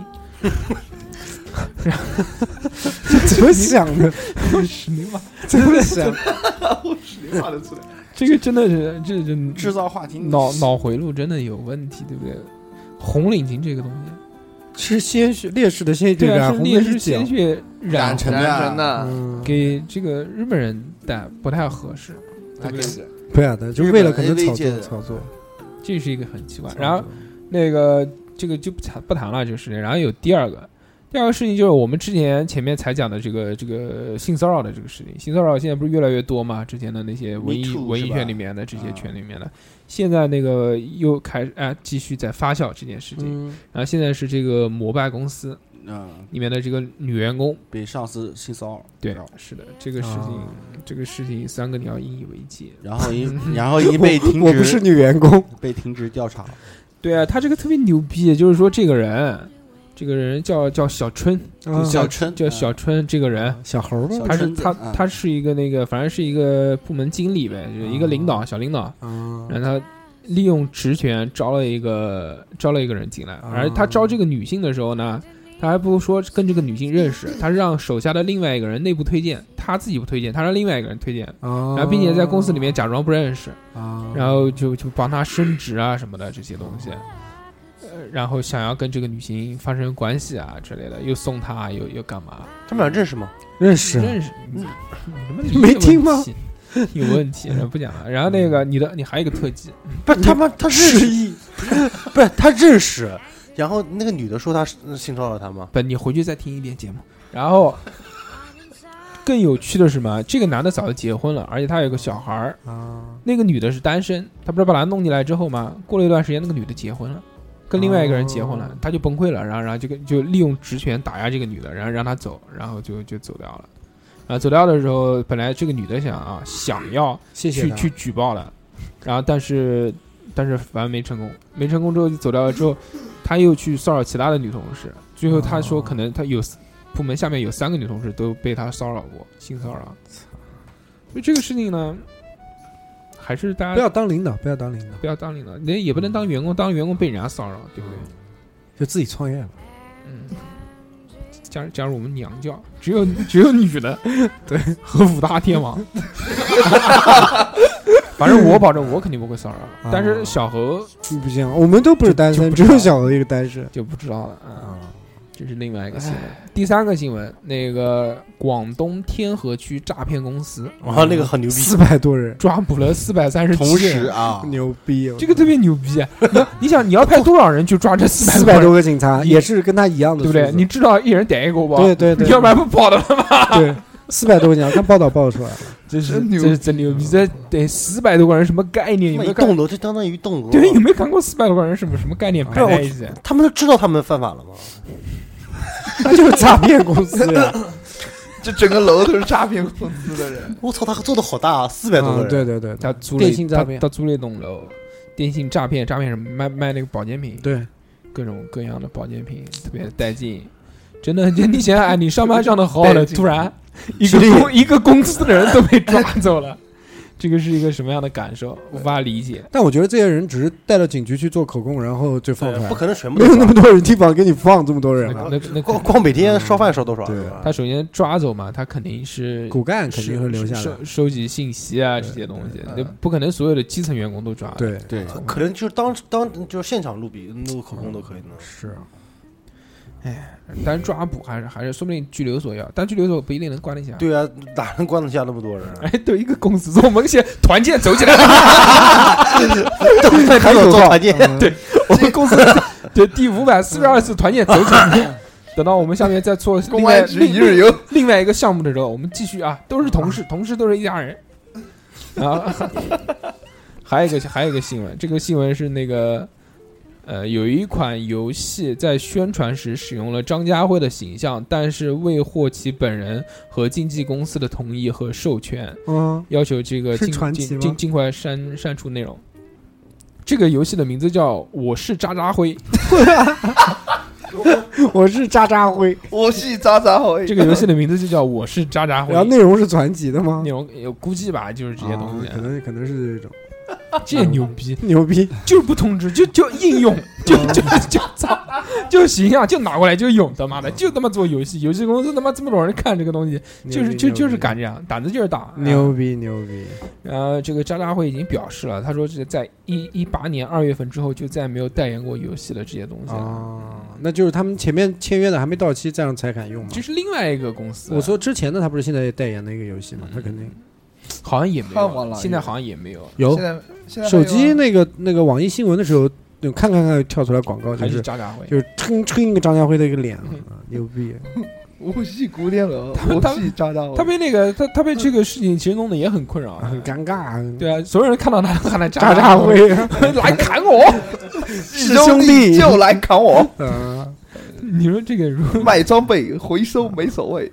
怎么想的？ 实力嘛， 怎么想？ 实力化的出来， 这个真的是这制造话题， 脑回路真的有问题，对不对？红领巾这个东西是鲜血烈士的鲜血， 对啊，是烈士鲜血染成的， 给这个日本人戴不太合适，对不对？ 不要的，就为了可能炒作。 这是一个很奇怪。然后那个这个就不谈了，这个事情。然后有第二个事情就是我们前面才讲的这个性骚扰的这个事情。性骚扰现在不是越来越多吗？之前的那些文艺圈里面的这些圈里面的，现在那个又开始继续在发酵这件事情。然后现在是这个摩拜公司里面的这个女员工被上司性骚扰。 对，是的，这个事情3个你要引以为戒。 然后已经被停职， 我不是女员工， 被停职调查了。 对啊，他这个特别牛逼，就是说这个人叫小春， 小春叫小春这个人， 小猴吧， 他是一个那个，反正是一个部门经理呗，就是一个领导，小领导。然后他利用职权招了一个人进来，而他招这个女性的时候呢，他还不说跟这个女性认识，他是让手下的另外一个人内部推荐，他自己不推荐，他让另外一个人推荐，然后并且在公司里面假装不认识，然后就帮他升职啊什么的这些东西。然后想要跟这个女性发生关系啊之类的，又送她，又干嘛？ 他们俩认识吗？ 认识， 你没听吗？ 有问题，不讲了。然后那个你还有一个特技， 不是他示意，不是他认识。然后那个女的说他性骚扰他吗？ 不，你回去再听一遍节目。然后更有趣的是什么？这个男的早就结婚了，而且他有个小孩儿。那个女的是单身，他不是把他弄进来之后吗？过了一段时间，那个女的结婚了。跟另外一个人结婚了，他就崩溃了，然后就利用职权打压这个女的，然后让她走，然后就走掉了。然后走掉的时候，本来这个女的想要去举报了，然后但是反正没成功。没成功之后就走掉了之后，他又去骚扰其他的女同事，最后他说可能他有部门下面有3个女同事都被他骚扰过，性骚扰。所以这个事情呢，还是大家不要当领导， 人也不能当员工，当员工被人家骚扰，对不对？ 就自己创业了。 加入我们娘教，只有女的，对，和5大天王。反正我保证，我肯定不会骚扰。但是小何不行，我们都不是单身，只有小何一个单身， 就不知道了啊。这是另外一个新闻。第3个新闻，那个广东天河区诈骗公司， 那个很牛逼 ，400多人抓捕了437人， 同时啊， 牛逼， 这个特别牛逼。你想你要派多少人去抓这 400多个警察，也是跟他一样的， 对不对？你至少一人逮一个吧？ 对， 要不然不跑的了吗？ 对，400多个警察，看报道报出来了， 这是真牛逼！这得400多个人什么概念？有没有栋楼？这相当于栋楼。 对，有没有看过400多个人什么概念排在一起？ 他们都知道他们犯法了吗？ 那就是诈骗公司呀！ 这整个楼都是诈骗公司的人。 我操，他做的好大啊！400多个人。 对， 他租了电信诈骗， 他租了一栋楼，电信诈骗什么卖那个保健品， 对， 各种各样的保健品，特别带劲。真的，你想想，你上班上的好好的，突然一个公司的人都被抓走了。这个是一个什么样的感受？无法理解。 但我觉得这些人只是带到警局去做口供，然后就放出来， 不可能全部没有那么多人地方给你放这么多人。 那光每天烧饭烧多少？ 对， 他首先抓走嘛，他肯定是骨干肯定会留下来， 收集信息啊这些东西，那不可能所有的基层员工都抓。 对， 可能就是当就是现场录口供都可以呢。 是。 哎，但是抓捕还是说不定拘留所要，但拘留所不一定能关得下。 对啊，哪能关得下那么多人？ 哎，对，一个公司，我们先团建走起来， 都在派出所团建。 对，我们公司对第542次团建走起来。等到我们下面再做公安局一日游另外一个项目的时候，我们继续啊，都是同事都是一家人。啊，还有一个新闻，这个新闻是那个。有一款游戏在宣传时使用了张家辉的形象，但是未获其本人和经纪公司的同意和授权，要求这个尽快删除内容。这个游戏的名字叫《我是渣渣辉》， 我是渣渣辉， 我是渣渣辉。 这个游戏的名字就叫《我是渣渣辉》， 然后内容是传奇的吗？ 内容估计吧，就是这些东西， 可能是这种。 这牛逼，就是不通知，就应用，就操，就形象就拿过来就用，他妈的就他妈做游戏公司他妈这么多人看这个东西，就是敢这样，胆子就是大， 牛逼。 然后这个渣渣辉已经表示了，他说是在18年2月份之后就再也没有代言过游戏的这些东西那就是他们前面签约的还没到期，这样才敢用嘛。 这是另外一个公司。 我说之前的他不是现在代言的一个游戏嘛，他肯定。 好像也没有， 看完了现在好像也没有， 有现在手机那个网易新闻的时候，看跳出来广告， 还就是张家辉， 就是撑一个张家辉的一个脸，牛逼！ 无锡古典了， 他无锡张家辉， 他被那个他被这个事情其实弄得也很困扰， 很尴尬。 对啊，所有人看到他都喊他张家辉来砍我， 是兄弟就来砍我。 你说这个卖装备回收没所谓，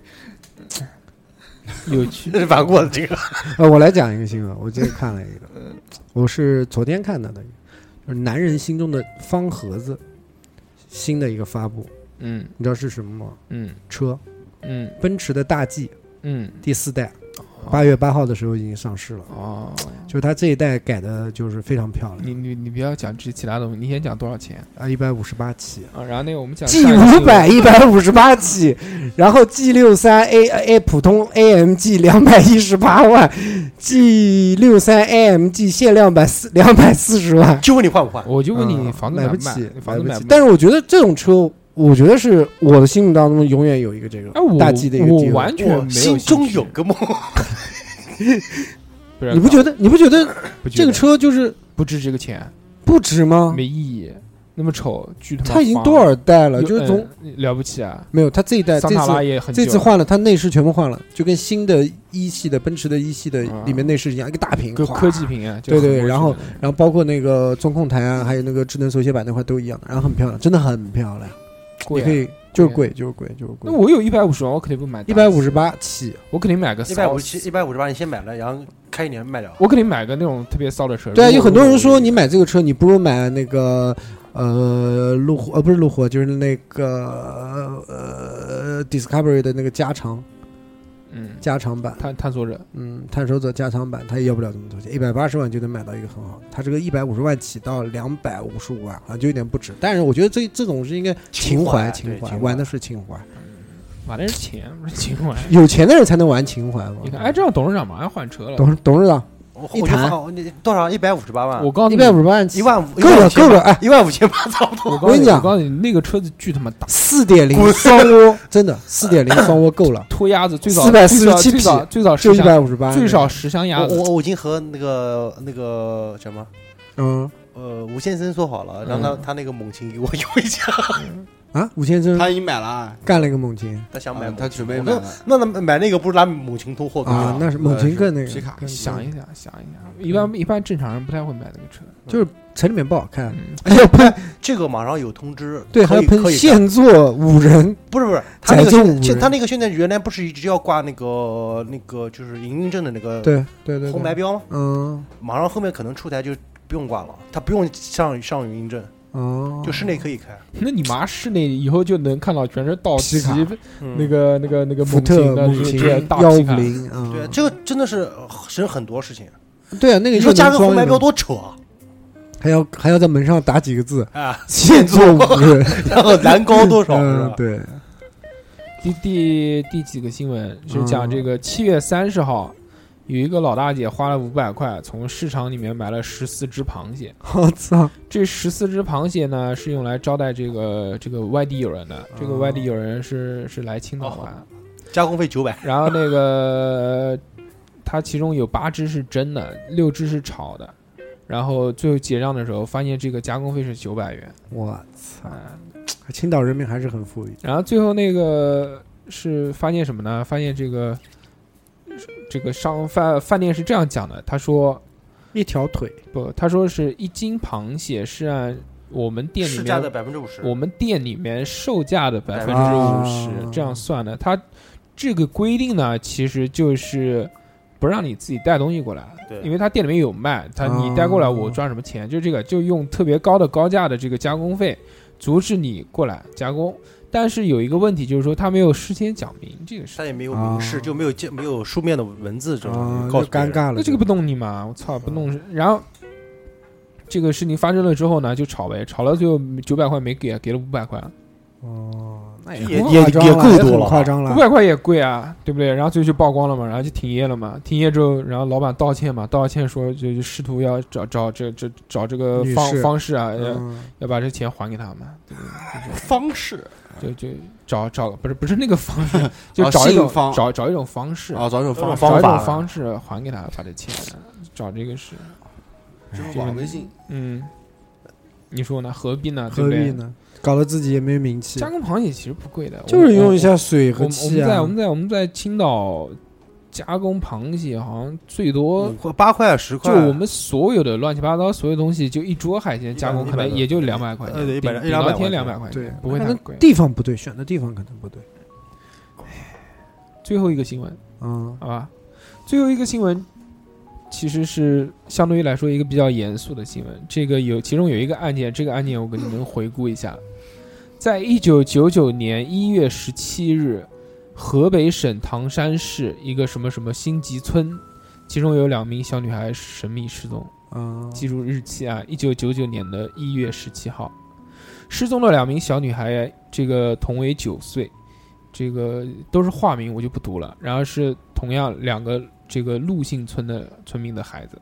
有趣。 这是玩过的这个。 我来讲一个新闻，我今天看了一个，我是昨天看到的，就是男人心中的方盒子新的一个发布。你知道是什么吗？车，奔驰的大 G，第4代，8月8号的时候已经上市了。就是它这一代改的就是非常漂亮。 你不要讲其他东西，你先讲多少钱啊？158起啊。然后那个我们讲 G500 158起，然后 G63A 普通 AMG 218万，G63AMG 限量版240万。 就问你换不换？ 我就问你房子买不起， 房子买不起。 但是我觉得这种车。我觉得是我的心目当中永远有一个这个大 G 的一个地位， 我完全没有心中有个梦。 你不觉得这个车就是不值这个钱？ 不值吗？ 没意义，那么丑，巨他妈！ 它已经多少代了？就是从了不起啊！ 没有，它这一代桑塔纳也很这次换了，它内饰全部换了，就跟新的1系的奔驰的1系的里面内饰一样，一个大屏， 科技屏啊， 对，然后包括那个中控台啊，还有那个智能手写板那块都一样的，然后很漂亮，真的很漂亮。你可以就是贵。那我有150万，我肯定不买。 158起， 我肯定买个 158，你先买了，然后开1年卖掉。 我肯定买个那种特别骚的车。 对啊，有很多人说你买这个车，你不如买那个路虎，不是路虎，就是那个Discovery 的那个加长。加长版探索者， 探索者加长版，他也要不了这么多钱，180万就能买到一个很好的。他这个150万起到255万啊，就有点不值。但是我觉得这种是应该情怀，玩的是情怀， 玩的是钱，不是情怀。 有钱的人才能玩情怀嘛。 你看，这样董事长马上换车了。 董事长一谈多少？158万。 我告诉你 ，158万 ，15000 够了，哎 15800差不多。 我跟你讲， 我告诉你，那个车子巨他妈大 ，4.0双涡，真的4.0双涡够了。 拖鸭子最少 447匹， 最少就158， 最少10箱鸭子。 我已经和那个什么，吴先生说好了，让他那个猛禽给我用一下。 啊，吴先生他已经买了， 干了一个猛禽， 他想买， 他准备买了。 那买那个不是拿猛禽通货啊？那是猛禽更那个皮卡。 想一下，一般正常人不太会买那个车， 就是城里面不好看。 要喷这个马上有通知， 对，还要喷现做5人， 不是，他那个现在原来不是一直要挂那个就是营运证的那个对红白标吗？马上后面可能出台就不用挂了，他不用上营运证。就室内可以开。 那你妈室内以后就能看到全是道奇那个福特猛禽150， 对，这个真的是省很多事情。 对啊，那个你说加个红白标多扯啊！ 还要在门上打几个字啊， 现做5人， 然后栏高多少？ 对。 第几个新闻是讲这个7月30号。有一个老大姐花了500块，从市场里面买了14只螃蟹。 我操！ 这14只螃蟹呢，是用来招待这个外地友人的。这个外地友人是来青岛玩， 加工费900。 然后那个它其中有8只是真的，6只是炒的。然后最后结账的时候，发现这个加工费是900元。 我操！青岛人民还是很富裕。 然后最后那个是发现什么呢？发现这个饭店是这样讲的，他说一条腿不，他说是1斤螃蟹是按我们店里面市价的50%， 我们店里面售价的50%这样算的。他这个规定呢，其实就是不让你自己带东西过来，因为他店里面有卖，你带过来我赚什么钱？就这个就用特别高价的这个加工费阻止你过来加工。但是有一个问题，就是说他没有事先讲明这个事， 他也没有明示，就没有书面的文字这种， 告诉尴尬了。 那这个不弄你吗？我操，不弄！然后这个事情发生了之后呢，就吵呗，吵了最后900块没给，给了500块。 那也够多了，夸张了。 500块也贵啊，对不对？然后最后就曝光了嘛，然后就停业了嘛。停业之后，然后老板道歉嘛，道歉说就试图要找这个方式啊，要把这钱还给他们。 方式就找不是那个方式，就找一种找一种方式找一种找一种方式还给他把这钱，找这个是支付宝、微信。 你说呢？何必呢？ 何必呢？搞得自己也没有名气。 加工螃蟹其实不贵的， 就是用一下水和气啊。 我们在青岛加工螃蟹好像最多 8块10块， 就我们所有的乱七八糟所有东西，就一桌海鲜加工可能也就200块钱，顶到天200块钱， 对， 不会太贵。 地方不对，选的地方可能不对。 最后一个新闻，好吧，最后一个新闻。其实是相对于来说一个比较严肃的新闻，这个其中有一个案件，这个案件我跟你们回顾一下，在1999年1月17日，河北省唐山市一个什么什么新集村，其中有2名小女孩神秘失踪。记住日期啊，1999年的1月17号，失踪的2名小女孩，这个同为9岁，这个都是化名，我就不读了。然后是同样2个。这个陆姓村的村民的孩子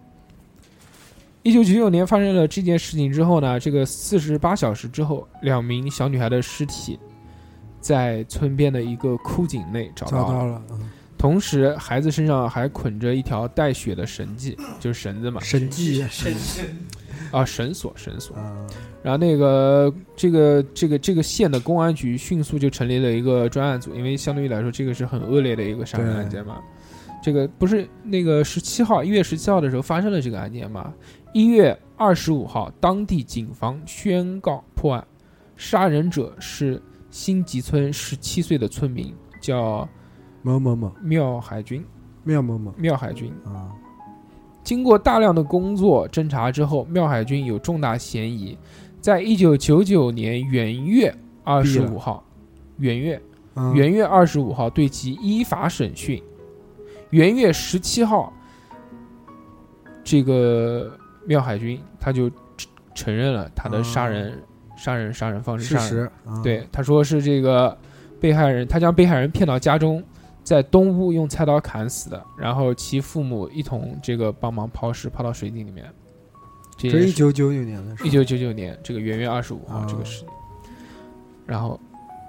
，1999年发生了这件事情之后呢，这个48小时之后，2名小女孩的尸体在村边的一个枯井内找到了。同时，孩子身上还捆着一条带血的绳系，就是绳子嘛。 绳系啊，绳索。然后那个这个县的公安局迅速就成立了一个专案组，因为相对于来说，这个是很恶劣的一个杀人案件嘛。这个不是那个1月17号的时候发生了这个案件吗？1月25号，当地警方宣告破案，杀人者是新集村17岁的村民，叫某缪海军。 缪海军啊。经过大量的工作侦查之后，缪海军有重大嫌疑，在1999年元月25号，元月25号对其依法审讯。元月17号，这个缪海军他就承认了他的杀人方式。 事实， 对，他说是这个被害人，他将被害人骗到家中，在东屋用菜刀砍死的，然后其父母一同这个帮忙抛尸，抛到水井里面。 这是1999年的事。 1999年这个元月25号这个事情，然后。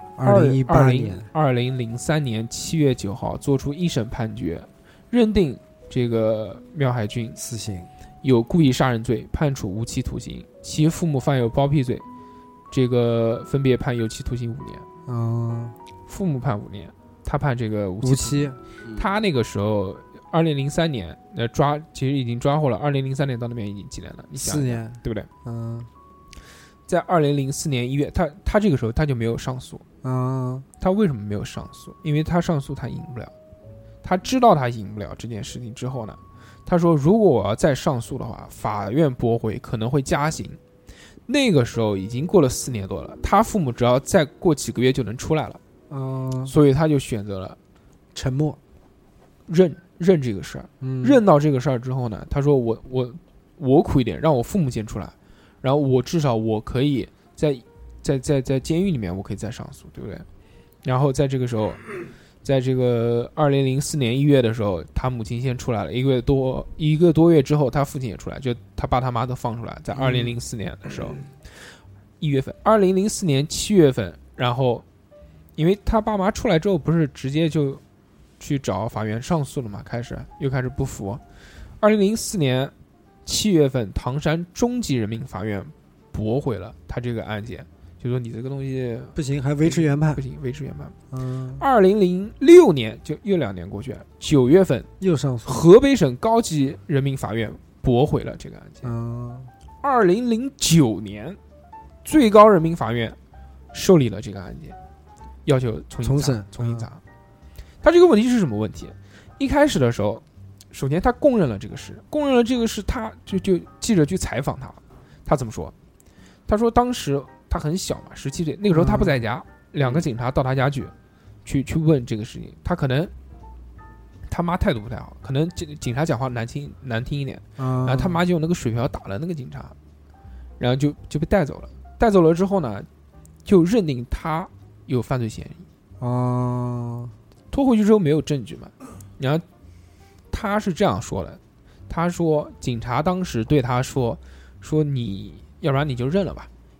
2018年 ，2003年7月9号作出一审判决，认定这个缪海军死刑， 有故意杀人罪，判处无期徒刑；其父母犯有包庇罪，这个分别判有期徒刑5年。父母判5年，他判这个无期。他那个时候2003年其实已经抓获了。2003年到那边已经几年了？你想 4年， 对不对？在2004年1月，他这个时候他就没有上诉。他为什么没有上诉？因为他上诉他赢不了，他知道他赢不了这件事情之后呢，他说如果我要再上诉的话，法院驳回可能会加刑。那个时候已经过了4年多了，他父母只要再过几个月就能出来了。所以他就选择了沉默， 认这个事儿。认到这个事儿之后呢，他说我苦一点，让我父母先出来。然后我至少我可以在监狱里面我可以再上诉，对不对？然后在这个时候，在这个2004年1月的时候，他母亲先出来了，一个多月之后，他父亲也出来，就他爸他妈都放出来，在2004年的时候1月份，2004年7月份，然后因为他爸妈出来之后，不是直接就去找法院上诉了嘛，又开始不服。2004年7月份，唐山中级人民法院驳回了他这个案件，就说你这个东西不行，还维持原判， 不行，维持原判。2006年就又2年过去了，9月份又上诉， 河北省高级人民法院驳回了这个案件。2009年，最高人民法院受理了这个案件，要求重新查。他这个问题是什么问题？一开始的时候，首先他供认了这个事，他就记者去采访他，他怎么说？他说当时他很小嘛，17岁，那个时候他不在家，2个警察到他家去问这个事情，他可能他妈态度不太好，可能警察讲话难听一点，然后他妈就用那个水瓢打了那个警察，然后就被带走了。带走了之后呢，就认定他有犯罪嫌疑。拖回去之后没有证据嘛，然后他是这样说的，他说警察当时对他说你要不然你就认了吧，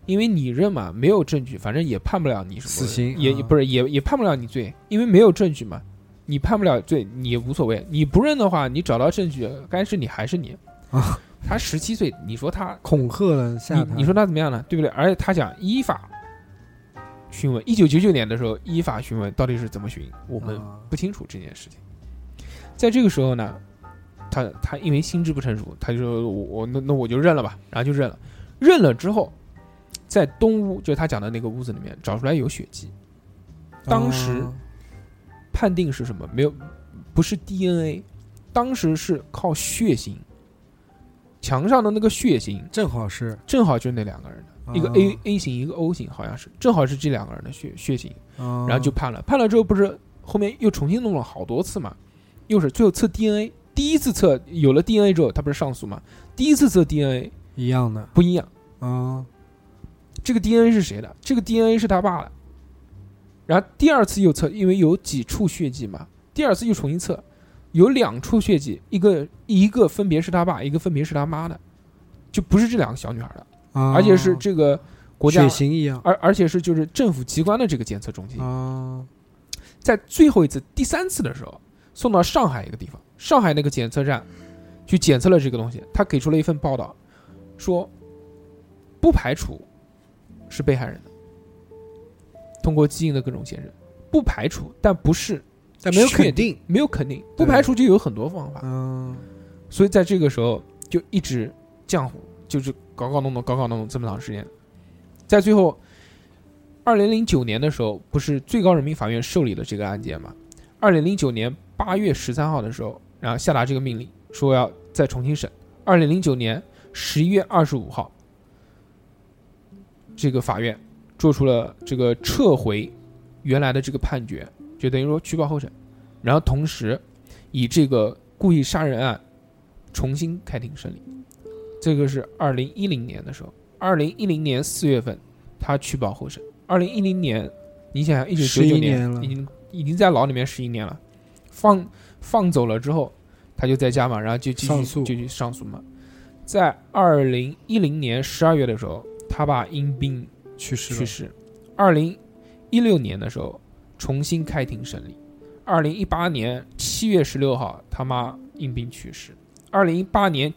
因为你认嘛，没有证据，反正也判不了你什么死刑， 也判不了你罪，因为没有证据嘛，你判不了罪，你也无所谓。你不认的话，你找到证据，该是你还是你啊。 他17岁，你说他恐吓了下他， 你说他怎么样呢？对不对？而且他讲依法询问，1999年的时候依法询问到底是怎么询，我们不清楚这件事情。在这个时候呢，他因为心智不成熟，他就说我就认了吧，然后就认了。认了之后，在东屋，就是他讲的那个屋子里面找出来有血迹，当时判定是什么？没有，不是 DNA， 当时是靠血型，墙上的那个血型正好就是那两个人的，一个 A 型，一个 O 型，好像是正好是这两个人的血型，然后就判了。判了之后，不是后面又重新弄了好多次嘛？又是最后测 DNA， 第一次测有了 DNA 之后，他不是上诉嘛？第一次测 DNA 一样的， 不一样啊。这个 DNA 是谁的？这个 DNA 是他爸的。然后第二次又测，因为有几处血迹嘛，第二次又重新测，有2处血迹，一个分别是他爸，一个分别是他妈的，就不是这两个小女孩的，而且是这个国家血型一样， 而且是就是政府机关的这个检测中心。在最后一次第3次的时候，送到上海一个地方，上海那个检测站去检测了这个东西，他给出了一份报道，说不排除是被害人的，通过基因的各种检测，不排除，但不是， 但没有肯定， 没有肯定，不排除就有很多方法。所以在这个时候就一直浆糊，就是搞搞弄弄这么长时间，在最后2009年的时候，不是最高人民法院受理了这个案件吗？2009年8月13号的时候，然后下达这个命令，说要再重新审。2009年11月25号，这个法院做出了这个撤回原来的这个判决，就等于说取保候审，然后同时以这个故意杀人案重新开庭审理。这个是2010年的时候，2010年4月份他取保候审。2010年，你想想，1999年已经在牢里面11年了，放走了之后，他就在家嘛，然后就继续就去上诉嘛。在2010年12月的时候，他爸因病去世。2016年的时候重新开庭审理。2018年7月16号，他妈因病去世。2018年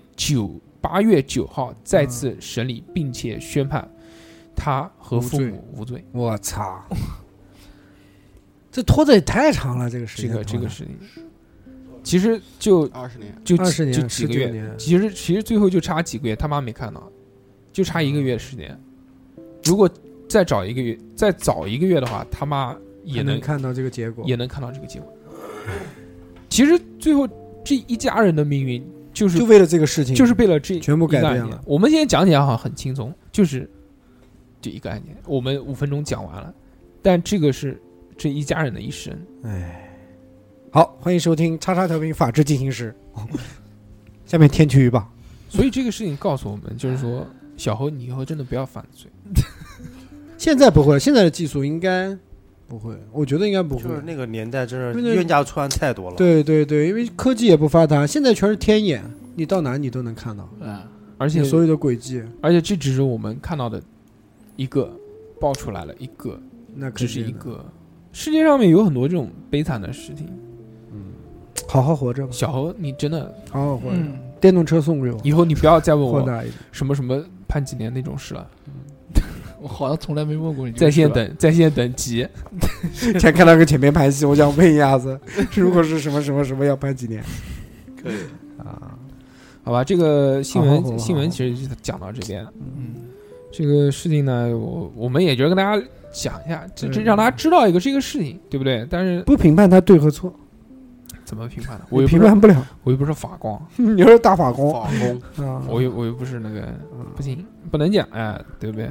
8月9号再次审理，并且宣判他和父母无罪。 我操！这拖得也太长了，这个事情。 这个事情，其实就 20年， 就 20年， 几个月。其实最后就差几个月，他妈没看到，就差1个月时间。如果再早一个月的话，他妈也能看到这个结果， 也能看到这个结果。其实最后这一家人的命运就为了这个事情， 就是为了这全部改变了。 我们现在讲起来好像很轻松，就一个案件，我们5分钟讲完了，但这个是这一家人的一生。 好，欢迎收听叉叉调频法治进行时。下面天气预报。 所以这个事情告诉我们，就是说，小侯，你以后真的不要犯罪。 现在不会，现在的技术应该不会，我觉得应该不会。 就是那个年代，真是冤家错案太多了。 对对对，因为科技也不发达，现在全是天眼，你到哪你都能看到。 而且所有的轨迹， 而且这只是我们看到的一个爆出来了一个， 那只是一个。世界上面有很多这种悲惨的事情。 好好活着吧， 小侯，你真的好好活着。电动车送给我， 以后你不要再问我什么判几年那种事了。我好像从来没问过你。在线等急。 才看到个前面拍戏，我想问一下子，如果是什么要判几年？ 可以啊，好吧，这个新闻其实就讲到这边。这个事情呢，我们也就跟大家讲一下，这让大家知道一个这个事情，对不对？但是不评判他对和错。 怎么评判的？我评判不了， 我又不是法官。 你是大法官， 我又不是那个，不行，不能讲，对不对？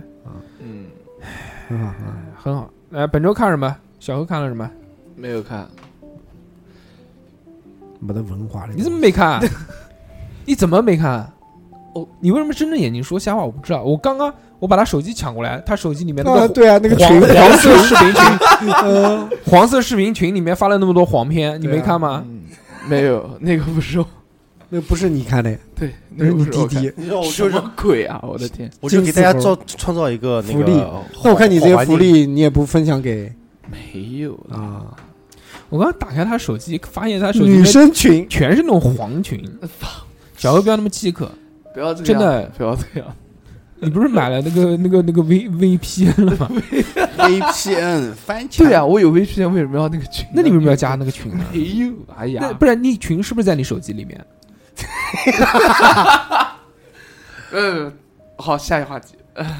很好。本周看什么？小何看了什么？ 没有看， 没得文化了。 你怎么没看？你怎么没看？你为什么睁着眼睛说瞎话？我不知道。我刚刚把他手机抢过来，他手机里面那个对啊，那个黄色视频群，黄色视频群里面发了那么多黄片，你没看吗？ 没有，那个不是我。 那不是你看的， 对， 那是你弟弟。 什么鬼啊！我的天！ 我就给大家创造一个那个福利。那我看你这些福利，你也不分享给？ 没有啊！ 我刚打开他手机，发现他手机女生群全是那种黄群。小何不要那么饥渴， 不要这样， 真的不要这样。 你不是买了那个 VPN 了吗 ？VPN 翻墙。 对啊，我有 VPN， 为什么要那个群？ 那你为什么要加那个群呢？ 没有，哎呀， 不然那群是不是在你手机里面？ 好，下一个话题。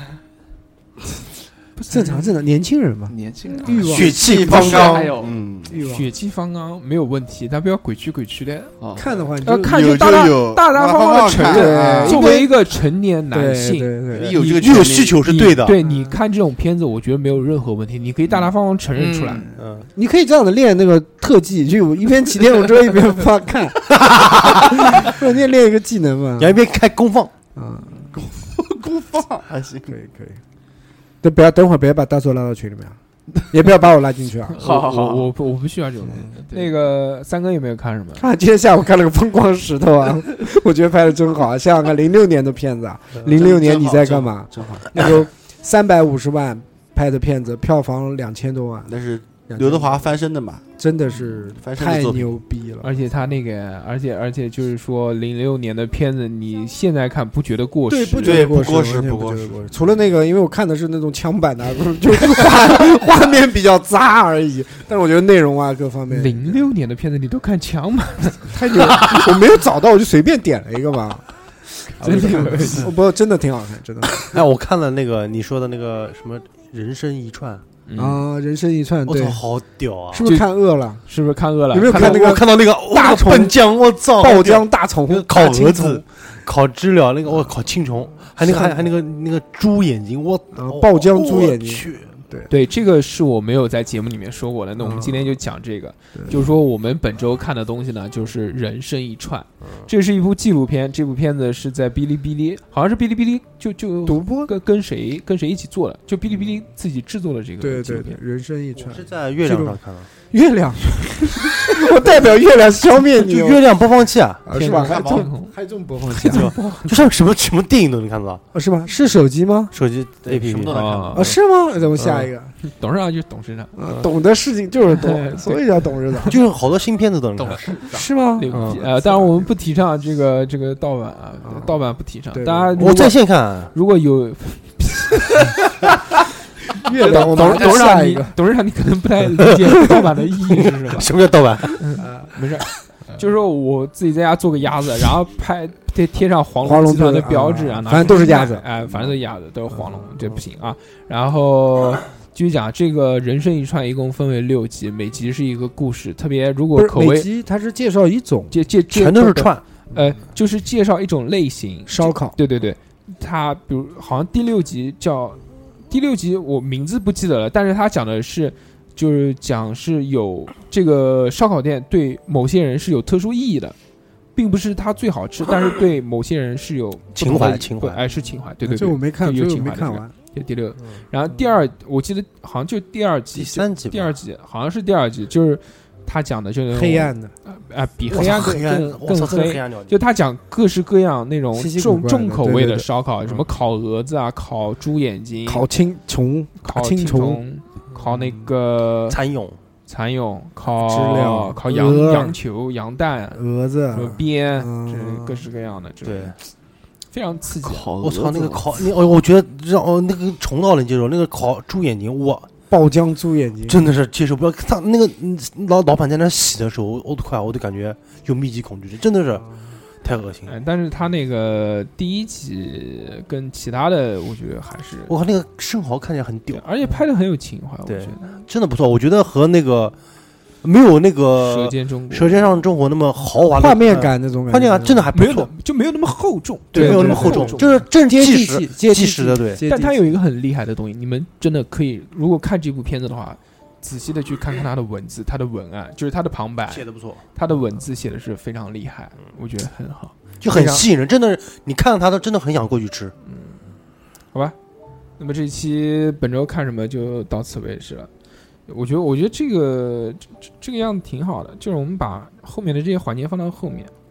正常，年轻人嘛， 年轻人欲望血气方刚， 哎呦， 血气方刚没有问题，他不要鬼屈的。 看的话， 看就大大方方的承认。作为一个成年男性， 你有需求是对的。 对，你看这种片子，我觉得没有任何问题，你可以大大方方承认出来。 你可以这样的练那个特技，就一边骑电动车一边看，你也练一个技能嘛。 你一边开功放啊， 功放还行， 可以。等会儿别把大硕拉到群里面，也不要把我拉进去啊！ 好， 我不需要这种。那个三哥有没有看什么？ 今天下午看了个《疯狂石头》啊，我觉得拍的真好。想想看，06年的片子啊，06年你在干嘛？ 真好， 那个350万拍的片子，票房2000多万， 那是刘德华翻身的嘛？ 真的是太牛逼了！ 而且他那个，而且就是说06年的片子，你现在看不觉得过时？ 对，不觉得过时。除了那个，因为我看的是那种枪版的，就是画面比较渣而已。但是我觉得内容啊各方面 ，06年的片子你都看枪版， 太牛了！我没有找到，我就随便点了一个嘛。真的挺好看，真的。 哎，我看了那个你说的那个什么《人生一串》。 人生一串， 我操，好屌啊！ 是不是看饿了？ 是不是看饿了？ 有没有看那个？ 我看到那个大虫笨姜，我操， 爆浆大虫， 烤蛾子，烤知了，那个我烤青虫，还那个猪眼睛，我爆浆猪眼睛。 对，这个是我没有在节目里面说过的。那我们今天就讲这个，就是说我们本周看的东西呢，就是《人生一串》，这是一部纪录片。这部片子是在哔哩哔哩，好像是哔哩哔哩就独播跟谁一起做的，就哔哩哔哩自己制作了这个纪录片。 对，《人生一串》 是在月亮上看的。 月亮，我代表月亮消灭你。 月亮播放器啊， 是吧？还这种播放器， 就像什么电影都能看到， 是吧？是手机吗？ 手机 APP 啊，是吗？咱们下一个， 董事长就是董事长， 懂的事情就是懂，所以叫董事长。 就是好多新片子都能看， 是吗？ 当然我们不提倡这个盗版啊，盗版不提倡。当然， 我在线看， 如果有。 月亮， 董事长，你可能不太理解盗版的意义是什么？ 什么叫盗版？ 没事，就是说我自己在家做个鸭子，然后贴上黄龙集团的标志啊， 反正都是鸭子， 哎，反正都是鸭子，都是黄龙，这不行啊。然后继续讲，这个人生一串一共分为6集，每集是一个故事，特别如果口味， 每集它是介绍一种， 全都是串， 就是介绍一种类型， 烧烤， 对，它比如好像第6集我名字不记得了，但是他讲的是，就是讲是有这个烧烤店对某些人是有特殊意义的，并不是它最好吃，但是对某些人是有情怀， 哎，是情怀，对， 这我没看， 有情怀， 没看完。 就第6，然后我记得好像就第2集， 第3集， 第2集好像是第2集，就是他讲的就是黑暗的， 比黑暗更黑，就他讲各式各样那种重口味的烧烤，什么烤蛾子啊，烤猪眼睛， 烤青虫， 烤那个蚕蛹， 烤知了， 烤羊球、羊蛋、 蛾子、 鞭，这各式各样的，对。非常刺激， 我操！那个烤，我觉得让那个虫到能接受，那个烤猪眼睛，我爆浆猪眼睛真的是接受不了。他那个老板在那洗的时候，我都感觉有密集恐惧症，真的是太恶心了。 但是他那个第1集跟其他的，我觉得还是我靠，那个生蚝看起来很屌， 而且拍的很有情怀，我觉得真的不错。我觉得和那个。没有那个舌尖上中国那么豪华的画面感，那种画面感真的还不错， 就没有那么厚重， 对，没有那么厚重，就是正计时的，对。 但它有一个很厉害的东西，你们真的可以，如果看这部片子的话，仔细的去看看它的文字，它的文案，就是它的旁白写的不错， 它的文字写的是非常厉害，我觉得很好， 就很吸引人，真的，你看到它都真的很想过去吃。 好吧，那么这一期本周看什么就到此为止了。我觉得这个样子挺好的，就是我们把后面的这些环节放到后面，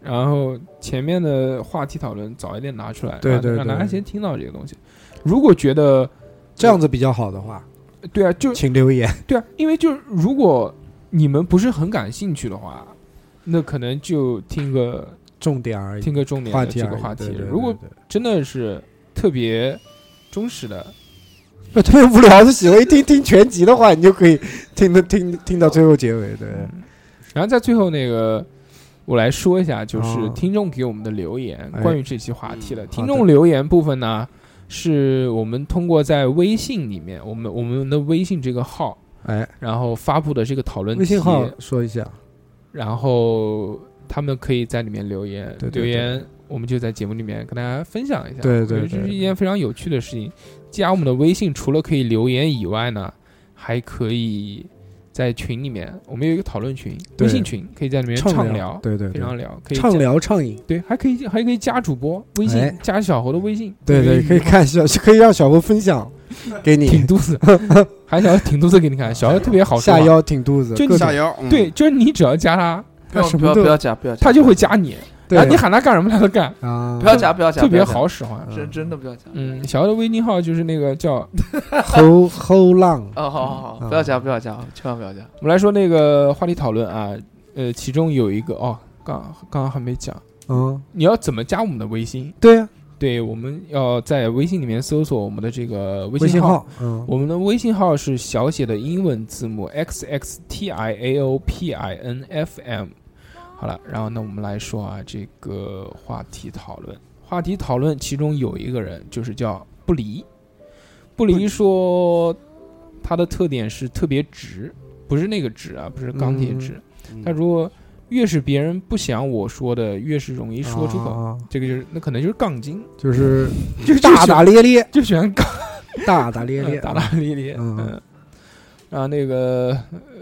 然后前面的话题讨论早一点拿出来， 对对对， 让大家先听到这个东西。如果觉得这样子比较好的话， 对啊，就请留言。 对啊，因为就如果你们不是很感兴趣的话，那可能就听个重点而已， 听个重点的这个话题。如果真的是特别忠实的， 不特别无聊的，喜欢听全集的话，你就可以听到最后结尾。对， 然后在最后那个，我来说一下，就是听众给我们的留言，关于这期话题的听众留言部分呢，是我们通过在微信里面，我们的微信这个号，然后发布的这个讨论微信号说一下， 然后他们可以在里面留言， 对对对， 留言我们就在节目里面跟大家分享一下。 对对对， 这是一件非常有趣的事情。加我们的微信，除了可以留言以外呢，还可以在群里面，我们有一个讨论群，微信群，可以在里面畅聊， 对对， 非常聊，可以畅聊畅饮， 对，还可以加主播微信，加小猴的微信， 对对，可以看可以让小猴分享给你， 挺肚子，还想挺肚子给你看，小猴特别好说， 下腰挺肚子， 就你下腰， 对，就是你只要加他， 不要加， 他就会加你。然后你喊他干什么他都干啊！ 不要加， 特别好使唤， 真的不要加。 小猴的微信号就是那个叫后浪。 好，不要加，千万不要加。 我们来说那个话题讨论啊，其中有一个刚刚还没讲，你要怎么加我们的微信？ 对啊， 对，我们要在微信里面搜索我们的这个微信号， 我们的微信号是小写的英文字母 XXTIAOPINFM。好了，然后呢，我们来说啊，这个话题讨论，其中有一个人就是叫不离说他的特点是特别直，不是那个直啊，不是钢铁直。他说越是别人不想我说的，越是容易说出口。这个就是那可能就是杠精， 就是大大咧咧， 就喜欢杠， 大大咧咧， 大大咧咧。然后那个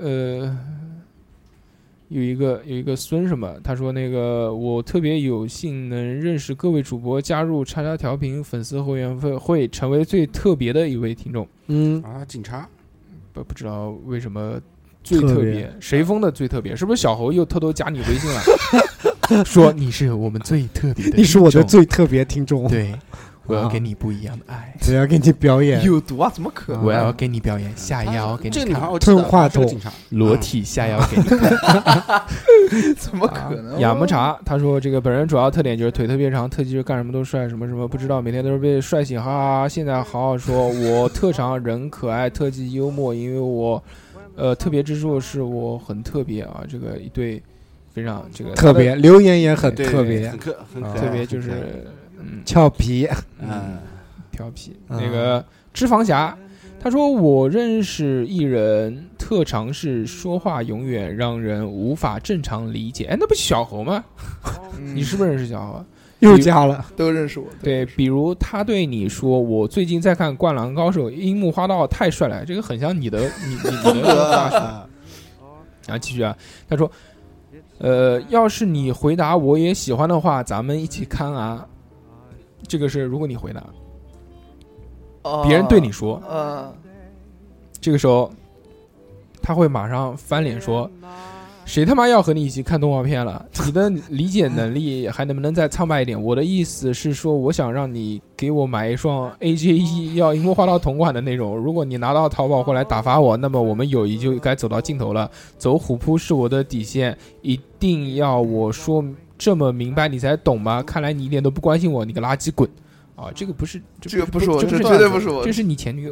有一个孙什么，他说那个我特别有幸能认识各位主播，加入叉叉调频粉丝会员会，成为最特别的一位听众。 警察不知道为什么最特别，谁封的最特别？是不是小猴又偷偷加你微信了？说你是我们最特别的听众， 你是我的最特别听众。 对。我要给你不一样的爱， 我要给你表演有毒啊！怎么可能？ 我要给你表演下腰给你看， 吞话筒， 裸体下腰给你看， 怎么可能？ 雅木茶他说这个本人主要特点就是腿特别长，特技就是干什么都帅，什么什么不知道，每天都是被帅醒，哈哈！现在好好说，我特长人可爱，特技幽默，因为我特别之处是我很特别啊，这个一对非常这个特别，留言也很特别， 很特别就是。 俏皮， 调皮。那个脂肪侠，他说我认识一人，特长是说话永远让人无法正常理解。那不小猴吗？你是不是认识小猴？ 又加了， 都认识我。 对，比如他对你说：“我最近在看《灌篮高手》，樱木花道太帅了。”这个很像你的风格。然后继续啊，他说：“要是你回答我也喜欢的话，咱们一起看啊。”这个是如果你回答，别人对你说，这个时候他会马上翻脸说：“谁他妈要和你一起看动画片了？你的理解能力还能不能再苍白一点？我的意思是说，我想让你给我买一双 AJ1 要樱木花道同款的那种。如果你拿到淘宝过来打发我，那么我们友谊就该走到尽头了。走虎扑是我的底线，一定要我说这么明白你才懂吗？看来你一点都不关心我，你个垃圾滚！啊，这个不是， 这个不是我， 这绝对不是我， 这是你前女友。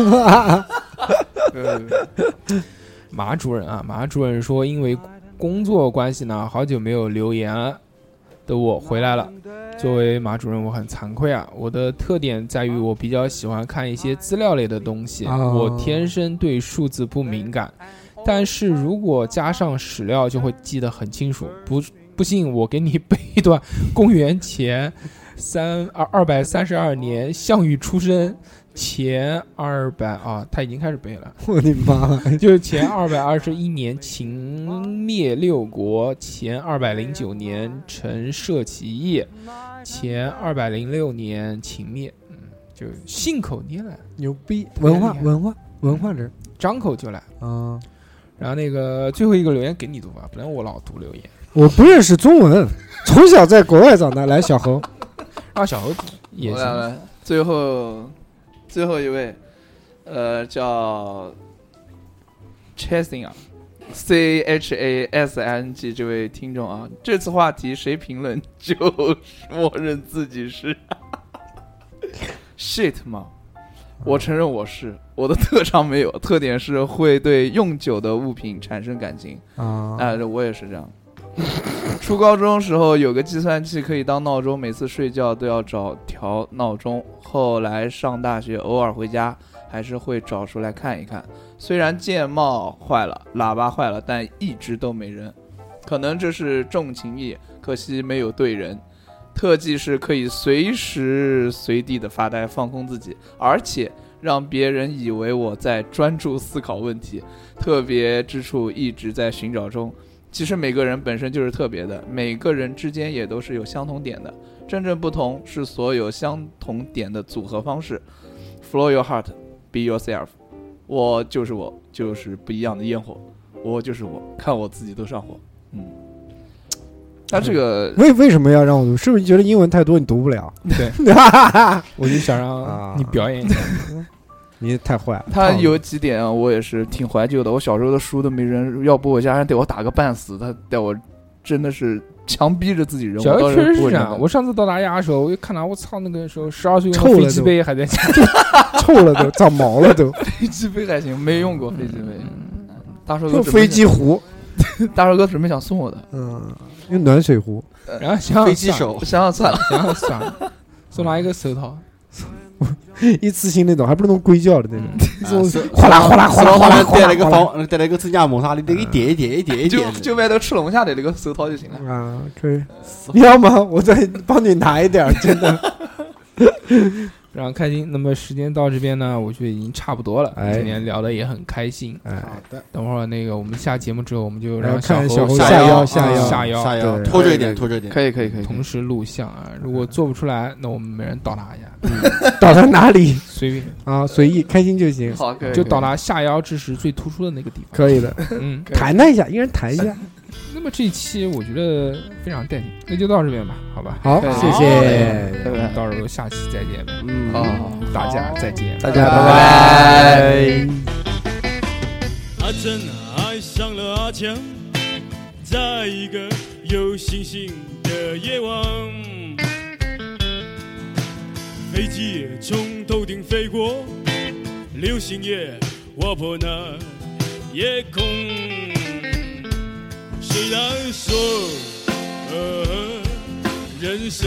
马主任啊，马主任说，因为工作关系呢，好久没有留言了的我回来了。作为马主任，我很惭愧啊。我的特点在于我比较喜欢看一些资料类的东西，我天生对数字不敏感，但是如果加上史料就会记得很清楚。不信我给你背一段公元前232年项羽出生前200啊，他已经开始背了。 我的妈！ 就是前221年秦灭六国，前209年陈涉其业，前206年秦灭。就信口拈来， 牛逼！文化人， 张口就来。然后那个最后一个留言给你读吧，不然我老读留言。 我不认识中文， 从小在国外长大，来小猴， 让小猴也行。 来，最后一位，叫 Chasing 啊。CHASING 这位听众啊，这次话题谁评论就默认自己是shit 吗？我承认我是，我的特长没有，特点是会对用久的物品产生感情啊。我也是这样。初高中时候有个计算器可以当闹钟，每次睡觉都要找调闹钟。后来上大学，偶尔回家还是会找出来看一看。虽然键帽坏了，喇叭坏了，但一直都没扔。可能这是重情义，可惜没有对人。特技是可以随时随地的发呆放空自己，而且让别人以为我在专注思考问题。特别之处一直在寻找中。其实每个人本身就是特别的，每个人之间也都是有相同点的，真正不同是所有相同点的组合方式。Follow your heart, be yourself。我就是我，就是不一样的烟火。我就是我，看我自己都上火。那这个为什么要让我读？是不是觉得英文太多你读不了？ 对，我就想让你表演一下。 你太坏了。 他有几点我也是挺怀旧的。我小时候的书都没扔，要不我家人得我打个半死，他带我真的是强逼着自己扔。 小时候确实是这样。我上次到他家的时候，我一看他，我操，那个时候12岁用飞机杯还在家， 臭了都，长毛了都。 飞机杯还行，没用过飞机杯。大寿哥用飞机壶， 大寿哥准备想送我的， 用暖水壶， 然后想飞机手， 想算了， 送他一个手套。 一次性那种，还不是那种硅胶的那种， 哗啦哗啦哗啦哗啦，带了一个增加摩擦力，那个一点一点一点一点， 就外头吃龙虾的那个手套就行了啊。可以，你要吗？我再帮你拿一点，真的。 非常开心。那么时间到这边呢，我觉得已经差不多了。今天聊的也很开心。 好的。 等会儿那个我们下节目之后，我们就让小猴下腰， 拖着一点， 可以。 同时录像啊，如果做不出来，那我们每人倒他一下。 倒他哪里？ 随便啊，随意，开心就行。 好，可以。 就倒他下腰之时最突出的那个地方。 可以的。弹他一下，一人弹一下。 那么这一期我觉得非常带劲，那就到这边吧，好吧？ 好，谢谢， 到时候下期再见呗。大家再见， 大家拜拜。 阿珍爱上了阿强，在一个有星星的夜晚，飞机从头顶飞过，流星也划破那夜空。虽然说人生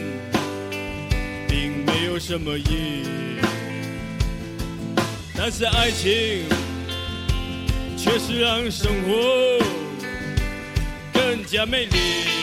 并没有什么意义，但是爱情确实让生活更加美丽。